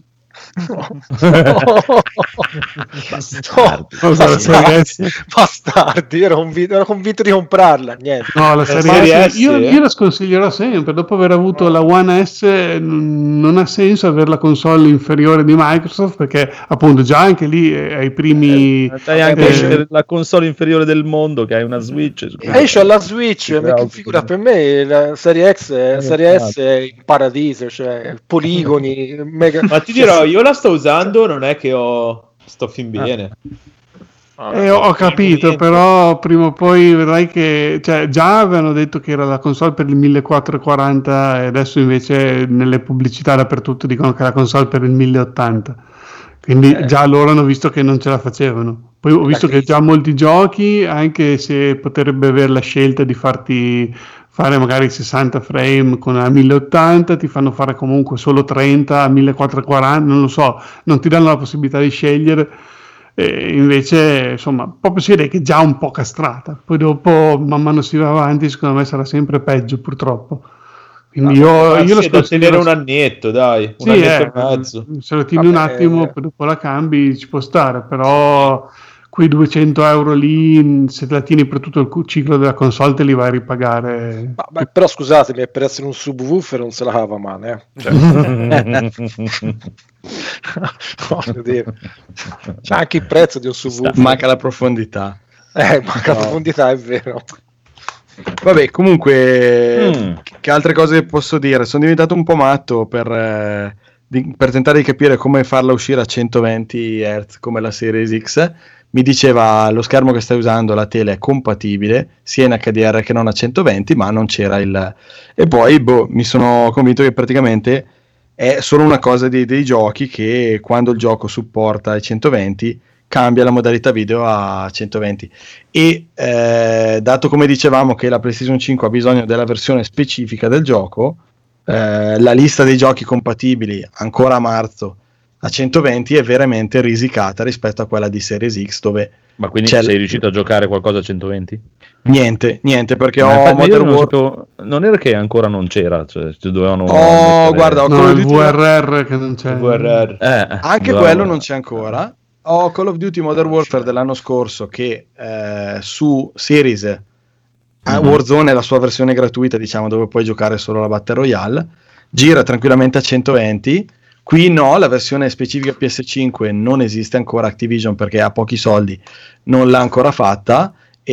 Bastardi, ero convinto di comprarla. Niente. No, la serie S io la sconsiglierò sempre. Dopo aver avuto la One S, non ha senso avere la console inferiore di Microsoft, perché appunto già anche lì ai primi hai anche la console inferiore del mondo, che hai una Switch. Io c'ho la Switch, figura, per me la serie X, serie S è il paradiso, cioè poligoni mega... Ma ti dirò, io la sto usando, non è che sto fin bene. Ho capito, però prima o poi vedrai che, cioè, già avevano detto che era la console per il 1440 e adesso invece nelle pubblicità dappertutto dicono che è la console per il 1080, quindi già loro hanno visto che non ce la facevano. Poi ho visto che già molti giochi, anche se potrebbe avere la scelta di farti fare magari 60 frame con la 1080, ti fanno fare comunque solo 30 a 1440, non lo so, non ti danno la possibilità di scegliere. Invece insomma proprio si vede che è già un po' castrata, poi dopo man mano si va avanti, secondo me sarà sempre peggio, purtroppo. Quindi io lo da tenere un annetto, dai, un annetto e mezzo, se lo tieni un attimo, poi dopo la cambi, ci può stare, però quei 200 euro lì, se te la tieni per tutto il ciclo della console, te li vai a ripagare. Però scusatemi, per essere un subwoofer non se la cava male, cioè. C'è anche il prezzo di un subwoofer. Manca la profondità. Manca la profondità, è vero. Vabbè, comunque, che altre cose posso dire? Sono diventato un po' matto per tentare di capire come farla uscire a 120 Hz come la Series X. Mi diceva lo schermo che stai usando, la tele è compatibile sia in HDR che non a 120, ma non c'era il... E poi mi sono convinto che praticamente è solo una cosa dei giochi, che quando il gioco supporta i 120 cambia la modalità video a 120. E dato, come dicevamo, che la PlayStation 5 ha bisogno della versione specifica del gioco, la lista dei giochi compatibili ancora a marzo a 120 è veramente risicata rispetto a quella di Series X, dove... Ma quindi sei riuscito a giocare qualcosa a 120? Niente, perché ho Modern Warfare... Non era che ancora non c'era, cioè dovevano... guarda, il VRR che non c'è. Anche quello non c'è ancora. Ho Call of Duty Modern Warfare dell'anno scorso, che su Series Warzone è la sua versione gratuita, diciamo, dove puoi giocare solo la Battle Royale, gira tranquillamente a 120. Qui no, la versione specifica PS5 non esiste ancora, Activision, perché ha pochi soldi, non l'ha ancora fatta,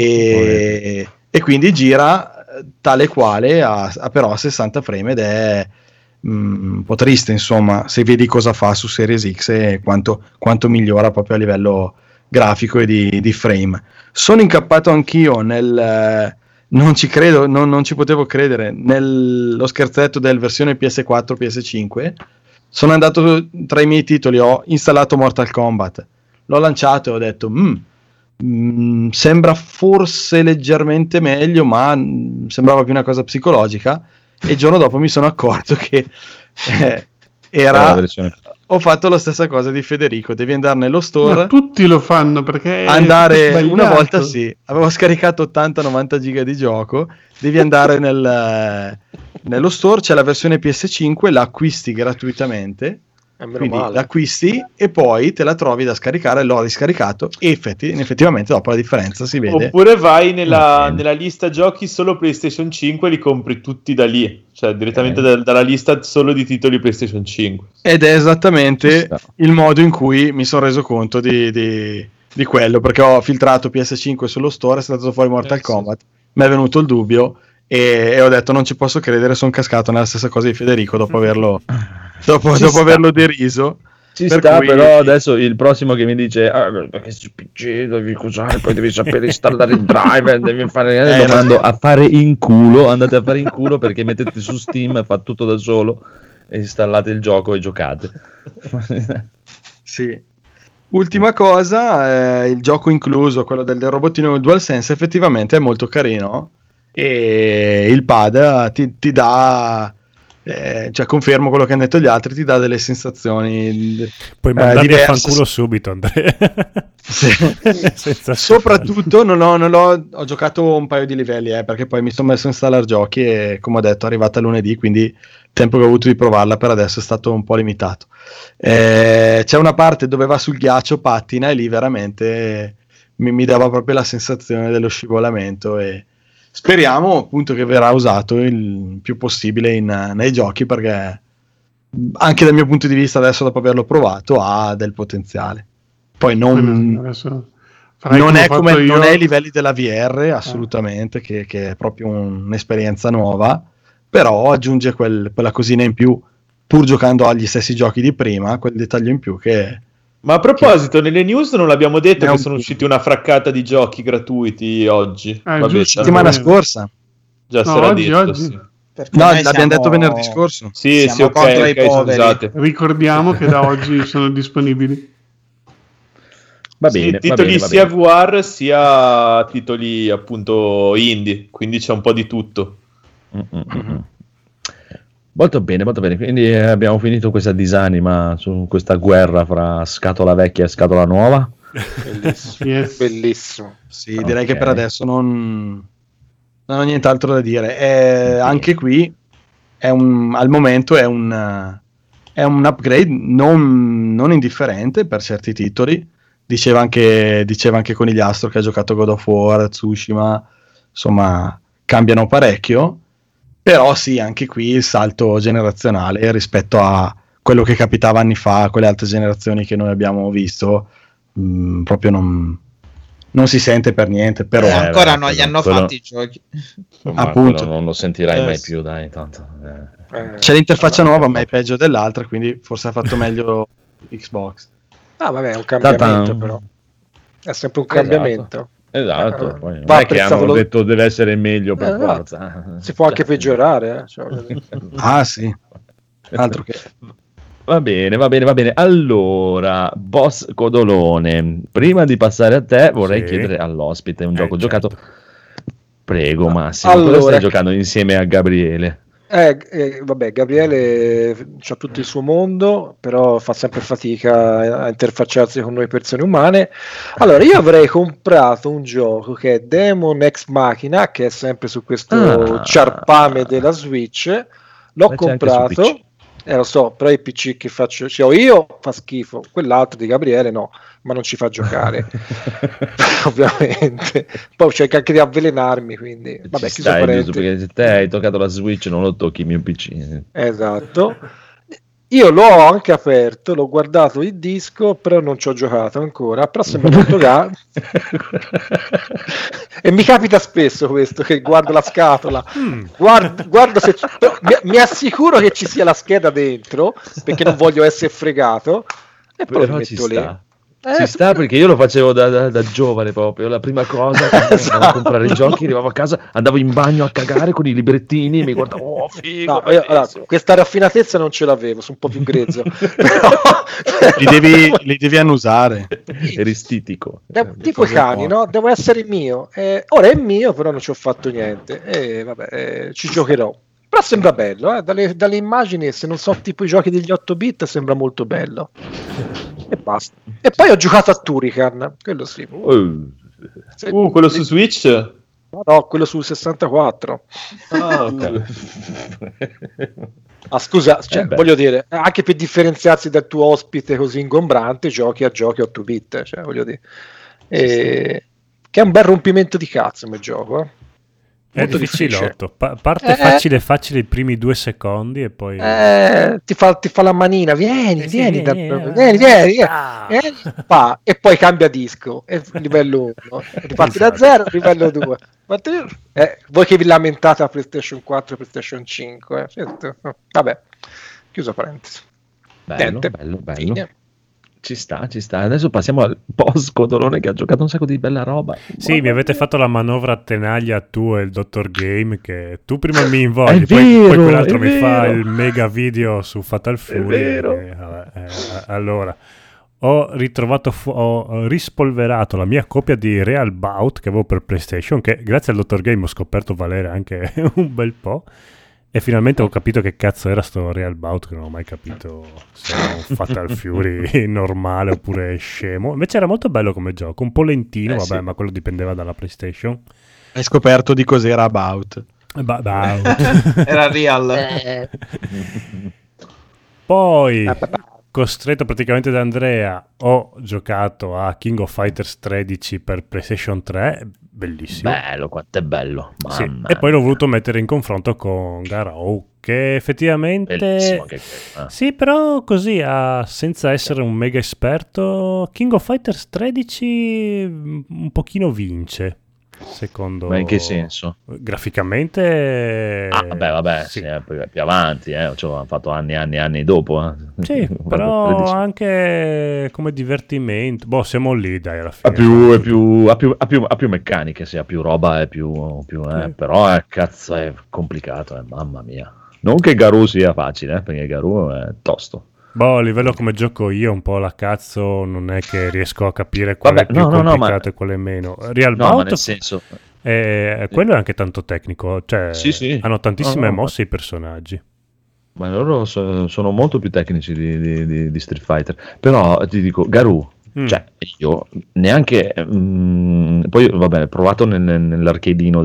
e quindi gira tale quale però a 60 frame, ed è un po' triste, insomma, se vedi cosa fa su Series X e quanto migliora proprio a livello grafico e di frame. Sono incappato anch'io nel... Non ci credo, non ci potevo credere, nello scherzetto del versione PS4, PS5. Sono andato tra i miei titoli, ho installato Mortal Kombat, l'ho lanciato e ho detto sembra forse leggermente meglio, ma sembrava più una cosa psicologica, e il giorno dopo mi sono accorto che era... Ho fatto la stessa cosa di Federico, devi andare nello store. Ma tutti lo fanno, perché una volta avevo scaricato 80-90 giga di gioco, devi andare nello store, c'è la versione PS5, la acquisti gratuitamente, Quindi l'acquisti e poi te la trovi da scaricare, l'ho riscaricato e effettivamente dopo la differenza si vede. Oppure vai nella lista giochi solo PlayStation 5 e li compri tutti da lì, cioè direttamente dalla lista solo di titoli PlayStation 5. Ed è esattamente il modo in cui mi sono reso conto di quello, perché ho filtrato PS5 sullo store, è stato fuori Mortal Kombat, mi è venuto il dubbio e ho detto non ci posso credere, sono cascato nella stessa cosa di Federico dopo averlo deriso. Ci sta, però adesso il prossimo che mi dice perché su PC devi usare, poi devi sapere installare il driver, devi fare lo mando a fare in culo, andate a fare in culo perché mettete su Steam, fa tutto da solo e installate il gioco e giocate. Sì. Ultima cosa, il gioco incluso, quello del robottino DualSense, effettivamente è molto carino e il pad ti dà, cioè confermo quello che hanno detto gli altri, ti dà delle sensazioni puoi mandarli a fanculo subito, Andrea. Soprattutto ho giocato un paio di livelli perché poi mi sono messo a installare giochi e come ho detto è arrivata lunedì, quindi il tempo che ho avuto di provarla per adesso è stato un po' limitato. C'è una parte dove va sul ghiaccio, pattina e lì veramente mi dava proprio la sensazione dello scivolamento e speriamo appunto che verrà usato il più possibile nei giochi, perché anche dal mio punto di vista adesso dopo averlo provato ha del potenziale. Poi non è ai livelli della VR assolutamente, che è proprio un'esperienza nuova, però aggiunge quella cosina in più, pur giocando agli stessi giochi di prima, quel dettaglio in più che... Ma a proposito, nelle news non l'abbiamo detto che sono usciti una fraccata di giochi gratuiti oggi. Settimana scorsa. Già si era detto, sì. No, l'abbiamo detto venerdì scorso. Sì, ok, scusate. Ricordiamo che da oggi sono disponibili. Va bene, titoli sia VR sia titoli appunto indie, quindi c'è un po' di tutto. Molto bene, quindi abbiamo finito questa disanima su questa guerra fra scatola vecchia e scatola nuova. Bellissimo. Sì, direi che per adesso non ho nient'altro da dire. Anche qui al momento è un upgrade non indifferente per certi titoli. Diceva anche Conigliastro che ha giocato God of War, Tsushima, insomma cambiano parecchio. Però sì, anche qui il salto generazionale rispetto a quello che capitava anni fa, a quelle altre generazioni che noi abbiamo visto, proprio non si sente per niente. Però ancora non gli hanno fatti i giochi. Appunto, non lo sentirai mai più, dai, tanto. C'è l'interfaccia nuova, ma è peggio dell'altra, quindi forse ha fatto meglio Xbox. Ah, vabbè, è un cambiamento, però. È sempre un cambiamento. Esatto, poi non è che hanno detto deve essere meglio per forza. Si può anche peggiorare. Sì, altro che... Va bene. Allora, boss Codolone, prima di passare a te vorrei chiedere all'ospite un gioco giocato. Prego Massimo, cosa stai giocando insieme a Gabriele? Vabbè, Gabriele c'ha tutto il suo mondo, però fa sempre fatica a interfacciarsi con noi persone umane. Allora, io avrei comprato un gioco che è Demon Ex Machina, che è sempre su questo ciarpame della Switch. L'ho comprato, lo so, però i PC che faccio, io fa schifo, quell'altro di Gabriele no, ma non ci fa giocare. Ovviamente. Poi cerca anche di avvelenarmi, quindi vabbè, chi perché se te hai toccato la Switch non lo tocchi il mio PC. Esatto. Io l'ho anche aperto, l'ho guardato il disco, però non ci ho giocato ancora, però sembra molto caro. E mi capita spesso questo, che guardo la scatola, guardo se mi assicuro che ci sia la scheda dentro, perché non voglio essere fregato, e poi però ci sta. Ci sta, perché io lo facevo da giovane proprio. La prima cosa, andavo a comprare i giochi, arrivavo a casa, andavo in bagno a cagare con i librettini, mi guardavo, figo. No, allora, questa raffinatezza non ce l'avevo, sono un po' più grezzo. li devi annusare. Eri stitico. Tipo i cani, no? Devo essere mio. Ora è mio, però non ci ho fatto niente. Vabbè, ci giocherò. Però sembra bello, dalle immagini, se non so tipo i giochi degli 8-bit, sembra molto bello. E basta. E poi ho giocato a Turrican, quello sì. Quello su Switch? No, quello sul 64. Ah, ok. Scusa, cioè, voglio dire, anche per differenziarsi dal tuo ospite così ingombrante, giochi a giochi 8 bit, cioè, voglio dire. Che è un bel rompimento di cazzo come gioco. È difficilotto. Parte facile i primi 2 secondi e poi ti fa la manina, vieni, e poi cambia disco, livello 1, riparti da 0, livello 2. Voi che vi lamentate a PlayStation 4 e PlayStation 5, vabbè, chiuso parentesi. Bello. Ci sta. Adesso passiamo al post-Codolone che ha giocato un sacco di bella roba. Sì, mi avete fatto la manovra a tenaglia tu e il Dottor Game, che tu prima mi invogli, poi quell'altro mi fa il mega video su Fatal Fury. Allora, ho rispolverato la mia copia di Real Bout che avevo per PlayStation, che grazie al Dottor Game ho scoperto valere anche un bel po'. E finalmente ho capito che cazzo era sto Real Bout, che non ho mai capito se era un Fatal Fury normale oppure scemo. Invece era molto bello come gioco, un po' lentino, vabbè, sì. Ma quello dipendeva dalla PlayStation. Hai scoperto di cos'era About? Era Real. Poi, costretto praticamente da Andrea, ho giocato a King of Fighters 13 per PlayStation 3, bellissimo. Bello, quanto è bello. Sì. E poi l'ho voluto mettere in confronto con Garou, che effettivamente bellissimo, sì, però così senza essere un mega esperto, King of Fighters 13 un pochino vince. Secondo... Ma in che senso? Graficamente vabbè, sì, più avanti, cioè, hanno fatto anni dopo. Sì, però 13. Anche come divertimento, siamo lì, dai, alla fine. Ha più meccaniche, sì, ha più roba, però cazzo è complicato, mamma mia. Non che Garou sia facile, perché Garou è tosto. A livello come gioco io un po' la cazzo, non è che riesco a capire qual è più complicato e qual è meno. Real Bout, nel senso... quello è anche tanto tecnico, cioè sì. Hanno tantissime mosse i personaggi. Ma loro sono molto più tecnici di Street Fighter. Però ti dico, Garou, cioè io neanche... poi vabbè, provato nell'arcadino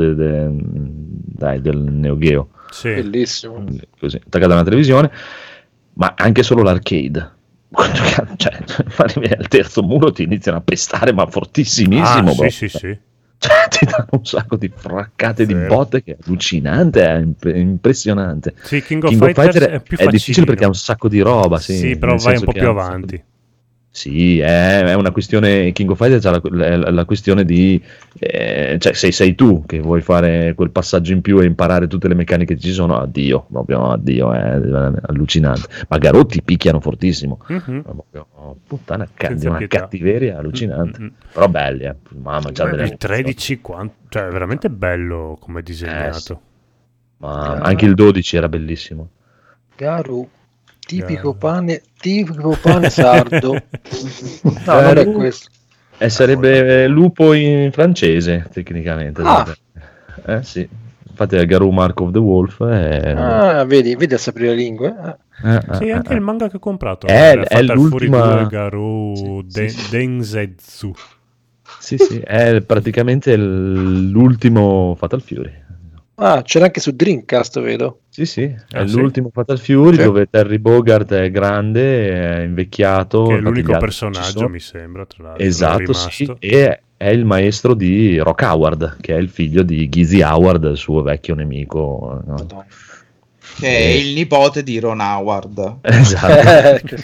del Neo Geo. Sì. Bellissimo. Così, attaccato alla televisione. Ma anche solo l'arcade, cioè arrivi al terzo muro ti iniziano a pestare, ma fortissimissimo. Sì. Cioè, ti danno un sacco di fraccate di botte che è allucinante, è impressionante. Sì, King of Fighters è più facile. È difficile perché ha un sacco di roba. Sì, però vai un po' più avanti. Sì, è una questione. King of Fighters ha la questione di cioè, se sei tu che vuoi fare quel passaggio in più e imparare tutte le meccaniche che ci sono, addio, è allucinante. Ma Garou ti picchiano fortissimo, puttana, di una cattiveria allucinante. Però belli, mamma, già il 13 cioè è veramente bello come disegnato. Sì. Ma anche il 12 era bellissimo. Garou. Tipico pane sardo. No, non è questo. Sarebbe lupo in francese, tecnicamente. Sì. Infatti è Garou Mark of the Wolf. Vedi a sapere le lingue. Sì, anche il manga che ho comprato. È l'ultima... Garou Densetsu. Sì, è praticamente l'ultimo Fatal Fury. C'era anche su Dreamcast, vedo. Sì, è l'ultimo Fatal Fury dove Terry Bogard è grande, è invecchiato. Che è l'unico personaggio, mi sembra, tra l'altro. Esatto, sì, e è il maestro di Rock Howard, che è il figlio di Gizzy Howard, il suo vecchio nemico. No? Che è il nipote di Ron Howard. Esatto.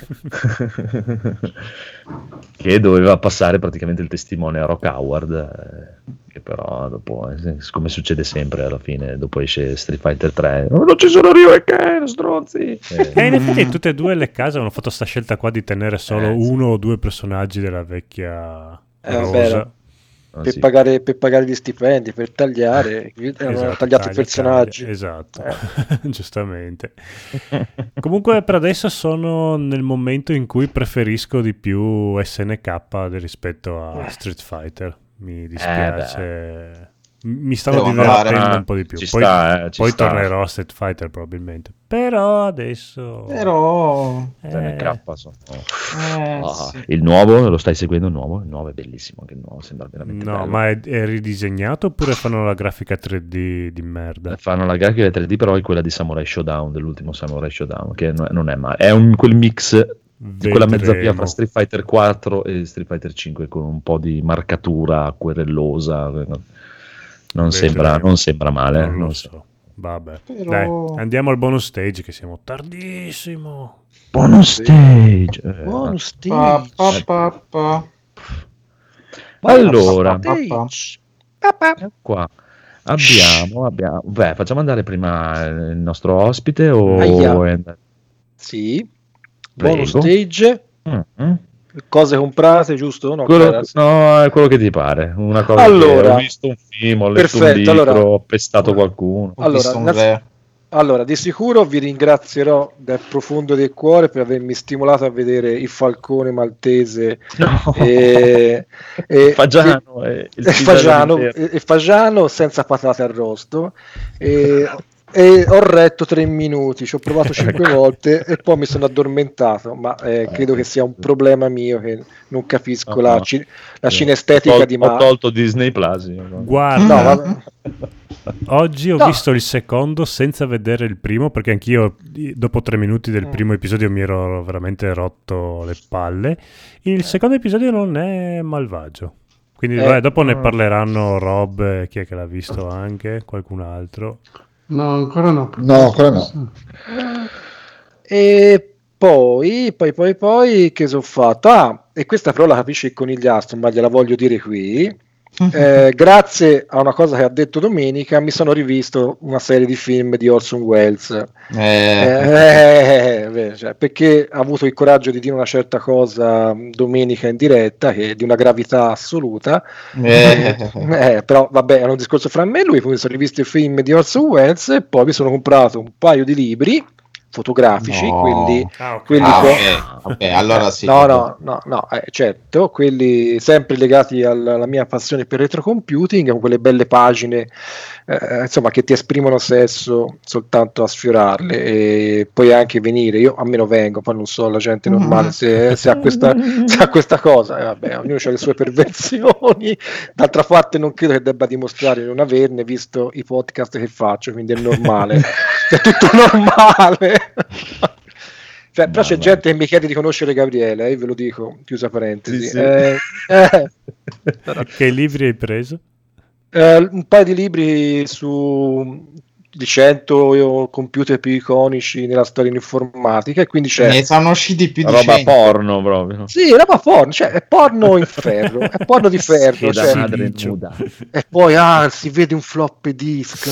Che doveva passare praticamente il testimone a Rock Howard, che però dopo, come succede sempre alla fine, dopo esce Street Fighter 3, non ci sono Ryu e Ken, stronzi. In effetti tutte e due le case hanno fatto sta scelta qua di tenere solo uno o due personaggi della vecchia rosa. Per pagare gli stipendi, per tagliare, hanno tagliato i personaggi. Esatto, giustamente. Comunque per adesso sono nel momento in cui preferisco di più SNK rispetto a Street Fighter. Mi dispiace. Mi stavo Devo divertendo andare. un po' di più. Ci Poi, sta, ci poi sta. tornerò a Street Fighter probabilmente. Però adesso... Però... K sono... sì. Il nuovo, lo stai seguendo il nuovo? Il nuovo è bellissimo, anche il nuovo sembra veramente No, bello. ma è ridisegnato oppure fanno la grafica 3D di merda? Fanno la grafica 3D, però è quella di Samurai Showdown, dell'ultimo Samurai Showdown, che non è male. È quel mix di quella mezza via fra Street Fighter 4 e Street Fighter 5 con un po' di marcatura acquerellosa. Non sembra male. Non lo non so. Vabbè. Però- Dai, andiamo al bonus stage che siamo tardissimo. Bonus stage. Bonus Pa, stage. pa, pa, pa. Allora, Pa, pa. qua abbiamo. Beh, facciamo andare prima il nostro ospite o... Aia. Sì. Bonus Prego. stage. Mm. Cose comprate, giusto? No, No, è quello che ti pare. Una cosa Allora, che ho visto un film, ho letto un perfetto, libro, allora- ho pestato qualcuno. Ho visto un re. Allora, di sicuro vi ringrazierò dal profondo del cuore per avermi stimolato a vedere il falcone maltese e Fagiano, e Fagiano senza patate arrosto e ho retto 3 minuti, ci ho provato 5 volte e poi mi sono addormentato, ma credo che sia un problema mio che non capisco la cinestetica di Ho tolto Disney Plus. Guarda, No, vabbè. oggi ho No. visto il secondo senza vedere il primo, perché anch'io dopo 3 minuti del primo episodio mi ero veramente rotto le palle. Il secondo episodio non è malvagio. Quindi vabbè, dopo ne parleranno Rob, chi è che l'ha visto anche, qualcun altro. No, ancora no. No, ancora no. E poi che sono fatto? Ah, e questa però la capisce il conigliastro, ma gliela voglio dire qui. Grazie a una cosa che ha detto domenica mi sono rivisto una serie di film di Orson Welles. Cioè, perché ha avuto il coraggio di dire una certa cosa domenica in diretta che è di una gravità assoluta. Però vabbè, è un discorso fra me e lui. Poi mi sono rivisto i film di Orson Welles e poi mi sono comprato un paio di libri fotografici, No. quelli Ok, allora sì. no, certo, quelli sempre legati alla mia passione per retrocomputing, con quelle belle pagine insomma che ti esprimono sesso soltanto a sfiorarle, e poi anche venire, io almeno vengo, poi non so la gente normale se ha questa cosa, vabbè, ognuno ha le sue perversioni, d'altra parte non credo che debba dimostrare di non averne, visto i podcast che faccio, quindi è normale, è tutto normale. Cioè, però c'è gente che mi chiede di conoscere Gabriele, ve lo dico, chiusa parentesi. Sì. Che libri hai preso? Un paio di libri su di 100 computer più iconici nella storia dell'informatica, e quindi c'è Ne sono usciti più di roba 100. porno proprio. sì, roba porno, cioè è porno in ferro, è porno di ferro, Scheda cioè, madre nuda. e poi si vede un floppy disk,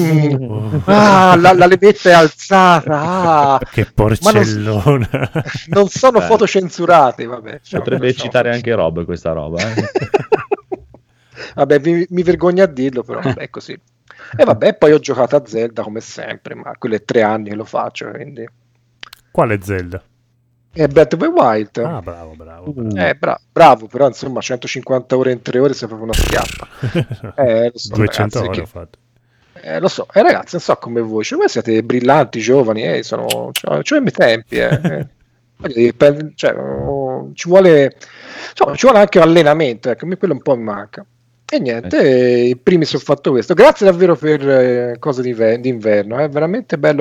la levetta è alzata, Che ma porcellona. non sono foto censurate, vabbè, Potrebbe citare anche Rob questa roba. Vabbè, mi vergogno a dirlo, però è così. E vabbè, poi ho giocato a Zelda come sempre, ma quello è 3 anni che lo faccio, quindi Quale Zelda? è Breath of the Wild. Ah, bravo. Bravo, però insomma 150 ore in 3 ore sei proprio una schiappa. Lo so, 200 ragazzi, ore che- ho fatto. lo so, ragazzi, non so come voi, cioè, voi siete brillanti, giovani, cioè i miei tempi, Voglio dire, ci vuole anche allenamento, ecco, quello un po' mi manca. E niente, in primis ho fatto questo. Grazie davvero per cose d'inverno, è veramente bello.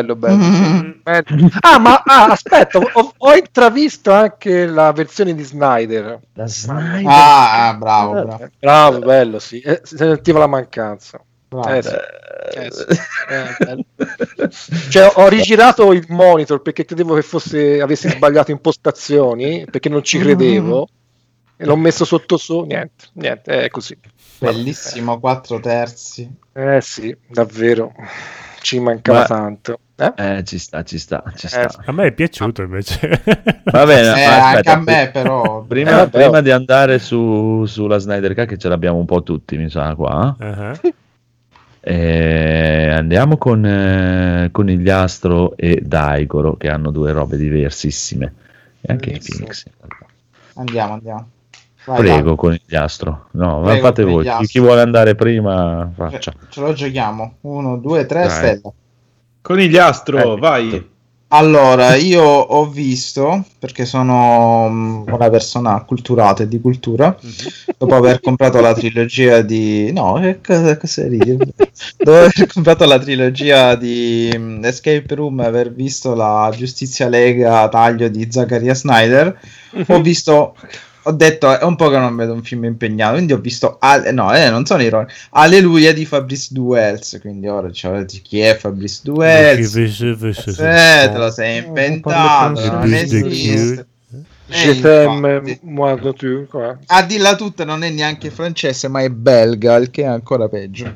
Aspetta, ho intravisto anche la versione di Snyder. Da Snyder. Bravo. Bello, sì. Si sentiva la mancanza. Bravo. Bello. Cioè, ho rigirato il monitor perché credevo che avessi sbagliato impostazioni, perché non ci credevo, e l'ho messo sotto niente, è così. Bellissimo 4/3. Sì, davvero ci mancava tanto. Ci sta. A me è piaciuto invece. Va bene, ma Anche aspetta, a me però. prima di andare sulla Snyder Cut, che ce l'abbiamo un po' tutti, mi sa qua. Andiamo con Conigliastro e Daigoro, che hanno due robe diversissime, e anche il Phoenix. Andiamo. Prego, conigliastro. No, ma Prego, fate voi. conigliastro. Chi vuole andare prima, faccia. Ce lo giochiamo. 1, 2, 3, Dai. stella. Conigliastro, vai. Allora, io ho visto, perché sono una persona acculturata e di cultura, dopo aver comprato la trilogia di... No, che cosa ridi? Dopo aver comprato la trilogia di Escape Room e aver visto la Giustizia Lega taglio di Zachariah Snyder, ho detto è un po' che non vedo un film impegnato, quindi ho visto non sono ironico, Alleluia di Fabrice Duels, quindi ora chi è Fabrice Duels? Te lo sei inventato, non esiste. A dirla tutta non è neanche francese ma è belga, il che è ancora peggio.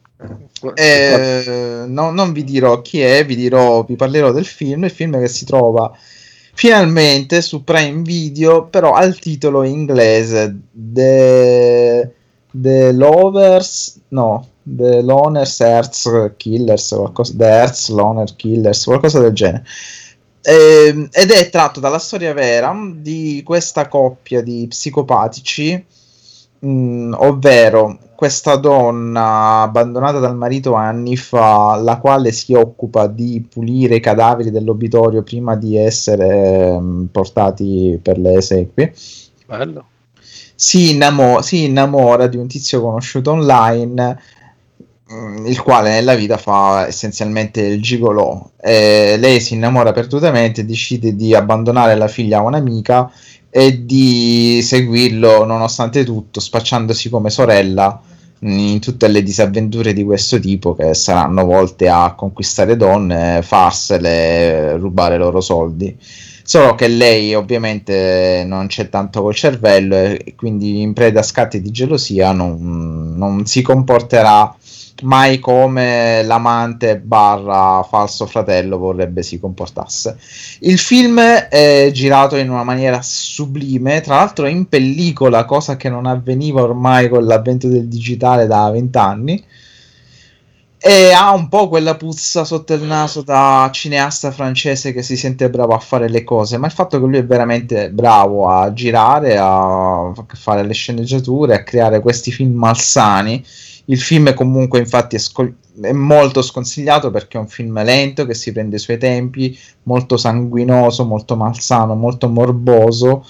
Non vi dirò chi è, vi parlerò del film. Il film che si trova finalmente su Prime Video, però al titolo inglese The Lovers, no, The Loners Hearts Killers, qualcosa, The Hearts Loner Killers, qualcosa del genere. Ed è tratto dalla storia vera di questa coppia di psicopatici, ovvero questa donna abbandonata dal marito anni fa, la quale si occupa di pulire i cadaveri dell'obitorio prima di essere portati per le esequie. Bello. Si innamora di un tizio conosciuto online, il quale nella vita fa essenzialmente il gigolò. Lei si innamora perdutamente e decide di abbandonare la figlia a un'amica e di seguirlo nonostante tutto, spacciandosi come sorella in tutte le disavventure di questo tipo, che saranno volte a conquistare donne, farsele, rubare loro soldi. Solo che lei ovviamente non c'è tanto col cervello e quindi in preda a scatti di gelosia non si comporterà mai come l'amante barra falso fratello vorrebbe si comportasse. Il film è girato in una maniera sublime, tra l'altro in pellicola, cosa che non avveniva ormai con l'avvento del digitale da 20 anni, e ha un po' quella puzza sotto il naso da cineasta francese che si sente bravo a fare le cose, ma il fatto che lui è veramente bravo a girare, a fare le sceneggiature, a creare questi film malsani. Il film comunque infatti è molto sconsigliato perché è un film lento che si prende i suoi tempi, molto sanguinoso, molto malsano, molto morboso,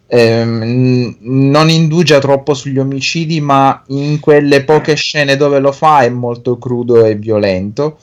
non indugia troppo sugli omicidi, ma in quelle poche scene dove lo fa è molto crudo e violento.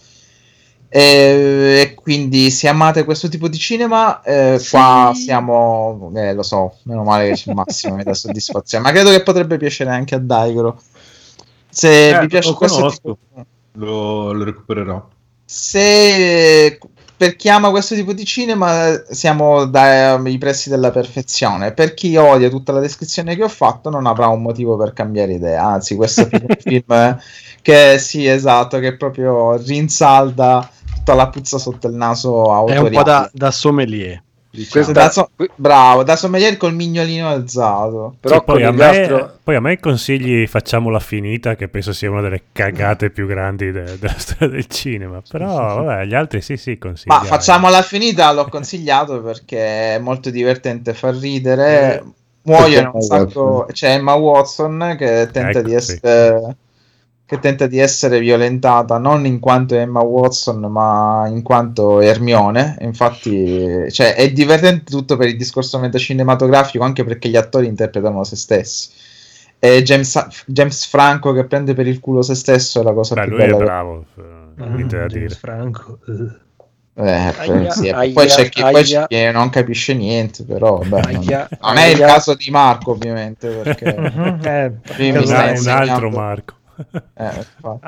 E quindi se amate questo tipo di cinema, qua siamo, lo so, meno male che c'è Massimo mi dà soddisfazione, ma credo che potrebbe piacere anche a Daigoro. Se vi piace questo tipo... lo recupererò. Se per chi ama questo tipo di cinema siamo dai pressi della perfezione. Per chi odia tutta la descrizione che ho fatto non avrà un motivo per cambiare idea, anzi questo è un film che sì, esatto, che proprio rinsalda tutta la puzza sotto il naso autoriale. È un po' da sommelier. Diciamo. Bravo, da sommelier col mignolino alzato. Però poi a me consigli Facciamola finita, che penso sia una delle cagate più grandi della storia del cinema. Però vabbè, gli altri sì consigli. Ma Facciamola finita l'ho consigliato perché è molto divertente, fa ridere. Muoiono un sacco. C'è Emma Watson che tenta di essere violentata non in quanto Emma Watson ma in quanto Hermione. Infatti cioè, è divertente tutto per il discorso metacinematografico, anche perché gli attori interpretano se stessi, e James Franco che prende per il culo se stesso è la cosa più bella. Lui è bravo, niente da dire. Franco poi c'è chi non capisce niente, però non è il caso di Marco ovviamente, perché un altro Marco. Però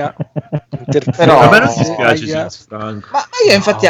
a me non si spiace James Franco. Ma io infatti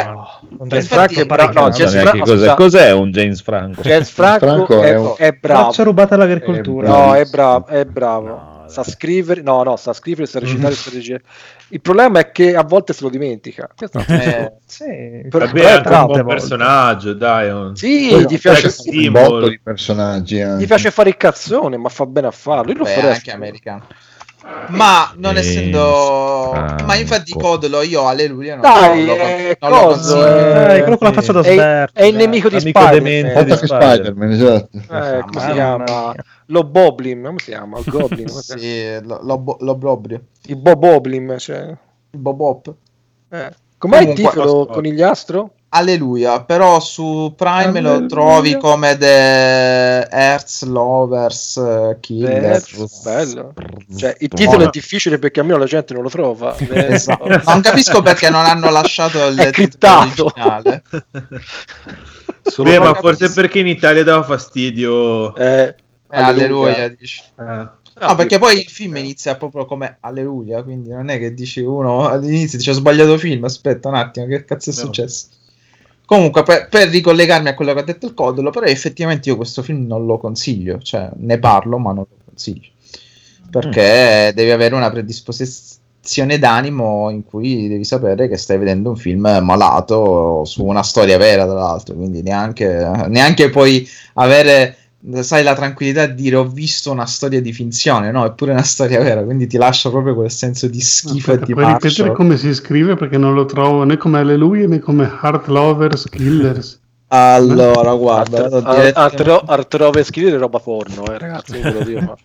cos'è un James Franco? James Franco è bravo. Faccia rubata all'agricoltura. No, è bravo. No, sa scrivere, sa recitare, sa reggere. Il problema è che a volte se lo dimentica. Vabbè, è un buon personaggio, dai. Sì, gli piace un botto di personaggi. Gli piace fare il cazzone, ma fa bene a farlo. Io lo farei anche americano. Ma non essendo, ma infatti Codolo io Alleluia non Dai, lo coso, consiglio. quello con la faccia da sberto. è il nemico di Amico demente Spider-Man. di Spider-Man, esatto. Come si chiama? Lo Boblin, come si chiama? Il Goblin. Sì, l'obbrobrio. Il Boboblin, cioè. Il Bobop. Com'è il Comunque, titolo conigliastro? Alleluia, però su Prime lo Alleluia. trovi come The Earth Lovers Killer. Bello. Cioè, il titolo è difficile perché almeno la gente non lo trova. Esatto. Non capisco perché non hanno lasciato il titolo criptato. originale. Beh, ma forse perché in Italia dava fastidio. Alleluia, dici. No, perché poi il film inizia proprio come Alleluia, quindi non è che dici uno all'inizio dice ho sbagliato film, aspetta un attimo, che cazzo è successo? Comunque, per ricollegarmi a quello che ha detto il Codolo, però effettivamente io questo film non lo consiglio, cioè ne parlo ma non lo consiglio, perché devi avere una predisposizione d'animo in cui devi sapere che stai vedendo un film malato su una storia vera, tra l'altro, quindi neanche puoi avere, sai, la tranquillità di dire ho visto una storia di finzione, no, è pure una storia vera, quindi ti lascia proprio quel senso di schifo e di puoi ripetere come si scrive, perché non lo trovo né come Alleluia né come Heart Lovers Killers. Allora, guarda, Art Lovers Killer è roba porno, ragazzi, ve lo dico.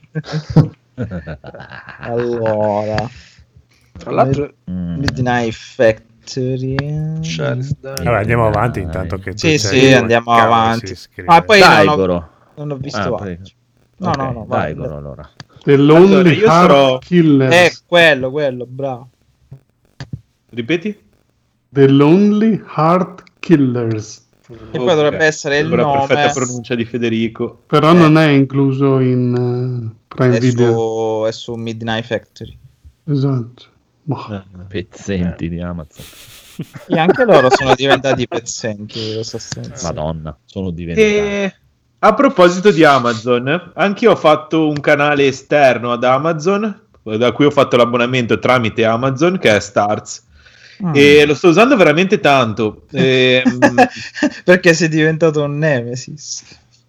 Allora, tra l'altro Midnight Factory. Vabbè, andiamo avanti intanto che sì, andiamo avanti. Ma poi non ho visto altro. No, dai, Goro, allora. The Lonely Heart Killers. Quello, bravo. Ripeti? The Lonely Heart Killers. E poi dovrebbe essere il nome. Perfetta pronuncia di Federico. Però non è incluso in Prime Video. È su Midnight Factory. Esatto. Pezzenti di Amazon. E anche loro sono diventati pezzenti. Madonna, sono diventati. A proposito di Amazon, anche io ho fatto un canale esterno ad Amazon, da cui ho fatto l'abbonamento tramite Amazon, che è Starz. E lo sto usando veramente tanto. Perché sei diventato un Nemesis.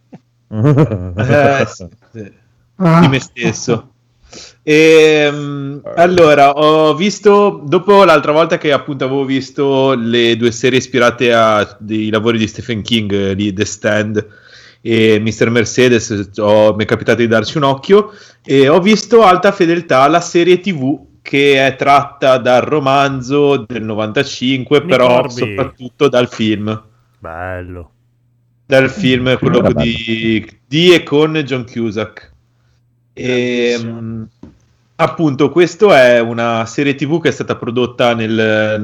Di me stesso. Allora, ho visto, dopo l'altra volta che appunto avevo visto le due serie ispirate a dei lavori di Stephen King, di The Stand e Mr. Mercedes, mi è capitato di darci un occhio e ho visto Alta Fedeltà, la serie TV che è tratta dal romanzo del 95, però soprattutto dal film. Bello. Dal film, quello di e con John Cusack. Appunto, questo è una serie TV che è stata prodotta nel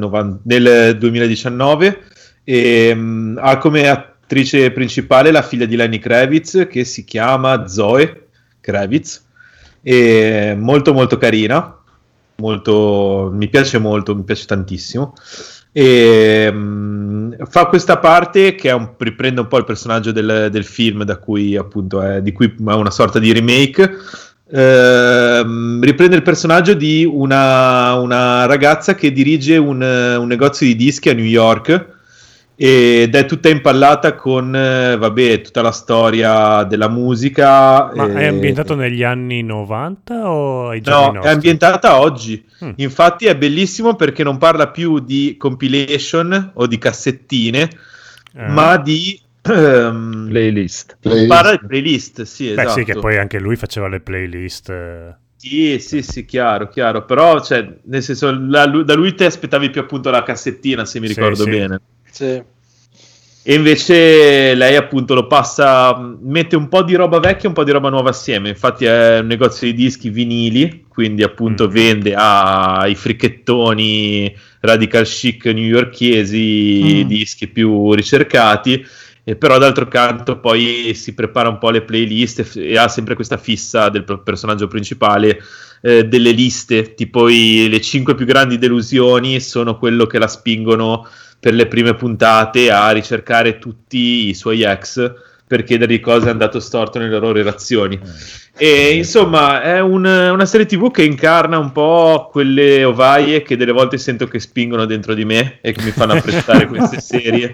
2019 e ha come attrice principale la figlia di Lenny Kravitz, che si chiama Zoe Kravitz, e molto molto carina. Mi piace tantissimo, e fa questa parte che riprende un po' il personaggio del film di cui è una sorta di remake. Riprende il personaggio di una ragazza che dirige un negozio di dischi a New York ed è tutta impallata con tutta la storia della musica. Ma è ambientato negli anni 90 o ai giorni nostri? No, è ambientata oggi. Infatti è bellissimo perché non parla più di compilation o di cassettine, ma di playlist. Parla di playlist, sì, esatto. Sì, che poi anche lui faceva le playlist. Sì, chiaro. Però, cioè, nel senso, da lui te aspettavi più appunto la cassettina, se mi ricordo bene. Sì. E invece lei appunto lo passa, mette un po' di roba vecchia e un po' di roba nuova assieme. Infatti è un negozio di dischi vinili, quindi appunto vende ai fricchettoni radical chic newyorkesi dischi più ricercati, e però d'altro canto poi si prepara un po' le playlist e ha sempre questa fissa del personaggio principale, delle liste, tipo le 5 più grandi delusioni sono quello che la spingono per le prime puntate a ricercare tutti i suoi ex per chiedergli cosa è andato storto nelle loro relazioni. E insomma è una serie TV che incarna un po' quelle ovaie che delle volte sento che spingono dentro di me e che mi fanno apprezzare queste serie.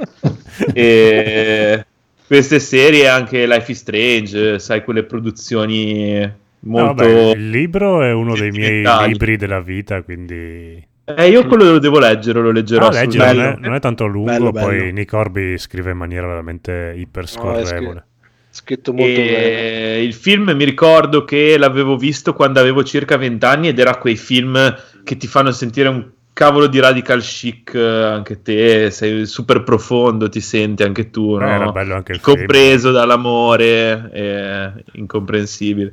E queste serie, anche Life is Strange, sai, quelle produzioni molto... il libro è uno dei miei sentimentali. libri della vita, quindi... Io quello lo devo leggere, lo leggerò. Leggilo, non è tanto lungo, Bello. poi Nick Horby scrive in maniera veramente iperscorrevole. Scritto molto bene. Il film mi ricordo che l'avevo visto quando avevo circa 20 anni ed era quei film che ti fanno sentire un cavolo di radical chic, anche te, sei super profondo, ti senti anche tu, no? Era bello anche il compreso dall'amore, incomprensibile.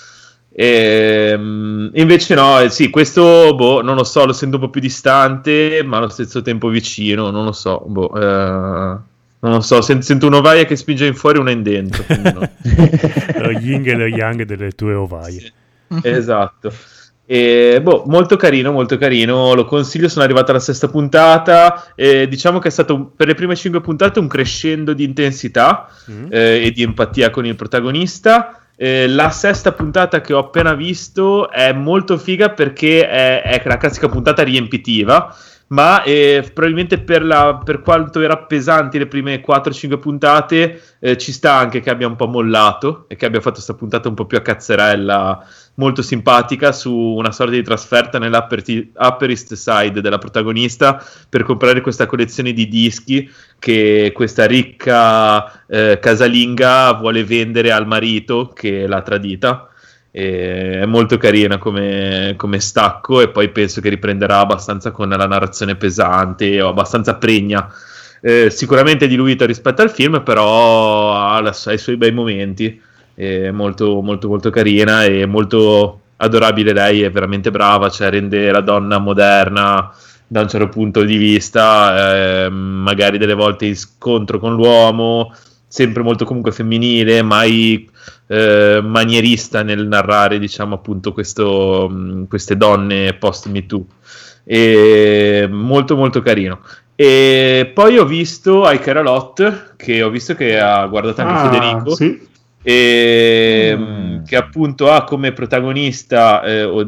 Invece no, sì, questo non lo so, lo sento un po' più distante, ma allo stesso tempo vicino, non lo so, non lo so, sento un'ovaia che spinge in fuori, una in dentro. No. Lo yin e lo yang delle tue ovaie. Sì, esatto. Molto carino, lo consiglio. Sono arrivato alla 6ª puntata, diciamo che è stato per le prime 5 puntate un crescendo di intensità e di empatia con il protagonista. La 6ª puntata che ho appena visto è molto figa perché è la classica puntata riempitiva, ma probabilmente per quanto era pesanti le prime 4-5 puntate, ci sta anche che abbia un po' mollato e che abbia fatto questa puntata un po' più a cazzerella, molto simpatica, su una sorta di trasferta nell'Upper East Side della protagonista per comprare questa collezione di dischi che questa ricca casalinga vuole vendere al marito che l'ha tradita. È molto carina come stacco, e poi penso che riprenderà abbastanza con la narrazione pesante o abbastanza pregna, sicuramente diluita rispetto al film, però ha i suoi bei momenti. È molto molto molto carina e molto adorabile. Lei è veramente brava, cioè rende la donna moderna da un certo punto di vista, magari delle volte in scontro con l'uomo, sempre molto comunque femminile, mai manierista nel narrare, diciamo, appunto queste donne post Me Too. E molto molto carino. E poi ho visto I Care A Lot, che ho visto che ha guardato anche Federico, sì. Che appunto ha come protagonista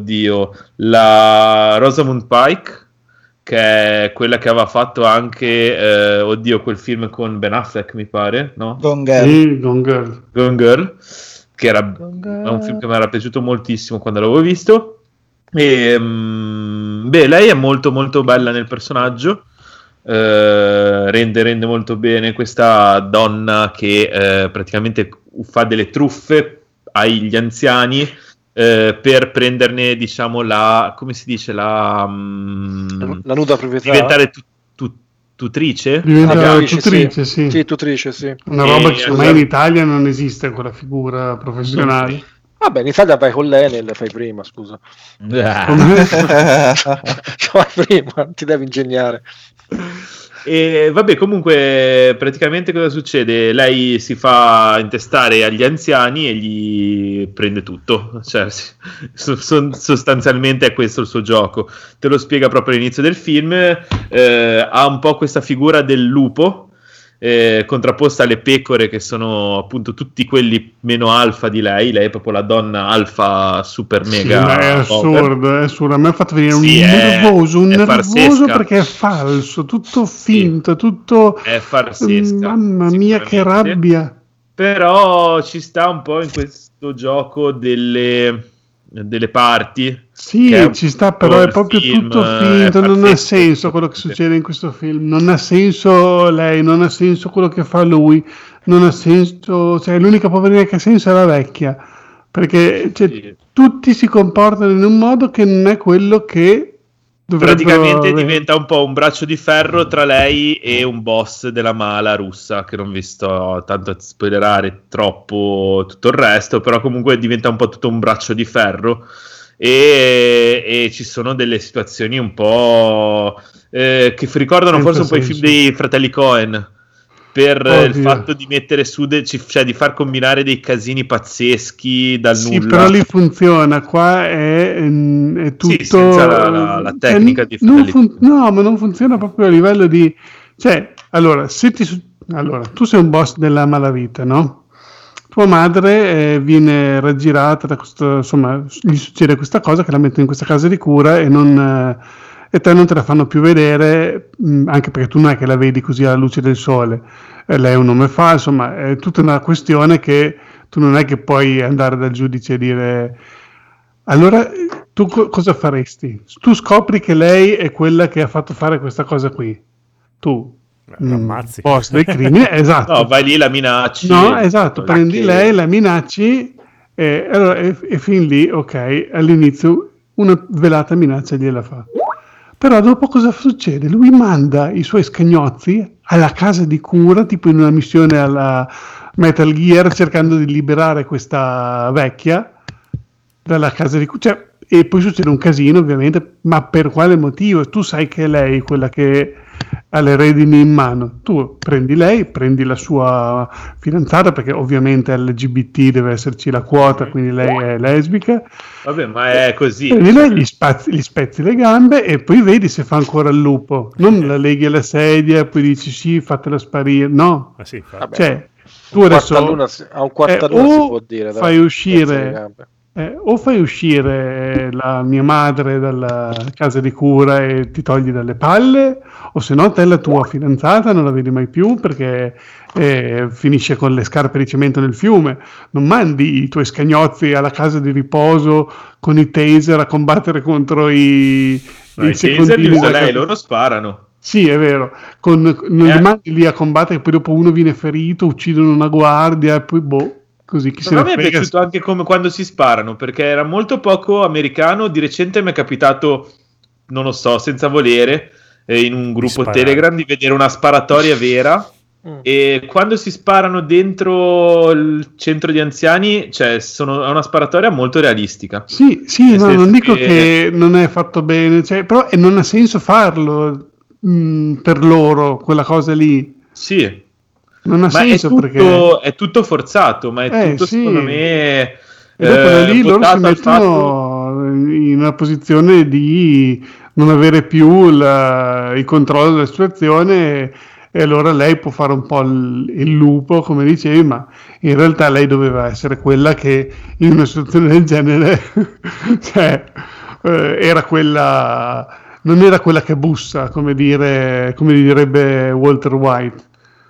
la Rosamund Pike, che è quella che aveva fatto anche quel film con Ben Affleck, mi pare, no? Gone Girl. Sì, Gone Girl, che era un film che mi era piaciuto moltissimo quando l'avevo visto. E lei è molto molto bella nel personaggio, rende molto bene questa donna che praticamente fa delle truffe agli anziani per prenderne, diciamo, come si dice, la nuda proprietà, diventare tutrice? Tutrice, sì. Sì, tutrice, sì. Una roba che secondo me in Italia non esiste, quella figura professionale. Vabbè, in Italia vai con l'Enel, fai prima, scusa. Fai prima, ti devi ingegnare. E vabbè, comunque praticamente cosa succede? Lei si fa intestare agli anziani e gli prende tutto, cioè sostanzialmente è questo il suo gioco. Te lo spiega proprio all'inizio del film. Ha un po' questa figura del lupo contrapposta alle pecore, che sono appunto tutti quelli meno alfa di lei. Lei è proprio la donna alfa super mega. È assurdo, è assurdo. A me ha fatto venire un nervoso perché è falso, tutto finto, tutto. È farsesca. Mamma mia, che rabbia. Però ci sta un po' in questo gioco delle parti. Sì, ci sta, però è proprio tutto finto, non ha senso quello che succede in questo film, non ha senso lei, non ha senso quello che fa lui, non ha senso, cioè l'unica poverina che ha senso è la vecchia, perché tutti si comportano in un modo che non è quello che praticamente diventa un po' un braccio di ferro tra lei e un boss della mala russa, che non vi sto tanto a spoilerare troppo tutto il resto, però comunque diventa un po' tutto un braccio di ferro. E ci sono delle situazioni un po' che ricordano forse un po' i film dei fratelli Coen, per il fatto di mettere su cioè di far combinare dei casini pazzeschi dal nulla. Sì, però lì funziona, qua è tutto, sì, senza la tecnica di fratelli no, ma non funziona proprio a livello di, cioè, allora, tu sei un boss della malavita, no? Tua madre viene raggirata da questo, insomma, gli succede questa cosa che la mettono in questa casa di cura e te non te la fanno più vedere, anche perché tu non è che la vedi così alla luce del sole. Lei è un nome falso, insomma, è tutta una questione che tu non è che puoi andare dal giudice e dire allora tu cosa faresti? Tu scopri che lei è quella che ha fatto fare questa cosa qui. Tu ammazzi. boss del crimine, esatto. No, vai lì, la minacci. No, esatto, prendi lei, la minacci e fin lì, ok, all'inizio una velata minaccia gliela fa. Però dopo cosa succede? Lui manda i suoi scagnozzi alla casa di cura, tipo in una missione alla Metal Gear, cercando di liberare questa vecchia dalla casa di cura. Cioè, e poi succede un casino, ovviamente, ma per quale motivo? Tu sai che è lei quella che ha le redini in mano. Tu prendi lei, prendi la sua fidanzata, perché ovviamente LGBT deve esserci la quota, quindi lei è lesbica. Vabbè, ma è così. Prendi lei, gli spezzi le gambe e poi vedi se fa ancora il lupo. Non la leghi alla sedia e poi dici sì, fatela sparire. No. Sì, cioè, tu adesso a un quarto d'ora si può dire. Fai uscire... o fai uscire la mia madre dalla casa di cura e ti togli dalle palle, o se no te la tua fidanzata non la vedi mai più perché finisce con le scarpe di cemento nel fiume. Non mandi i tuoi scagnozzi alla casa di riposo con i taser a combattere contro i taser li usa lei, loro sparano. Sì, è vero, non li mandi lì a combattere, poi dopo uno viene ferito, uccidono una guardia e poi così chi se ne frega. A me è piaciuto anche come quando si sparano, perché era molto poco americano. Di recente mi è capitato, non lo so, senza volere, in un gruppo Telegram di vedere una sparatoria vera. E quando si sparano dentro il centro di anziani, cioè è una sparatoria molto realistica. Sì, no, non dico che non è fatto bene, cioè, però non ha senso farlo per loro, quella cosa lì. Sì. Non ha senso perché è tutto forzato, ma è tutto secondo me. E dopo lì loro si mettono in una posizione di non avere più il controllo della situazione, e allora lei può fare un po' il lupo, come dicevi, ma in realtà lei doveva essere quella che in una situazione del genere cioè, era quella, non era quella che bussa, come direbbe Walter White.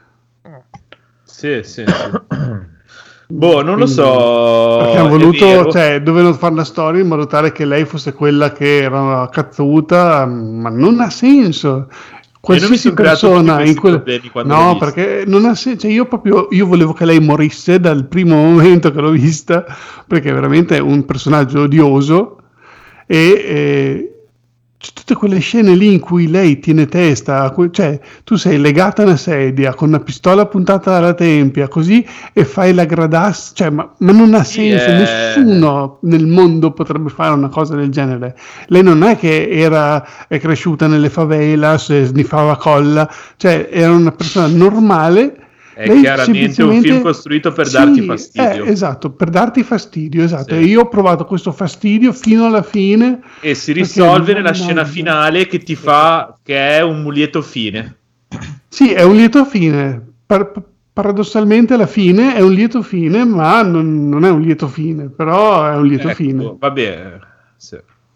Sì. Boh, non lo so. Perché hanno voluto, cioè, dovevano fare la storia in modo tale che lei fosse quella che era cazzuta, ma non ha senso. Qualsiasi persona in quel... No, perché non ha senso. Cioè, io volevo che lei morisse dal primo momento che l'ho vista, perché veramente è un personaggio odioso e tutte quelle scene lì in cui lei tiene testa, cioè tu sei legata a una sedia con una pistola puntata alla tempia così e fai la gradassa, cioè, ma non ha senso, nessuno nel mondo potrebbe fare una cosa del genere. Lei non è che è cresciuta nelle favelas, sniffava colla, cioè era una persona normale. È chiaramente un film costruito per darti fastidio. Esatto, per darti fastidio, esatto. Sì. E io ho provato questo fastidio fino alla fine. E si risolve nella scena finale che ti fa, che è un lieto fine. Sì, è un lieto fine. Paradossalmente alla fine è un lieto fine, ma non è un lieto fine, però è un lieto fine. Vabbè, sì.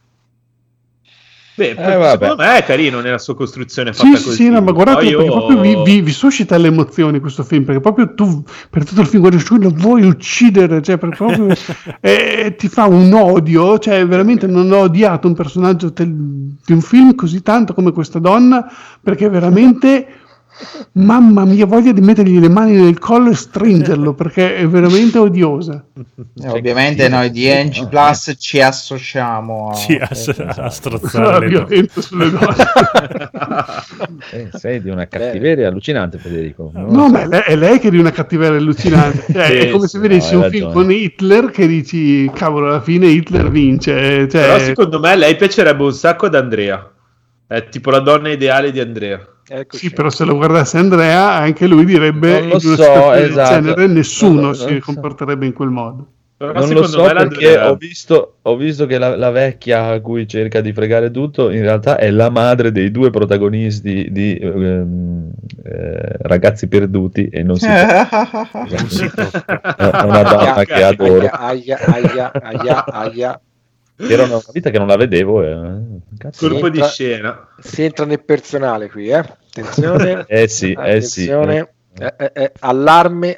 Beh, secondo me è carino nella sua costruzione fatta così. Sì, no, ma guardate, perché proprio vi suscita le emozioni questo film, perché proprio tu per tutto il film guardi lo vuoi uccidere, cioè proprio ti fa un odio, cioè veramente non ho odiato un personaggio di un film così tanto come questa donna, perché veramente mamma mia, voglia di mettergli le mani nel collo e stringerlo, perché è veramente odiosa. Ovviamente noi di NG Plus ci associamo a strozzare la violenza sulle donne. Sei di una cattiveria allucinante, Federico. No, ma è lei che è di una cattiveria allucinante. È come se vedessi un film con Hitler che dici cavolo, alla fine Hitler vince. Però secondo me lei piacerebbe un sacco ad Andrea, è tipo la donna ideale di Andrea. Sì, però se lo guardasse Andrea, anche lui direbbe in una situazione del genere nessuno si comporterebbe in quel modo. Però non lo so, perché ho visto che la vecchia a cui cerca di fregare tutto in realtà è la madre dei due protagonisti di Ragazzi Perduti, e non si tocca. È una donna che adoro. Era una vita che non la vedevo. Colpo di scena. Si entra nel personale qui, attenzione. Attenzione. Allarme.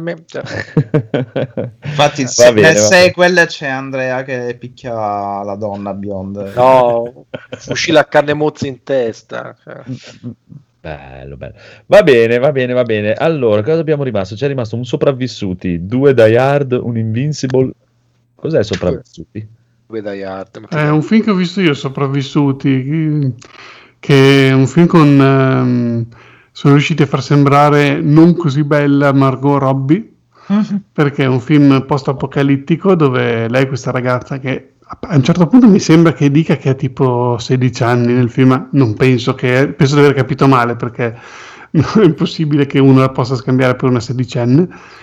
Infatti nel sequel c'è Andrea che picchia la donna bionda. No, fucile a canne mozze in testa. Bello. Va bene. Allora, cosa abbiamo rimasto? C'è rimasto un Sopravvissuti, 2 Die Hard, un Invincible. Cos'è Sopravvissuti? 2 Die Hard. È un film che ho visto io, Sopravvissuti, che è un film con... sono riusciti a far sembrare non così bella Margot Robbie, perché è un film post-apocalittico dove lei, questa ragazza che a un certo punto mi sembra che dica che ha tipo 16 anni nel film, ma non penso penso di aver capito male, perché è impossibile che uno la possa scambiare per una sedicenne.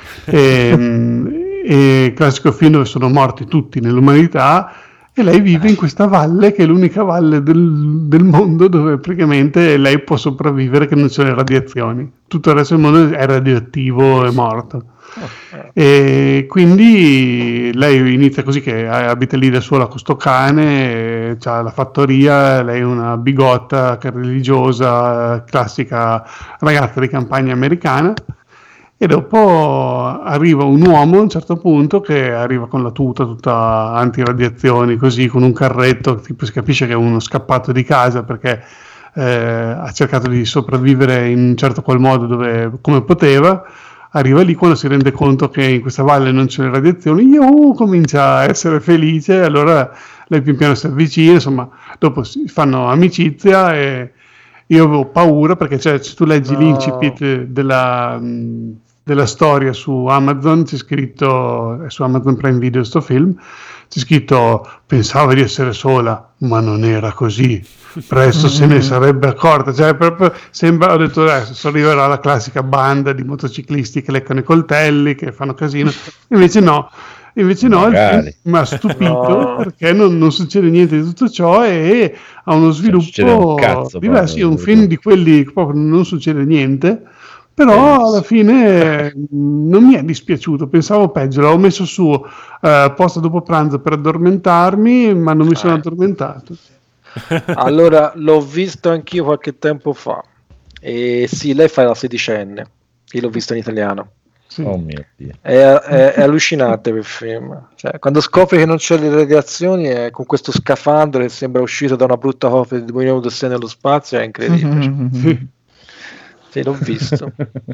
E classico film dove sono morti tutti nell'umanità e lei vive in questa valle che è l'unica valle del mondo dove praticamente lei può sopravvivere, che non c'è le radiazioni, tutto il resto del mondo è radioattivo e morto. E quindi lei inizia così, che abita lì da sola con sto cane, c'ha la fattoria, lei è una bigotta religiosa, classica ragazza di campagna americana. E dopo arriva un uomo a un certo punto che arriva con la tuta tutta antiradiazioni, così, con un carretto, tipo si capisce che è uno scappato di casa perché ha cercato di sopravvivere in un certo qual modo come poteva. Arriva lì, quando si rende conto che in questa valle non c'è le radiazioni, comincia a essere felice, allora lei pian piano si avvicina, insomma, dopo si fanno amicizia e io avevo paura perché se tu leggi l'incipit della storia su Amazon, c'è scritto, su Amazon Prime Video sto film, c'è scritto: pensava di essere sola, ma non era così, presto se ne sarebbe accorta, cioè proprio sembra, ho detto adesso arriverà la classica banda di motociclisti che leccano i coltelli, che fanno casino, invece no, il film mi ha stupito perché non succede niente di tutto ciò e ha uno sviluppo diverso. È un film di quelli che proprio non succede niente, però alla fine non mi è dispiaciuto, pensavo peggio, l'avevo messo su posta dopo pranzo per addormentarmi, ma non mi sono addormentato. Allora, l'ho visto anch'io qualche tempo fa e sì, lei fa la sedicenne, io l'ho visto in italiano. Sì. Oh mio Dio. È allucinante quel film, cioè, quando scopri che non c'è le radiazioni è con questo scafandro che sembra uscito da una brutta copia di 2006 nello spazio, è incredibile. Sì, l'ho visto.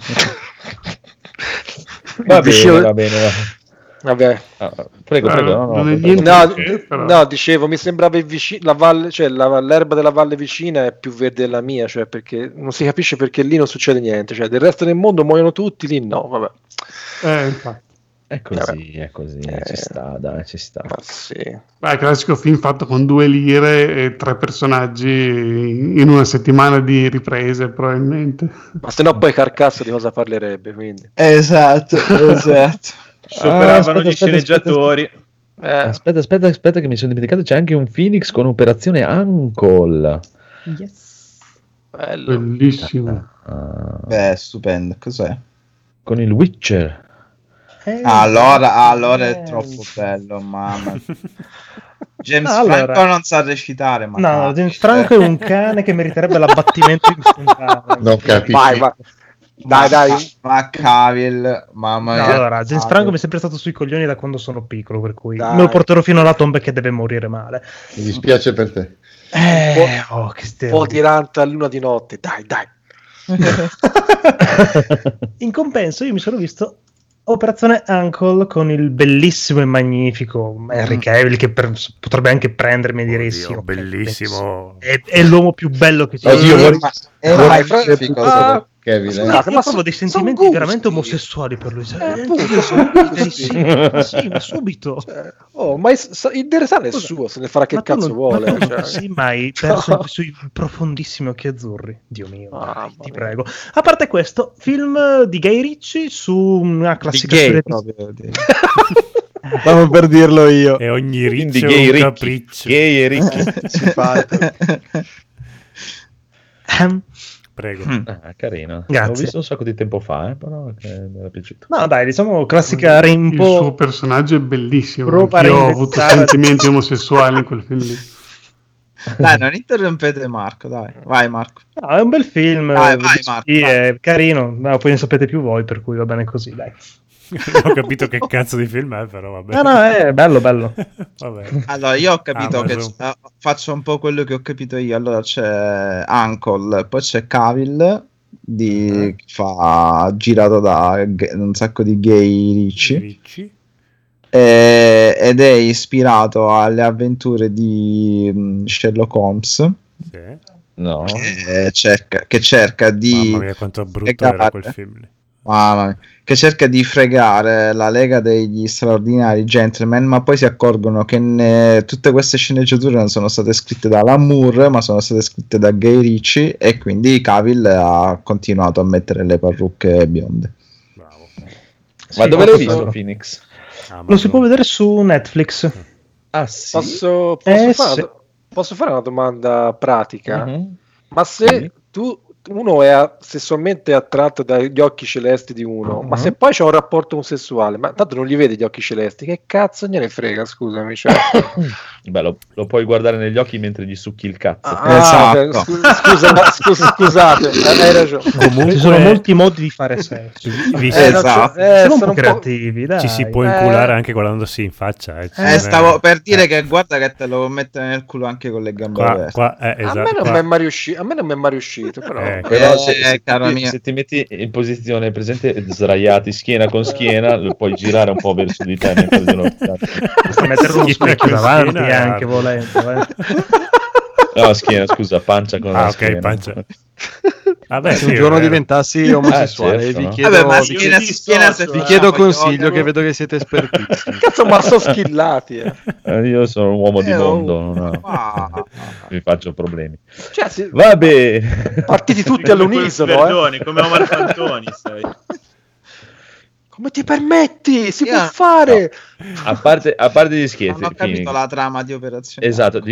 Va bene. Vabbè. Prego. No, dicevo, mi sembrava la valle, cioè l'erba della valle vicina è più verde della mia, cioè perché non si capisce perché lì non succede niente, cioè del resto del mondo muoiono tutti, lì no, vabbè. Infatti. È così, ci sta. Sì. Beh, classico film fatto con 2 lire e 3 personaggi in una settimana di riprese, probabilmente. Ma se no poi Carcassa di cosa parlerebbe, quindi. Esatto. Superavano gli sceneggiatori. Aspetta che mi sono dimenticato, c'è anche un Phoenix con Operazione Uncle. Yes. Bello. Bellissimo. Beh, stupendo. Cos'è? Con il Witcher. Allora è troppo bello, mamma. James Franco non sa recitare, ma no, James Franco è un cane che meriterebbe l'abbattimento istantaneo. Non capisci. Dai. Ma Cavill, mamma mia. Allora, James Franco mi è sempre stato sui coglioni da quando sono piccolo, per cui me lo porterò fino alla tomba che deve morire male. Mi dispiace per te. Che un po' tirante a luna di notte, dai. In compenso io mi sono visto Operazione Uncle con il bellissimo e magnifico Henry Cavill, che potrebbe anche prendermi e dire sì, bellissimo, è l'uomo più bello che c'è. Kevin, scusate, ma provo dei sentimenti veramente omosessuali per lui. Sì, ma subito. Ma il interessante è suo, se ne farà che cazzo vuole. Sì, ma hai perso i suoi profondissimi occhi azzurri. Dio mio, ti prego. A parte questo, film di Guy Ritchie su una classica storia stavo per dirlo io. E ogni riccio è un capriccio. Gay e ricchi. Prego. Carino. Grazie. L'ho visto un sacco di tempo fa, però mi era piaciuto. No, dai, diciamo classica Il suo personaggio è bellissimo. Io ho avuto sentimenti omosessuali in quel film lì. Dai, non interrompete Marco, dai. Vai Marco. No, è un bel film, Vai, Marco, sì, vai. è carino, no, poi ne sapete più voi, per cui va bene così, dai. Non ho capito che cazzo di film è, però vabbè. No, è bello. Vabbè. Allora, io ho capito che Amazon. faccio un po' quello che ho capito io. Allora, c'è Uncle, poi c'è Cavill, che fa girato da un sacco di gay ricci. Ricci. Ed è ispirato alle avventure di Sherlock Holmes, Sì. No. che cerca di Mamma mia, quanto brutto era quel film lì. Mamma mia, che cerca di fregare la Lega degli straordinari gentleman, ma poi si accorgono che tutte queste sceneggiature non sono state scritte da Alan Moore, ma sono state scritte da Guy Ritchie, e quindi Cavill ha continuato a mettere le parrucche bionde. Bravo. Ma dove l'hai visto Phoenix? Lo si può vedere su Netflix. Ah sì? Posso fare una domanda pratica? Ma se uno è sessualmente attratto dagli occhi celesti di uno, ma se poi c'è un rapporto omosessuale, ma tanto non gli vede gli occhi celesti, che cazzo gliene frega, scusami, cioè. Beh, lo puoi guardare negli occhi mentre gli succhi il cazzo. Esatto. Scusate, hai ragione. Comunque ci sono molti modi di fare sesso. Esatto. Siamo un po' creativi, dai. Ci si può inculare anche guardandosi in faccia. Stavo per dire che guarda che te lo mettere nel culo anche con le gambe aperte. Esatto. A me non mi è mai riuscito, però. Però se ti metti in posizione presente sdraiati schiena con schiena, lo puoi girare un po' verso di te mentre Basta mettere uno specchio davanti anche volendo. No, schiena, scusa, pancia con la schiena. Ok, pancia. Vabbè, se un giorno diventassi omosessuale, certo, vi no? chiedo, Vabbè, ma vi chiedo consiglio, che vedo che siete esperti. Cazzo, ma sono schillati. Io sono un uomo di mondo, mi faccio problemi. Cioè, Vabbè, partiti tutti all'unisono, Perdoni, come Omar Fantoni sei. Come ti permetti? Si può fare? No. A parte gli scherzi, non ho capito la trama di Operazione. Esatto,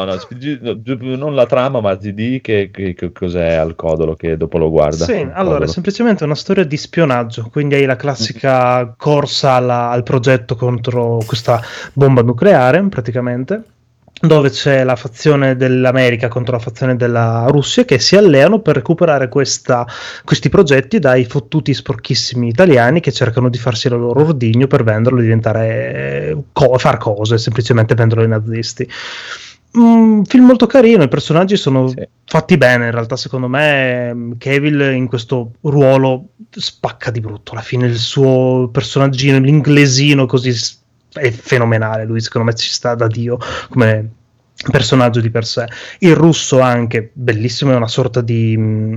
non la trama, ma di che cos'è al Codolo, che dopo lo guarda. Sì, allora è semplicemente una storia di spionaggio, quindi hai la classica corsa al progetto contro questa bomba nucleare, praticamente, dove c'è la fazione dell'America contro la fazione della Russia che si alleano per recuperare questi progetti dai fottuti sporchissimi italiani che cercano di farsi il loro ordigno per venderlo e diventare far cose, semplicemente venderlo ai nazisti. Un film molto carino, i personaggi sono fatti bene, in realtà secondo me Cavill in questo ruolo spacca di brutto, alla fine il suo personaggino, l'inglesino così è fenomenale, lui secondo me ci sta da Dio come personaggio di per sé. Il russo anche bellissimo, è una sorta di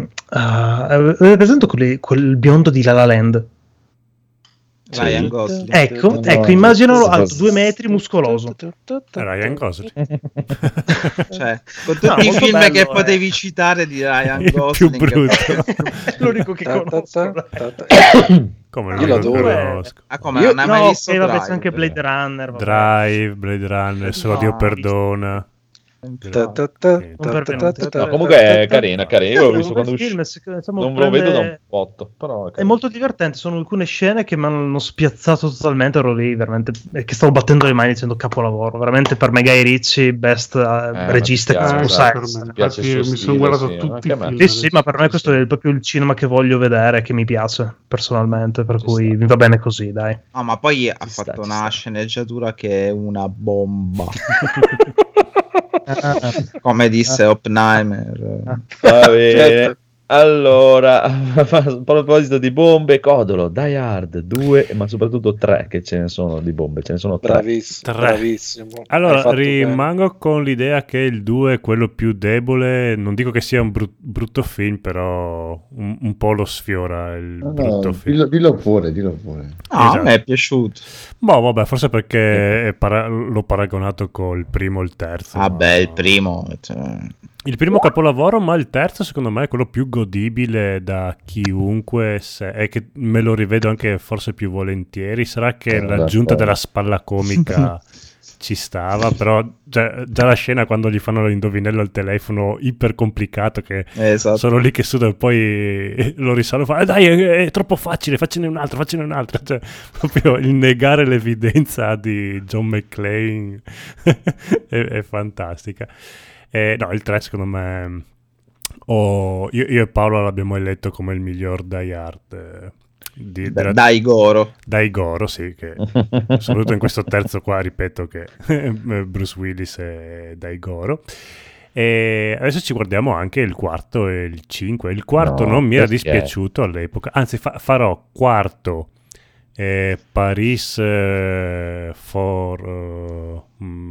avete presente quel biondo di La La Land? Ryan Gosling. Ecco, immaginalo alto 2 metri, muscoloso. Ryan Gosling. Cioè, con tutti i film bello, che potevi citare di Ryan Gosling, più brutto. L'unico che conosco. Come io l'adoro. Come non hai mai visto vabbè, Drive? c'è anche Blade Runner. Blade Runner, solo Dio perdona. No, comunque è carina. Io l'ho visto quando uscì. Non lo vedo da un botto, però è molto divertente. Sono alcune scene che mi hanno spiazzato totalmente. Ero lì veramente che stavo battendo le mani dicendo capolavoro. Veramente per me Guy Ritchie, best regista che mi sono guardato tutti i film. Sì, ma per me questo è proprio il cinema che voglio vedere, che mi piace personalmente, per cui mi va bene così, dai. No, ma poi ha fatto una sceneggiatura che è una bomba. Come disse Oppenheimer. Va bene. Allora, a proposito di bombe, Codolo, Die Hard 2, ma soprattutto 3, che ce ne sono di bombe, ce ne sono 3. Bravissimo. Allora, rimango con l'idea che il 2 è quello più debole, non dico che sia un brutto film, però un po' lo sfiora il brutto film. Dillo pure. A me è piaciuto. Boh, vabbè, forse perché l'ho paragonato col primo e il terzo. Vabbè, il primo... Il primo capolavoro, ma il terzo secondo me è quello più godibile da chiunque, e che me lo rivedo anche forse più volentieri. Sarà che l'aggiunta della spalla comica ci stava, però già la scena quando gli fanno l'indovinello al telefono iper complicato, che esatto. sono lì che suda e poi lo risolve, fa dai è troppo facile, faccene un'altra, cioè proprio il negare l'evidenza di John McClane è fantastica. No, il 3 secondo me io e Paolo l'abbiamo eletto come il miglior Die Hard Dai Goro, sì, che soprattutto in questo terzo qua ripeto che Bruce Willis è Dai Goro. E adesso ci guardiamo anche il quarto e il 5. Il quarto non mi era dispiaciuto all'epoca, anzi farò quarto Paris for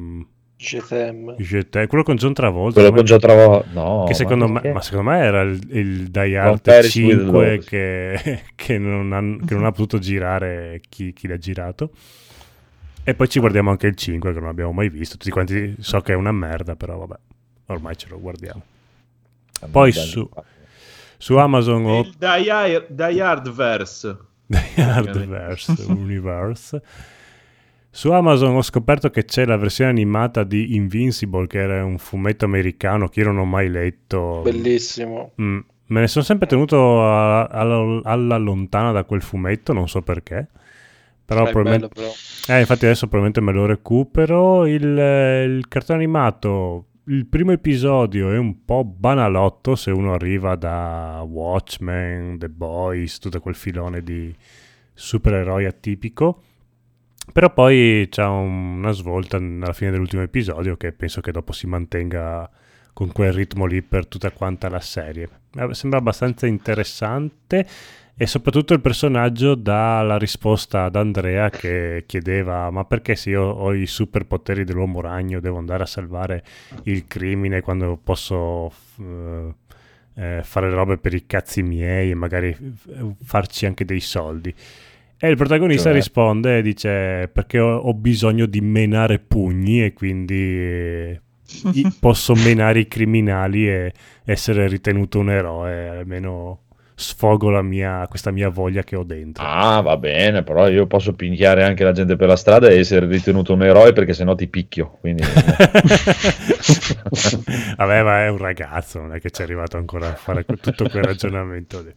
quello con John Travolta, no, che secondo me era il Die Hard 5 che non ha potuto girare chi l'ha girato. E poi ci guardiamo anche il 5 che non abbiamo mai visto, tutti quanti so che è una merda, però vabbè, ormai ce lo guardiamo. Poi su Amazon il Die Hardverse Universe. Su Amazon ho scoperto che c'è la versione animata di Invincible, che era un fumetto americano che io non ho mai letto. Bellissimo. Me ne sono sempre tenuto alla lontana da quel fumetto, non so perché. Però probabilmente... infatti adesso probabilmente me lo recupero. Il cartone animato, il primo episodio è un po' banalotto se uno arriva da Watchmen, The Boys, tutto quel filone di supereroi atipico. Però poi c'è una svolta alla fine dell'ultimo episodio che penso che dopo si mantenga con quel ritmo lì per tutta quanta la serie. Sembra abbastanza interessante e soprattutto il personaggio dà la risposta ad Andrea che chiedeva ma perché se io ho i superpoteri dell'uomo ragno devo andare a salvare il crimine quando posso fare le robe per i cazzi miei e magari farci anche dei soldi. E il protagonista risponde e dice perché ho bisogno di menare pugni e quindi posso menare i criminali e essere ritenuto un eroe, almeno sfogo questa mia voglia che ho dentro. Va bene, però io posso picchiare anche la gente per la strada e essere ritenuto un eroe perché sennò ti picchio, quindi... Vabbè, ma è un ragazzo, non è che ci è arrivato ancora a fare tutto quel ragionamento lì.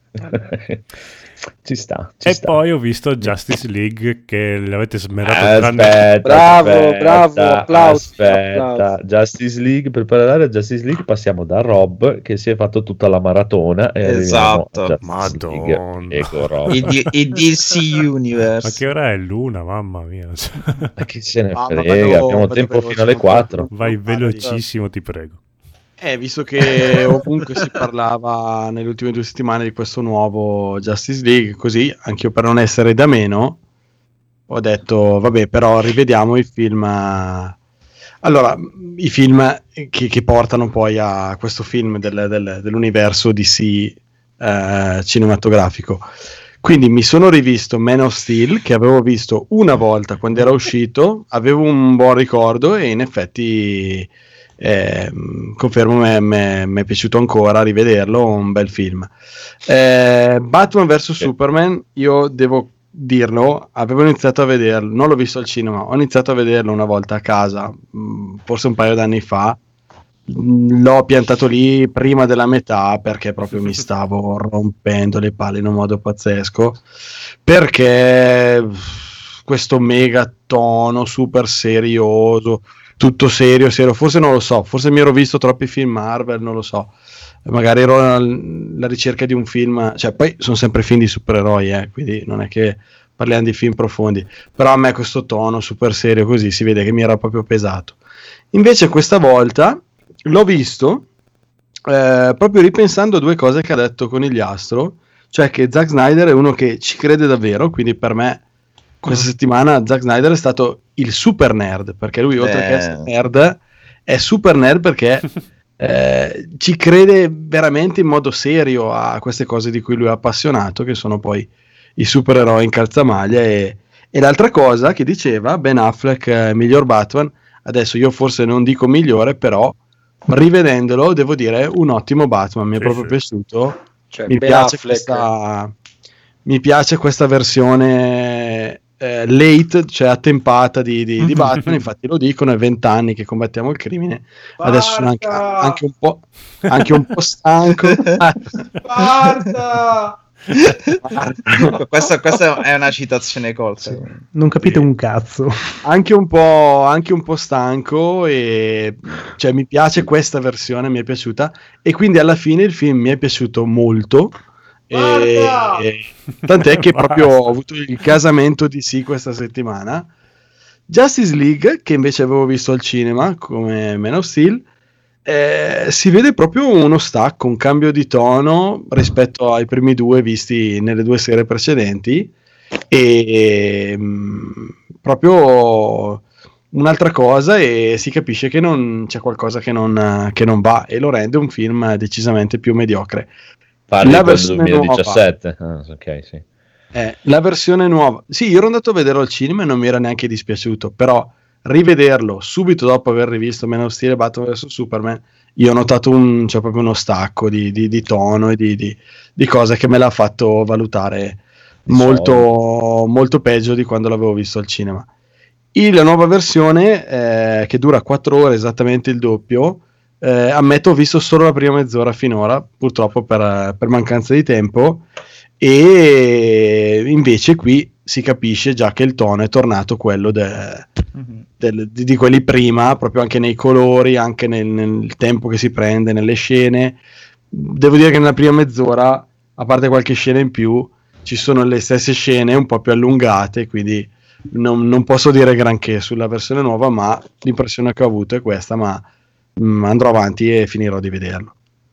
Ci sta. Poi ho visto Justice League che l'avete smerato. Bravo, applausi. Justice League, per parlare di Justice League passiamo da Rob che si è fatto tutta la maratona e esatto, Madonna, il DC Universe. Ma che ora è l'una, mamma mia, ma che se ne frega, abbiamo tempo fino alle 4. Vai velocissimo, ti prego. Visto che ovunque si parlava nelle ultime 2 settimane di questo nuovo Justice League, così anch'io per non essere da meno ho detto vabbè, però rivediamo i film. Allora, i film che portano poi a questo film dell'universo DC cinematografico. Quindi mi sono rivisto Man of Steel, che avevo visto una volta quando era uscito, avevo un buon ricordo e in effetti... confermo, mi è piaciuto ancora rivederlo, un bel film. Batman vs Superman, io devo dirlo, avevo iniziato a vederlo, non l'ho visto al cinema, ho iniziato a vederlo una volta a casa, forse un paio d'anni fa, l'ho piantato lì prima della metà perché proprio mi stavo rompendo le palle in un modo pazzesco, perché questo mega tono super serioso, tutto serio, forse non lo so, forse mi ero visto troppi film Marvel, non lo so, magari ero alla ricerca di un film, cioè poi sono sempre film di supereroi, quindi non è che parliamo di film profondi, però a me questo tono super serio così si vede che mi era proprio pesato. Invece questa volta l'ho visto proprio ripensando a 2 cose che ha detto Conigliastro, cioè che Zack Snyder è uno che ci crede davvero, quindi per me questa settimana Zack Snyder è stato il super nerd, perché lui oltre che essere nerd è super nerd perché ci crede veramente in modo serio a queste cose di cui lui è appassionato, che sono poi i supereroi in calzamaglia. E l'altra cosa che diceva Ben Affleck miglior Batman, adesso io forse non dico migliore, però rivedendolo devo dire un ottimo Batman, mi è proprio piaciuto, cioè, mi piace questa versione late, cioè attempata di Batman, infatti lo dicono, è 20 anni che combattiamo il crimine, adesso sono anche un po' stanco. Guarda! questa è una citazione colta. Non capite un cazzo. Anche un po' stanco, e cioè mi piace questa versione, mi è piaciuta, e quindi alla fine il film mi è piaciuto molto. Tant'è che proprio ho avuto il casamento di sì questa settimana. Justice League, che invece avevo visto al cinema come Man of Steel, si vede proprio uno stacco, un cambio di tono rispetto ai primi due visti nelle due serie precedenti, e proprio un'altra cosa, e si capisce che non c'è qualcosa che non va, e lo rende un film decisamente più mediocre. Parli La del versione 2017? Ok, sì. La versione nuova, sì, io ero andato a vederlo al cinema e non mi era neanche dispiaciuto, però rivederlo subito dopo aver rivisto Man of Steel e Batman vs Superman, io ho notato c'è proprio uno stacco di tono e di cose che me l'ha fatto valutare molto, molto peggio di quando l'avevo visto al cinema. La nuova versione, che dura 4 ore, esattamente il doppio, ammetto, ho visto solo la prima mezz'ora finora, purtroppo per mancanza di tempo, e invece qui si capisce già che il tono è tornato quello di quelli prima, proprio anche nei colori, anche nel tempo che si prende, nelle scene. Devo dire che nella prima mezz'ora, a parte qualche scena in più, ci sono le stesse scene un po' più allungate, quindi non posso dire granché sulla versione nuova, ma l'impressione che ho avuto è questa, ma andrò avanti e finirò di vederlo.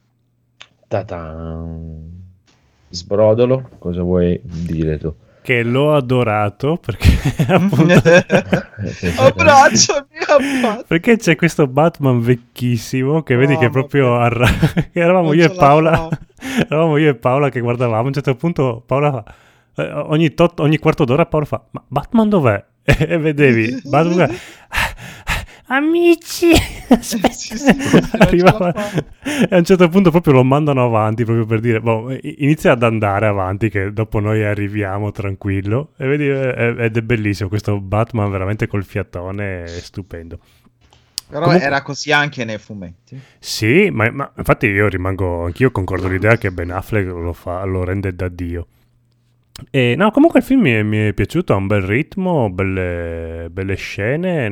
Sbrodolo, cosa vuoi dire tu? Che l'ho adorato perché appunto perché c'è questo Batman vecchissimo che vedi che proprio eravamo io e Paola che guardavamo. A un certo punto Paola fa, ogni quarto d'ora Paola fa: ma Batman dov'è? E vedevi Batman amici, arrivava, e a un certo punto proprio lo mandano avanti proprio per dire inizia ad andare avanti che dopo noi arriviamo tranquillo, e vedi, ed è bellissimo questo Batman veramente col fiatone, è stupendo. Però era così anche nei fumetti. Sì, ma infatti anch'io concordo l'idea che Ben Affleck lo rende da Dio. No, comunque il film mi è piaciuto, ha un bel ritmo, belle scene,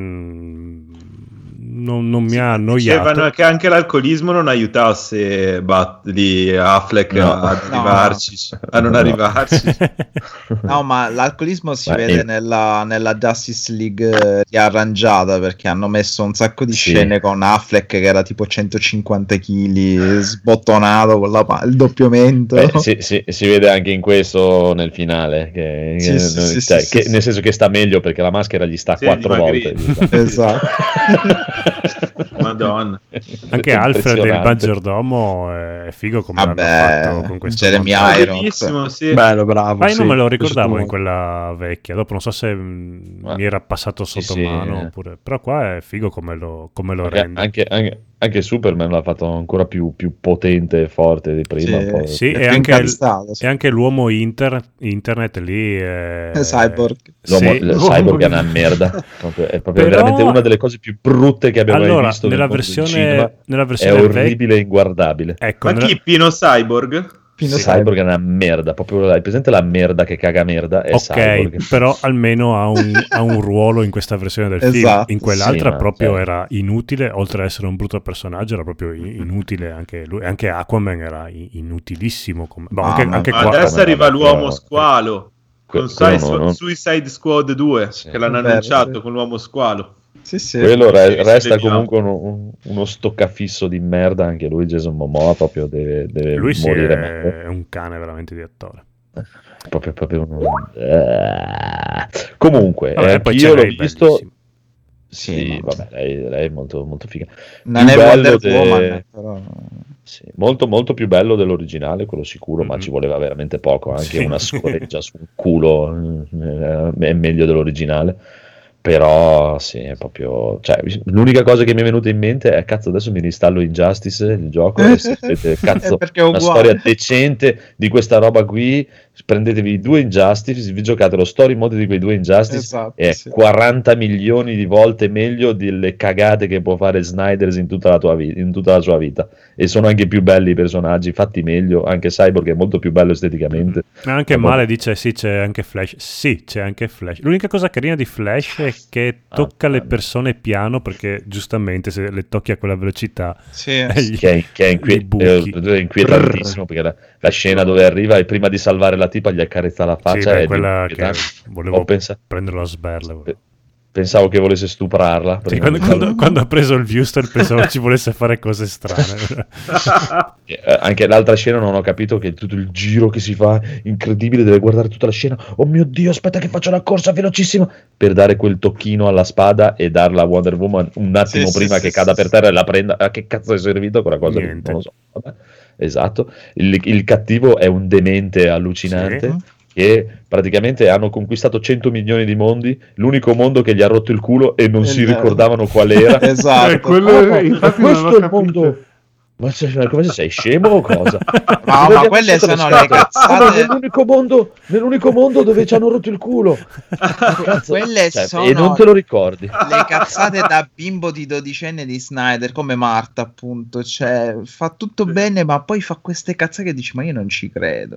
non mi ha annoiato. Dicevano che anche l'alcolismo non aiutasse di Affleck a non arrivarci. No, ma l'alcolismo si vede nella Justice League riarrangiata, perché hanno messo un sacco di scene con Affleck che era tipo 150 kg sbottonato con il doppio mento. Si vede anche in questo, nel finale, nel senso che sta meglio perché la maschera gli sta 4 volte. Esatto. Madonna. Anche Alfred il maggiordomo è figo come l'hanno fatto con questo Jeremy Irons. Bello, bravo. Io non me lo ricordavo in quella vecchia, dopo non so se mi era passato sotto mano oppure, però qua è figo come lo rende. Anche Superman l'ha fatto ancora più potente e forte di prima. E anche l'uomo internet lì Cyborg. Cyborg è una merda. È proprio veramente una delle cose più brutte che abbiamo mai visto nella versione è orribile e inguardabile. Ecco, ma chi? Pino Cyborg? Cyborg è una merda, proprio hai presente la merda che caga merda? È Cyborg. Però almeno ha un ruolo in questa versione del film. In quell'altra era inutile, oltre ad essere un brutto personaggio era proprio inutile anche lui, anche Aquaman era inutilissimo anche qua. Adesso arriva l'uomo squalo con Suicide Squad 2 che l'hanno annunciato con l'uomo squalo. Quello resta comunque uno stoccafisso di merda, anche lui. Jason Momoa proprio deve lui morire. È un cane veramente di attore, proprio uno... Comunque io l'ho visto. Lei è molto, molto figa. Non è Wonder Woman, però... molto molto più bello dell'originale, quello sicuro, ma ci voleva veramente poco. Anche una scoreggia sul culo è meglio dell'originale. Però sì, è proprio, cioè, l'unica cosa che mi è venuta in mente è cazzo, adesso mi installo Injustice, il gioco, e se avete cazzo una storia decente di questa roba qui, prendetevi 2 Injustice, vi giocate lo story mode di quei 2 Injustice, Esatto, e è 40 milioni di volte meglio delle cagate che può fare Snyder in tutta la tua in tutta la sua vita, e sono anche più belli i personaggi, fatti meglio, anche Cyborg è molto più bello esteticamente. Anche Male dice sì, c'è anche Flash. Sì, c'è anche Flash. L'unica cosa carina di Flash è che tocca le persone piano, perché giustamente se le tocchi a quella velocità che è inquietantissimo, perché la scena dove arriva e prima di salvare la tipa gli accarezza la faccia, è quella che volevo prenderlo a sberla. Pensavo che volesse stuprarla. Sì, quando ha preso il Viewster pensavo ci volesse fare cose strane. Anche l'altra scena non ho capito, che tutto il giro che si fa incredibile, deve guardare tutta la scena, oh mio Dio, aspetta che faccio la corsa velocissima, per dare quel tocchino alla spada e darla a Wonder Woman un attimo prima che cada per terra e la prenda. A che cazzo è servito quella cosa? Niente. Non lo so. Vabbè. Esatto, il cattivo è un demente allucinante, che praticamente hanno conquistato 100 milioni di mondi, l'unico mondo che gli ha rotto il culo e non si ricordavano qual era. Esatto. Questo è il mondo. Ma come sei scemo o cosa? Ma quelle sono le cazzate. Nell'unico mondo dove ci hanno rotto il culo. Quelle sono e non te lo ricordi. le cazzate da bimbo di 12enne di Snyder, come Marta, appunto. Cioè, fa tutto bene, ma poi fa queste cazzate che dici: ma io non ci credo.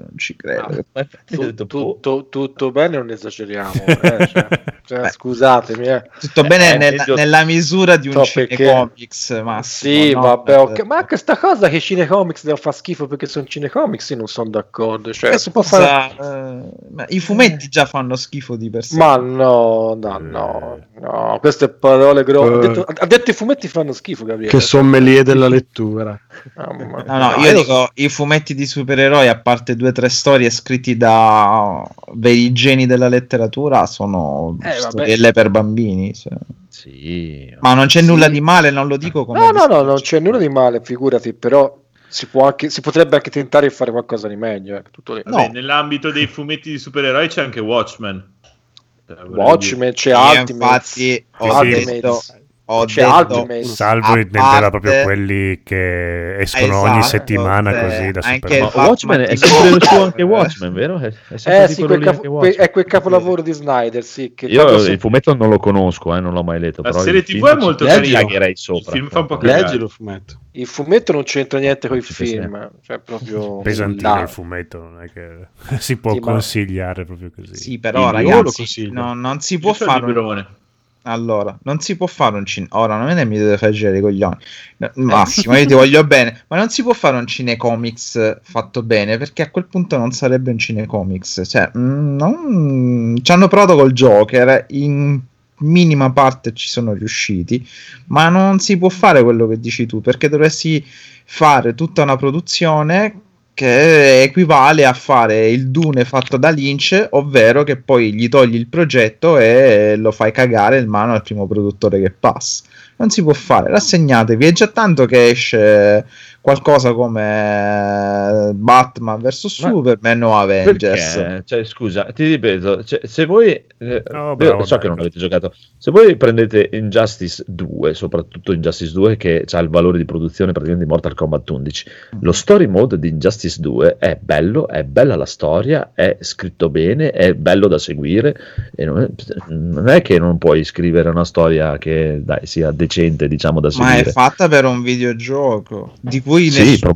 Tutto bene, non esageriamo. Cioè, scusatemi. Tutto bene nella misura di un cinecomics, Massimo. Sì, no? Vabbè, okay. Ma questa cosa che i cinecomics devono fare schifo perché sono cinecomics, io non sono d'accordo. Cioè, si può fare... I fumetti già fanno schifo di per sé. Ma no, queste parole grosse. Ha detto i fumetti fanno schifo, Gabriele. Che sommelier della lettura. No, io dico i fumetti di supereroi, a parte 2 o 3 storie scritti da veri geni della letteratura, sono storielle per bambini. Sì, ma non c'è nulla di male, non lo dico come no, non c'è nulla di male, figurati, però si potrebbe anche tentare di fare qualcosa di meglio. Tutto lì. Vabbè, nell'ambito dei fumetti di supereroi c'è anche Watchmen. C'è Ultimate, Salvo intendeva proprio quelli che escono ogni settimana così da supereroi. Watchmen è sempre il suo anche Watchmen, vero? È quel capolavoro di Snyder, sì, che io il fumetto non lo conosco, non l'ho mai letto. La però serie TV è molto carina. Il film fa un po' leggi lo fumetto. Il fumetto non c'entra niente con il film, cioè proprio pesantino il fumetto, non è che si può consigliare proprio così. Sì, però ragazzi, non si può fare allora, non si può fare un ora non mi deve far girare i coglioni. Massimo, io ti voglio bene, ma non si può fare un cinecomics fatto bene, perché a quel punto non sarebbe un cinecomics. Cioè, ci hanno provato col Joker, in minima parte ci sono riusciti, ma non si può fare quello che dici tu, perché dovresti fare tutta una produzione che equivale a fare il Dune fatto da Lynch, ovvero che poi gli togli il progetto e lo fai cagare in mano al primo produttore che passa. Non si può fare, rassegnatevi. È già tanto che esce qualcosa come Batman vs Superman o Avengers. Perché? Cioè, scusa, ti ripeto, se voi so che non avete giocato, se voi prendete Injustice 2, soprattutto Injustice 2 che ha il valore di produzione praticamente di Mortal Kombat 11, lo story mode di Injustice 2 è bello, è bella la storia, è scritto bene, è bello da seguire, e non è che non puoi scrivere una storia che sia decente, diciamo, da seguire. Ma è fatta per un videogioco di cui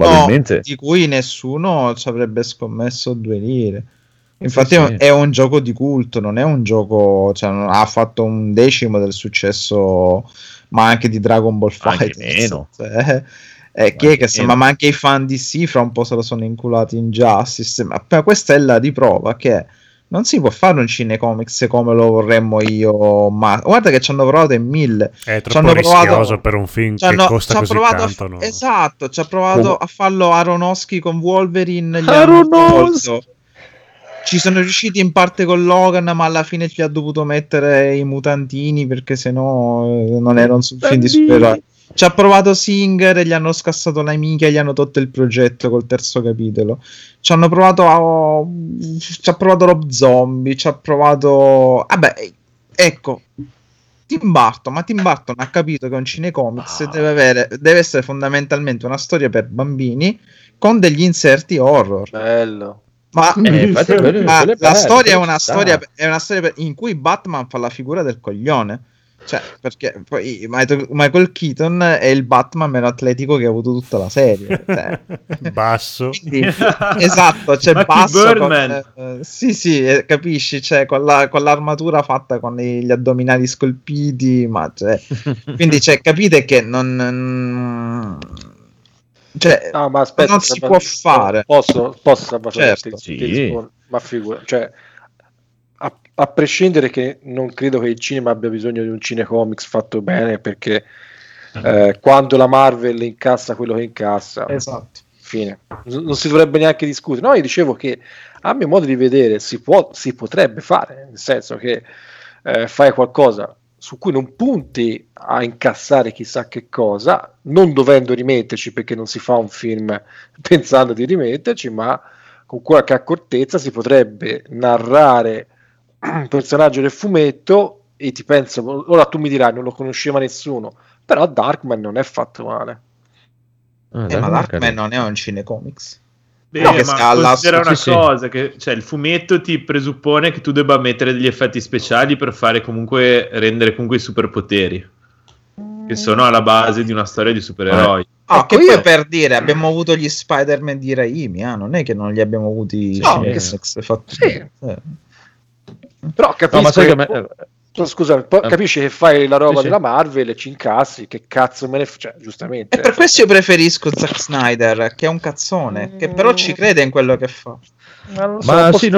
nessuno ci avrebbe scommesso 2 lire. Infatti è un gioco di culto, non è un gioco, cioè, ha fatto 1/10 del successo, ma anche di Dragon Ball Fighter, meno. Ma anche i fan di fra un po' se lo sono inculati in Justice, ma questa è la di prova che non si può fare un cinecomics come lo vorremmo io, ma guarda che ci hanno provato in 1000. È troppo rischioso per un film che costa così tanto. Esatto, ci ha provato a farlo Aronofsky con Wolverine. Ci sono riusciti in parte con Logan, ma alla fine ci ha dovuto mettere i mutantini perché sennò non erano sul film di supereroi. Ci ha provato Singer e gli hanno scassato la minchia e gli hanno tolto il progetto col 3° capitolo. Ci ha provato Rob Zombie, ci ha provato... Vabbè, ecco, Tim Burton ha capito che un cinecomics deve essere fondamentalmente una storia per bambini con degli inserti horror. Bello. Ma infatti, la storia è una storia in cui Batman fa la figura del coglione. Cioè, perché poi Michael Keaton è il Batman meno atletico che ha avuto tutta la serie. Basso. Quindi, esatto, c'è basso. Sì, capisci? Cioè, con l'armatura fatta con gli addominali scolpiti. Quindi, capite che non. Cioè, no, ma aspetta, non si può fare. Posso certo. Sì. Ma figura, cioè, a prescindere che non credo che il cinema abbia bisogno di un cinecomics fatto bene, perché quando la Marvel incassa quello che incassa, esatto, fine, non si dovrebbe neanche discutere. No, io dicevo che a mio modo di vedere si potrebbe fare, nel senso che fai qualcosa su cui non punti a incassare chissà che cosa, non dovendo rimetterci, perché non si fa un film pensando di rimetterci, ma con qualche accortezza si potrebbe narrare un personaggio del fumetto. E ti penso, ora tu mi dirai non lo conosceva nessuno, però Darkman non è fatto male. Ma Darkman non è un cinecomics. Ma considera una cosa, che cioè, il fumetto ti presuppone che tu debba mettere degli effetti speciali per fare comunque, rendere comunque i superpoteri, che sono alla base di una storia di supereroi. Che poi, per dire, abbiamo avuto gli Spider-Man di Raimi, non è che non li abbiamo avuti fatti. Però capisco scusami, capisci che fai la roba della Marvel e ci incassi, che cazzo me ne cioè, giustamente. E per questo io preferisco Zack Snyder, che è un cazzone, che però ci crede in quello che fa. Ma sì,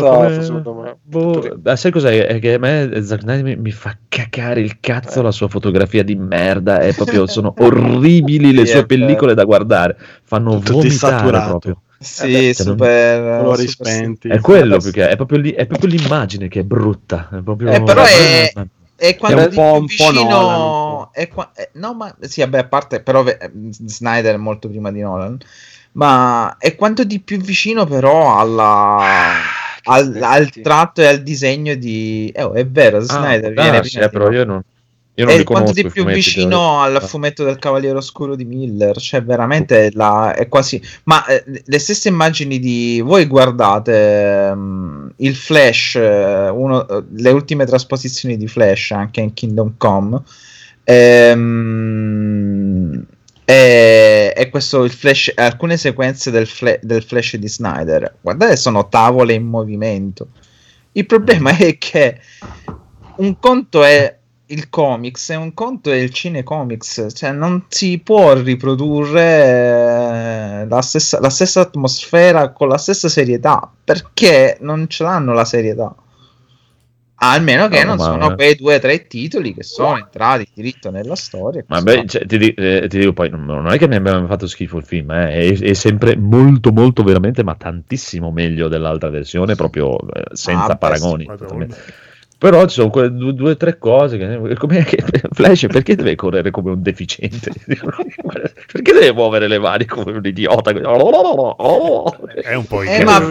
sai cos'è? È che a me Zack Snyder mi fa cacare il cazzo la sua fotografia di merda, è proprio, sono orribili le sue pellicole da guardare, fanno vomitare proprio. Sì, super colori spenti. È quello più che è proprio l'immagine che è brutta. È proprio, però è quando è un po' vicino. No, ma sì, vabbè, a parte, però Snyder è molto prima di Nolan. Ma è quanto di più vicino, però, al tratto e al disegno di. È vero, Snyder viene prima però io non. È quanto di più vicino al fumetto del Cavaliere Oscuro di Miller, cioè veramente è quasi. Ma le stesse immagini di voi guardate il Flash, le ultime trasposizioni di Flash anche in Kingdom Come, e questo il Flash, alcune sequenze del Flash di Snyder, guardate, sono tavole in movimento. Il problema è che un conto è il comics e un conto è il cinecomics, cioè non si può riprodurre la stessa atmosfera con la stessa serietà, perché non ce l'hanno la serietà, almeno che non sono quei 2 o 3 titoli che sono entrati diritto nella storia. Vabbè, ti dico poi, non è che mi abbia fatto schifo il film, è sempre molto molto veramente, ma tantissimo meglio dell'altra versione, proprio senza paragoni. Però ci sono quelle 2 o 3 cose che Flash perché deve correre come un deficiente? Perché deve muovere le mani come un idiota? È un po'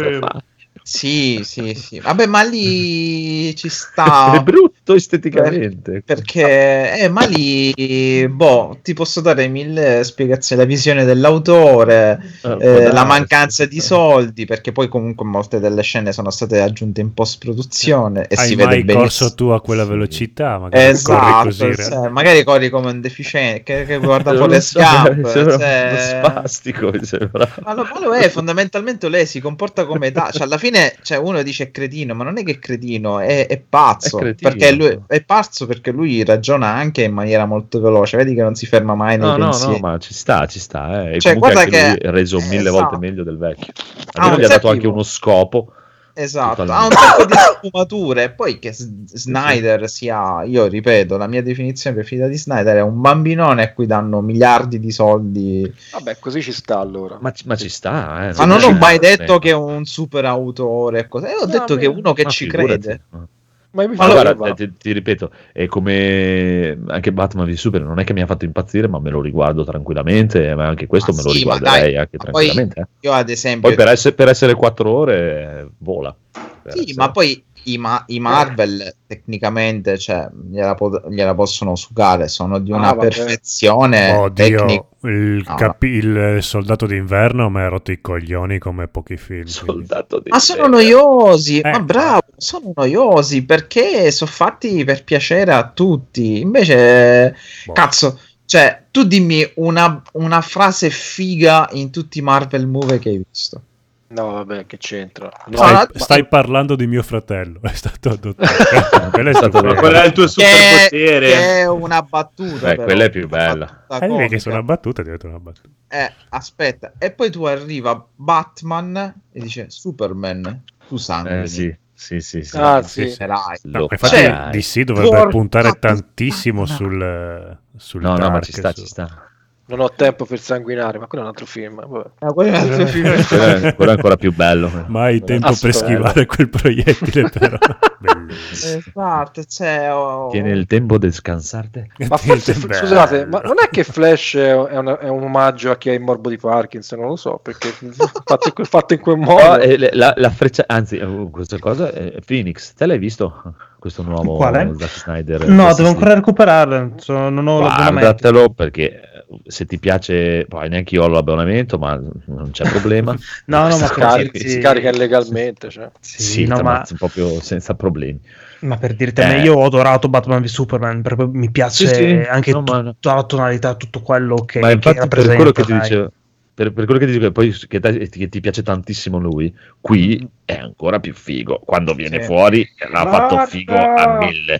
Sì. Vabbè, ma lì ci sta. È brutto esteticamente. Perché ma lì ti posso dare 1000 spiegazioni. La visione dell'autore, la mancanza di soldi, perché poi comunque molte delle scene sono state aggiunte in post-produzione e hai si vede benissimo. Hai corso tu a quella velocità? Magari corri così, magari corri come un deficiente che guarda Forrest Gump, uno spastico, mi sembra. Ma lo è, fondamentalmente lei si comporta come cioè alla fine, cioè, uno dice è cretino, ma non è che è cretino, è pazzo, perché lui è pazzo, perché lui ragiona anche in maniera molto veloce, vedi che non si ferma mai nei pensieri. No, ma ci sta, e cioè, guarda che lui è reso 1000 volte meglio del vecchio, almeno gli ha dato anche uno scopo. Esatto, ha un sacco di sfumature. Poi che Snyder sia, io ripeto, la mia definizione preferita di Snyder è un bambinone a cui danno miliardi di soldi. Vabbè, così ci sta allora. Ma ci sta, ma non ho mai detto che è un super autore. Io ho detto che è uno che ci crede. Ma guarda, ti ripeto, è come anche Batman v Super, non è che mi ha fatto impazzire, ma me lo riguardo tranquillamente, ma anche questo me lo riguarderei anche tranquillamente. Io ad esempio, poi per essere 4 ore vola. Ma poi i Marvel tecnicamente, cioè, gliela possono sugare, sono di una perfezione tecnica. Il Soldato d'Inverno mi ha rotto i coglioni come pochi film. Ma sono noiosi, ma bravo, sono noiosi perché sono fatti per piacere a tutti. Invece, cazzo, cioè, tu dimmi una frase figa in tutti i Marvel movie che hai visto. No, vabbè, che c'entra? Stai parlando di mio fratello, è stato adottato. Quello è il tuo superpotere. Che è una battuta. Quella è più bella. Che sono una battuta, diventa una battuta. Aspetta, e poi tu arriva Batman e dice Superman, tu sangue. Sì. Ah, sì. No, infatti DC dovrebbe puntare tantissimo sul no, dark, ma ci sta. Non ho tempo per sanguinare, ma quello è un altro film. Quello è un altro film. Quello è ancora più bello. Mai tempo per schivare quel proiettile, però. Esatto, Tiene il tempo di scansarti. Ma forse, scusate, ma non è che Flash è un omaggio a chi ha il morbo di Parkinson? Non lo so, perché fatto in quel modo. La freccia, anzi, questa cosa Phoenix, te l'hai visto? Questo nuovo Zack Snyder? No, devo ancora recuperarlo. Non ho l'abbonamento. Guardatelo, perché se ti piace, poi neanche io ho l'abbonamento, ma non c'è problema. ma si carica illegalmente. Cioè. Sì, ma proprio senza problemi. Ma per dirti a me, io ho adorato Batman v Superman, perché mi piace anche tutta la tonalità, tutto quello che ma infatti che per quello che ti dicevo. Per quello che ti dico, poi che ti piace tantissimo lui, qui è ancora più figo. Quando viene fuori l'ha fatto figo a 1000.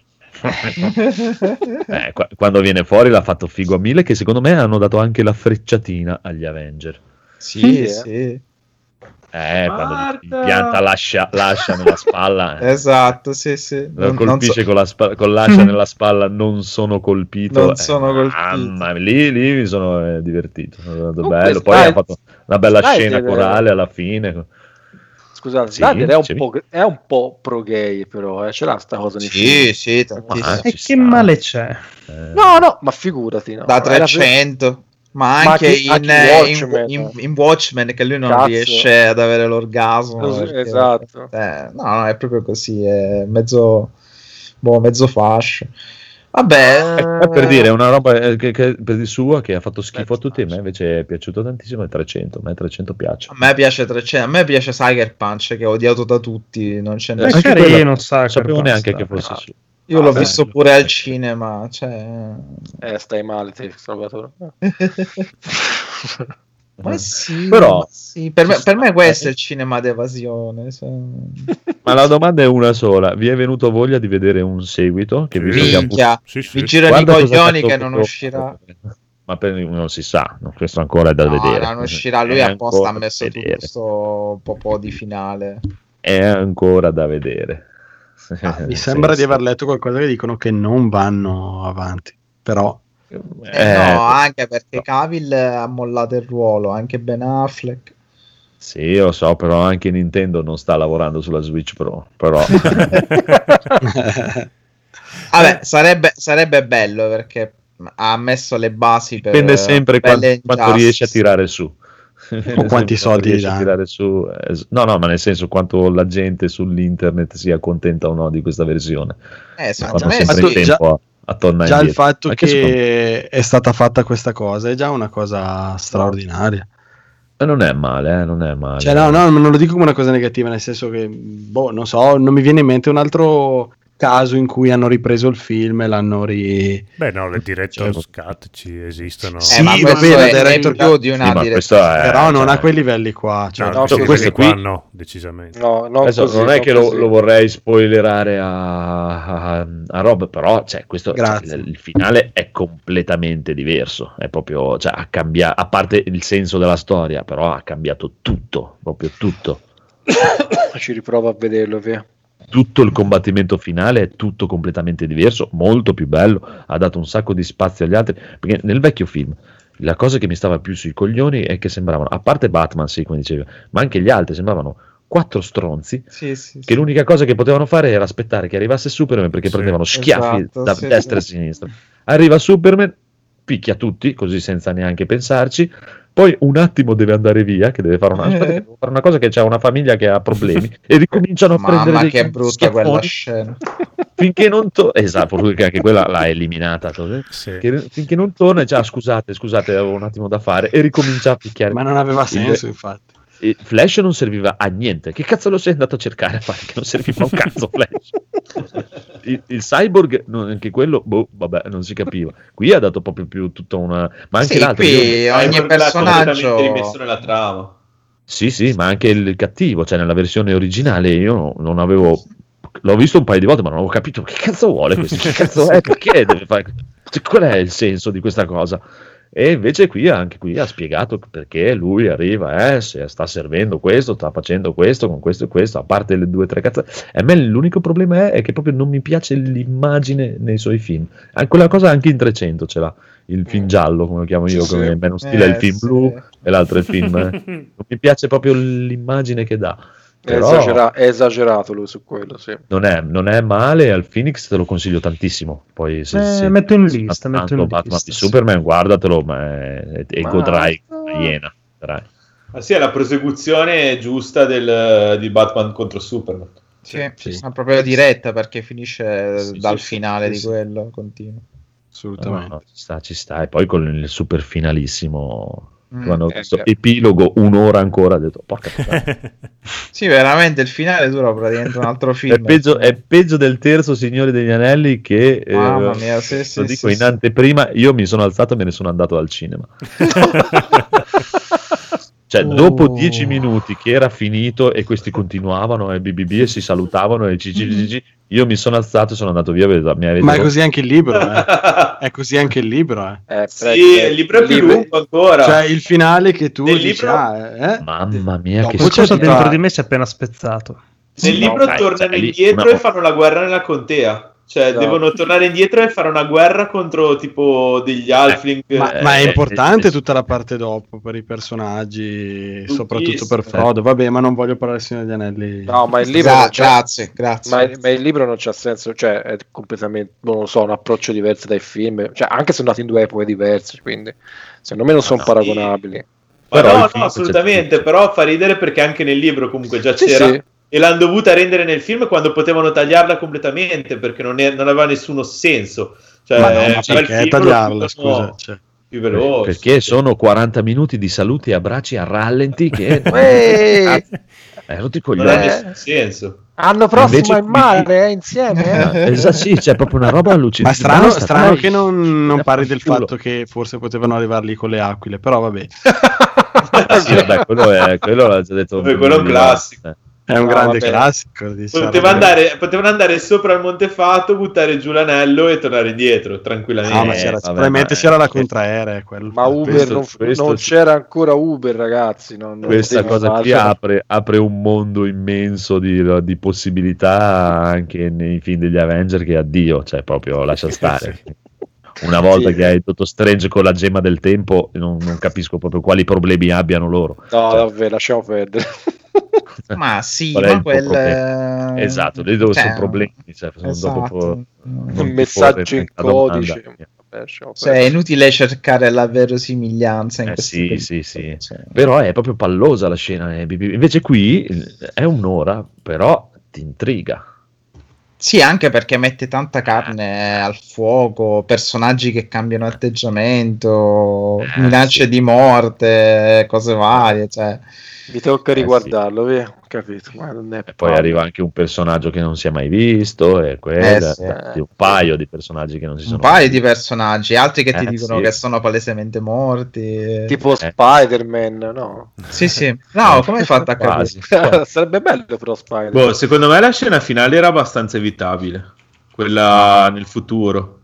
Quando viene fuori l'ha fatto figo a 1000, che secondo me hanno dato anche la frecciatina agli Avenger. Sì. Quando il pianta lascia nella spalla. Esatto, sì. Lo colpisce con l'ascia nella spalla, non sono colpito. Ma lì mi sono divertito. Bello. Poi ha fatto una bella scena corale alla fine. Scusate, Snyder è un po' pro gay, però ce l'ha sta cosa nei film. Sì, tantissimo. E che male c'è? No, ma figurati. No. Da 300. Ma anche in Watchmen, che lui non riesce ad avere l'orgasmo. Esatto. No, è proprio così, è mezzo fascio. Vabbè, per dire una roba che per di sua che ha fatto schifo a tutti, a me invece è piaciuto tantissimo, è 300. A me 300 piace. A me piace 300, a me piace Sucker Punch, che è odiato da tutti, non c'è nessuno. Non sapevo neanche che fosse su. Io l'ho visto pure al cinema, cioè... stai male te, Salvatore. Ma sì, però sì. Per me questo è il cinema d'evasione. Ma la domanda è una sola: vi è venuto voglia di vedere un seguito? Che minchia, mi girano i coglioni che non uscirà. Ma non si sa, questo ancora è da vedere. Non uscirà, lui apposta ha messo tutto questo po' di finale. È ancora da vedere. Mi sembra di aver letto qualcosa che dicono che non vanno avanti, però no, anche perché Cavill ha mollato il ruolo, anche Ben Affleck. Sì, lo so, però anche Nintendo non sta lavorando sulla Switch Pro, però vabbè, sarebbe bello, perché ha messo le basi per dipende sempre quanto riesce a tirare su. O quanti soldi tirare su. No, ma nel senso quanto la gente sull'internet sia contenta o no di questa versione. Secondo me già il fatto che è stata fatta questa cosa è già una cosa straordinaria. Non è male, non è male. Cioè, no, non lo dico come una cosa negativa, nel senso che non so, non mi viene in mente un altro caso in cui hanno ripreso il film e l'hanno Beh, no, le director's cut ci esistono. Sì, ma va bene, è più di una però non a quei livelli qua. Cioè, questo qui no, decisamente. Non è che lo vorrei spoilerare a Rob, però questo, il finale è completamente diverso. È proprio, ha cambiato, a parte il senso della storia, però ha cambiato tutto, proprio tutto. Ci riprovo a vederlo, via. Tutto il combattimento finale è tutto completamente diverso, molto più bello, ha dato un sacco di spazio agli altri, perché nel vecchio film la cosa che mi stava più sui coglioni è che sembravano, a parte Batman, sì, come dicevo, ma anche gli altri sembravano 4 stronzi che l'unica cosa che potevano fare era aspettare che arrivasse Superman, perché prendevano schiaffi da destra e sinistra. Arriva Superman, picchia tutti, così senza neanche pensarci. Poi un attimo deve andare via, che deve fare una cosa, che c'è una famiglia che ha problemi, e ricominciano a prendere Mamma dei che brutta quella schiaffoni scena. finché non torna. Esatto, perché anche quella l'ha eliminata. Sì. Finché non torna, e già scusate, avevo un attimo da fare, e ricomincia a picchiare. Ma non aveva senso, infatti. E Flash non serviva a niente. Che cazzo lo sei andato a cercare a fare? Che non serviva un cazzo Flash. Il Cyborg, anche quello, vabbè, non si capiva. Qui ha dato proprio più tutta una... Ma anche Sì, l'altro... qui ogni personaggio... rimesso nella trama. Sì, ma anche il cattivo, cioè nella versione originale io non avevo... L'ho visto un paio di volte, ma non avevo capito che cazzo vuole questo. Che cazzo è? Perché deve fare... Cioè, qual è il senso di questa cosa? E invece anche qui ha spiegato perché lui arriva, se sta servendo questo, sta facendo questo, con questo e questo, a parte le 2 o 3 cazzate. A me l'unico problema è che proprio non mi piace l'immagine nei suoi film. Quella cosa anche in 300 ce l'ha, il film giallo, come lo chiamo io, come meno stile è il film blu, e l'altro è il film... non mi piace proprio l'immagine che dà. Però è esagerato lui su quello, sì. Non è male, al Phoenix te lo consiglio tantissimo. Poi se metto in lista, Batman di Superman, guardatelo, e godrai una iena. Sì, è la prosecuzione giusta di Batman contro Superman. Sì. Una proprio diretta, perché finisce dal finale di quello, continua. Assolutamente. No, ci sta. E poi con il super finalissimo... Quando questo epilogo, un'ora ancora, ho detto porca puttana. Sì, veramente il finale dura praticamente un altro film. È peggio del terzo Signore degli Anelli, che mamma mia, lo dico in anteprima, io mi sono alzato e me ne sono andato al cinema. Cioè, dopo 10 minuti che era finito e questi continuavano e BBB e si salutavano e GG, io mi sono alzato e sono andato via. Ma è così anche il libro, È così anche il libro, Sì, il libro è più lungo ancora. Cioè, il finale che tu dici, mamma mia, che cosa dentro di me si è appena spezzato. Nel libro tornano indietro e fanno la guerra nella contea. Cioè, devono tornare indietro e fare una guerra contro tipo degli Halfling. Ma è importante tutta la parte dopo per i personaggi, soprattutto per Frodo. Vabbè, ma non voglio parlare Signore degli Anelli. No, ma il libro grazie. Ma il libro non c'ha senso, cioè è completamente, non lo so, un approccio diverso dai film, cioè anche se sono nati in 2 epoche diverse, quindi secondo me non sono paragonabili. Però no, assolutamente, però fa ridere perché anche nel libro comunque già c'era. Sì. E l'hanno dovuta rendere nel film quando potevano tagliarla completamente, perché non aveva nessuno senso. Cioè, ma perché tagliarla, scusa? Cioè. Più veloce. Perché sono 40 minuti di saluti e abbracci a rallenti che non ti coglioni. Non ha nessun senso. Anno prossimo in mare insieme. Esatto, sì, c'è proprio una roba allucinante. Ma strano che non parli del fatto che forse potevano arrivarli con le aquile, però vabbè. Sì, vabbè, quello l'ha già detto. Quello è un classico. È un grande classico. Potevano andare sopra il Montefatto, buttare giù l'anello e tornare indietro tranquillamente. Probabilmente c'era la contraerea. Ma Uber non c'era ancora Uber, ragazzi. Questa cosa qui apre un mondo immenso di possibilità anche nei film degli Avenger, che addio, cioè proprio lascia stare. Una volta che hai Dottor Strange con la gemma del tempo, non capisco proprio quali problemi abbiano loro. No, vabbè, lasciamo perdere. Ma sì, ma esatto, lì dove sono problemi, cioè, esatto. Un messaggio in codice. Cioè, è inutile cercare la verosimiglianza in sì. Cioè. Però è proprio pallosa la scena. Invece qui è un'ora, però ti intriga. Sì, anche perché mette tanta carne al fuoco, personaggi che cambiano atteggiamento, minacce di morte, cose varie, cioè. Mi tocca riguardarlo, via, capito? Ma non è poi arriva anche un personaggio che non si è mai visto, e un paio di personaggi che non si sono mai visti. Di personaggi, altri che ti dicono che sono palesemente morti. Tipo Spider-Man, no? Sì. No, come hai fatto a capire? Sarebbe bello però Spider-Man. Secondo me la scena finale era abbastanza evitabile, quella nel futuro.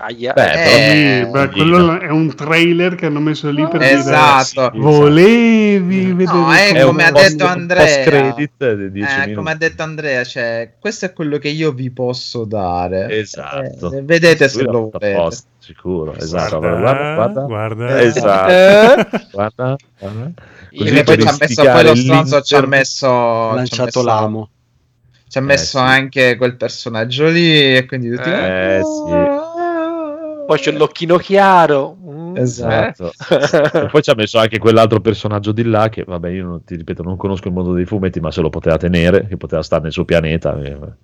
Quello è un trailer che hanno messo lì per dire volevi vedere. No, come ha detto Andrea, come ha detto Andrea, cioè, questo è quello che io vi posso dare. Esatto. Vedete se lo volete. Sicuro, esatto. Guarda. Esatto. Guarda. E poi lo stronzo ci ha messo lanciato l'amo. Ci ha messo anche quel personaggio lì, e quindi tutti sì. Poi c'è l'occhino chiaro. Esatto. E poi ci ha messo anche quell'altro personaggio di là che, vabbè, io ti ripeto, non conosco il mondo dei fumetti, ma se lo poteva tenere, che poteva stare nel suo pianeta.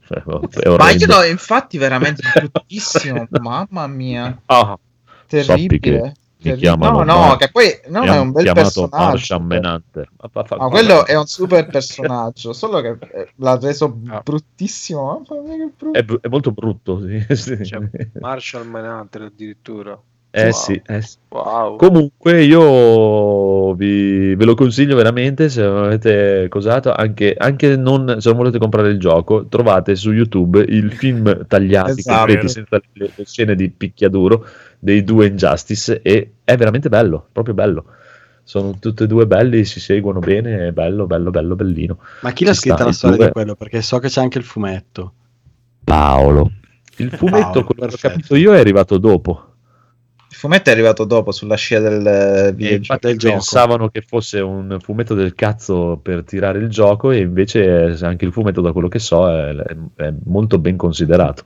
Ma io no, infatti veramente bruttissimo, mamma mia. Terribile. Mi chiamano che poi non è un bel personaggio. Martian Manhunter. Ma quello è un super personaggio, solo che l'ha reso bruttissimo. È molto brutto, sì. Cioè, Martian Manhunter addirittura. Sì. Wow. Comunque io ve lo consiglio veramente, se non avete cosato, anche non, se non volete comprare il gioco, trovate su YouTube il film tagliati completi senza le scene di picchiaduro dei due Injustice, e è veramente bello, proprio bello. Sono tutti e due belli, si seguono bene, è bello, bellino. Ma chi l'ha scritta la storia di quello? Perché so che c'è anche il fumetto. Paolo. Il fumetto, quello che ho capito io, è arrivato dopo. Il fumetto è arrivato dopo, sulla scia del videogioco. Pensavano che fosse un fumetto del cazzo per tirare il gioco, e invece anche il fumetto, da quello che so, è molto ben considerato.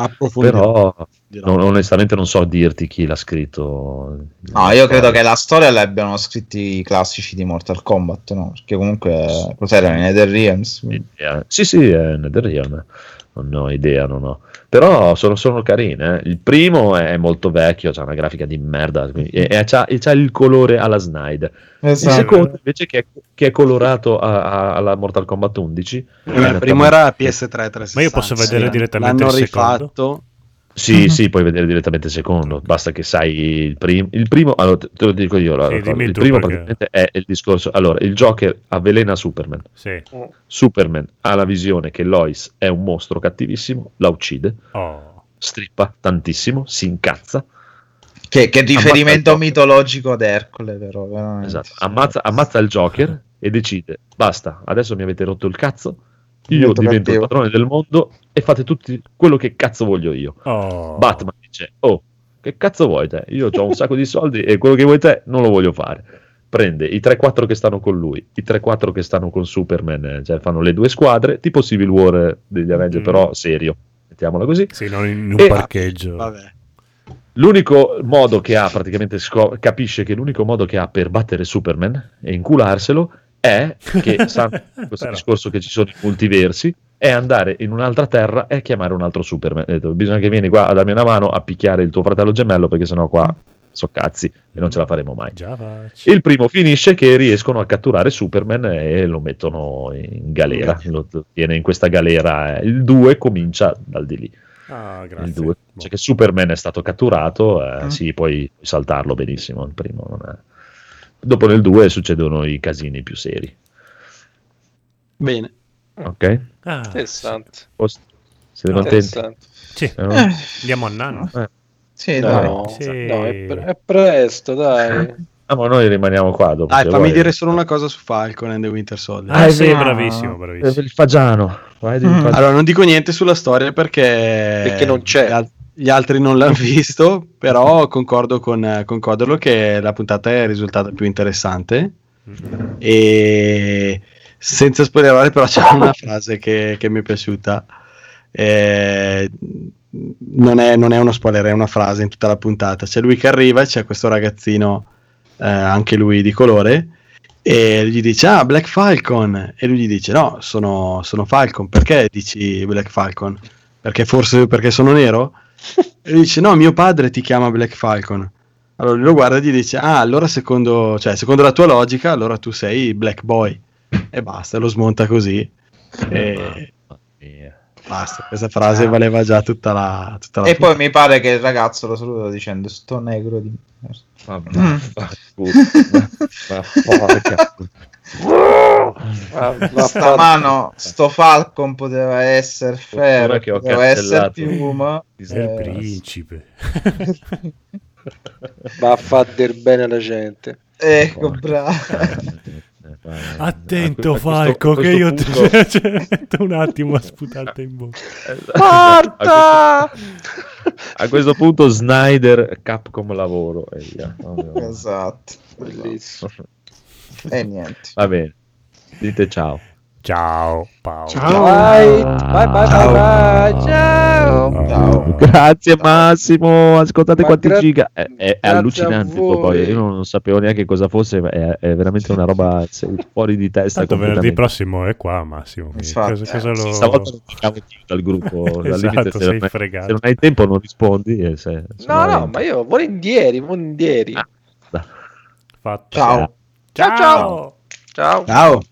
Però onestamente non so dirti chi l'ha scritto. No, io credo che la storia l'abbiano scritti i classici di Mortal Kombat, no? Perché comunque cos'era, NetherRealms? Sì, è NetherRealm. Non ho idea, però sono carine. Il primo è molto vecchio, c'ha una grafica di merda e c'ha il colore alla Snyder. Esatto. Il secondo invece che è colorato alla Mortal Kombat 11. Il primo era PS3 360. Ma io posso vedere direttamente il secondo? Rifatto. Sì, puoi vedere direttamente il secondo, basta che sai il primo. Allora te lo dico io, il primo praticamente è il discorso. Allora, il Joker avvelena Superman. Sì. Superman ha la visione che Lois è un mostro cattivissimo, la uccide, strippa tantissimo, si incazza. Che riferimento mitologico ad Ercole, però. Veramente. Esatto. Ammazza il Joker e decide, basta, adesso mi avete rotto il cazzo, io divento il padrone del mondo e fate tutti quello che cazzo voglio io. Batman dice, che cazzo vuoi te? Io ho un sacco di soldi e quello che vuoi te non lo voglio fare. Prende i 3-4 che stanno con lui, i 3-4 che stanno con Superman, cioè fanno le due squadre, tipo Civil War degli Avengers, però serio, mettiamola così. Sì, non in un parcheggio. Vabbè. L'unico modo che ha, praticamente capisce che l'unico modo che ha per battere Superman e incularselo è che sanno questo discorso che ci sono i multiversi, è andare in un'altra terra e chiamare un altro Superman. Detto, bisogna che vieni qua a darmi una mano a picchiare il tuo fratello gemello, perché sennò qua so cazzi e non ce la faremo mai. Il primo finisce che riescono a catturare Superman e lo mettono in galera, lo tiene in questa galera. Il 2 comincia dal di lì. Grazie. Il 2, cioè che Superman è stato catturato, sì, puoi saltarlo benissimo. Il primo non è. Dopo nel 2 succedono i casini più seri. Bene. Ok. Interessante. Siete contenti? Sì. Andiamo a Nano. Sì, no, è presto, dai. Ma noi rimaniamo qua dopo. Fammi dire solo una cosa su Falcon and the Winter Soldier. Bravissimo. Il fagiano. Allora, non dico niente sulla storia perché non c'è. Gli altri non l'hanno visto, però concordo con Codolo che la puntata è risultata più interessante. E senza spoilerare, però c'è una frase che mi è piaciuta. Non è uno spoiler, è una frase in tutta la puntata. C'è lui che arriva e c'è questo ragazzino, anche lui di colore, e gli dice Black Falcon, e lui gli dice no, sono Falcon. Perché dici Black Falcon? Perché sono nero? E lui dice no, mio padre ti chiama Black Falcon. Allora lui lo guarda e gli dice allora secondo la tua logica allora tu sei Black Boy, e basta, lo smonta così e basta. Questa frase valeva già tutta la e poi mi pare che il ragazzo lo saluta dicendo sto negro di sto Falcon poteva essere ferro, poteva essere piuma, il principe. Va a fare del bene alla gente. Ecco, bravo. Attento Falco, che io ti metto un attimo a sputarti in bocca. Marta! A questo punto Snyder Capcom lavoro e via. Esatto, bellissimo. E niente, va bene, dite ciao Paolo. Ciao. Bye. Ciao. Ciao. Grazie Massimo, ascoltate Ma quanti gra- giga. È grazie allucinante. a voi. Poi io non sapevo neanche cosa fosse, è veramente una roba fuori di testa. Tanto venerdì completamente. prossimo è qua Massimo. Infatti. Cosa lo... Stavolta non ti cavo più dal gruppo. Al limite, Esatto, se sei non hai- fregato. se non hai tempo non rispondi. No, ma io volentieri. Fatto. Ciao. Ciao. Ciao.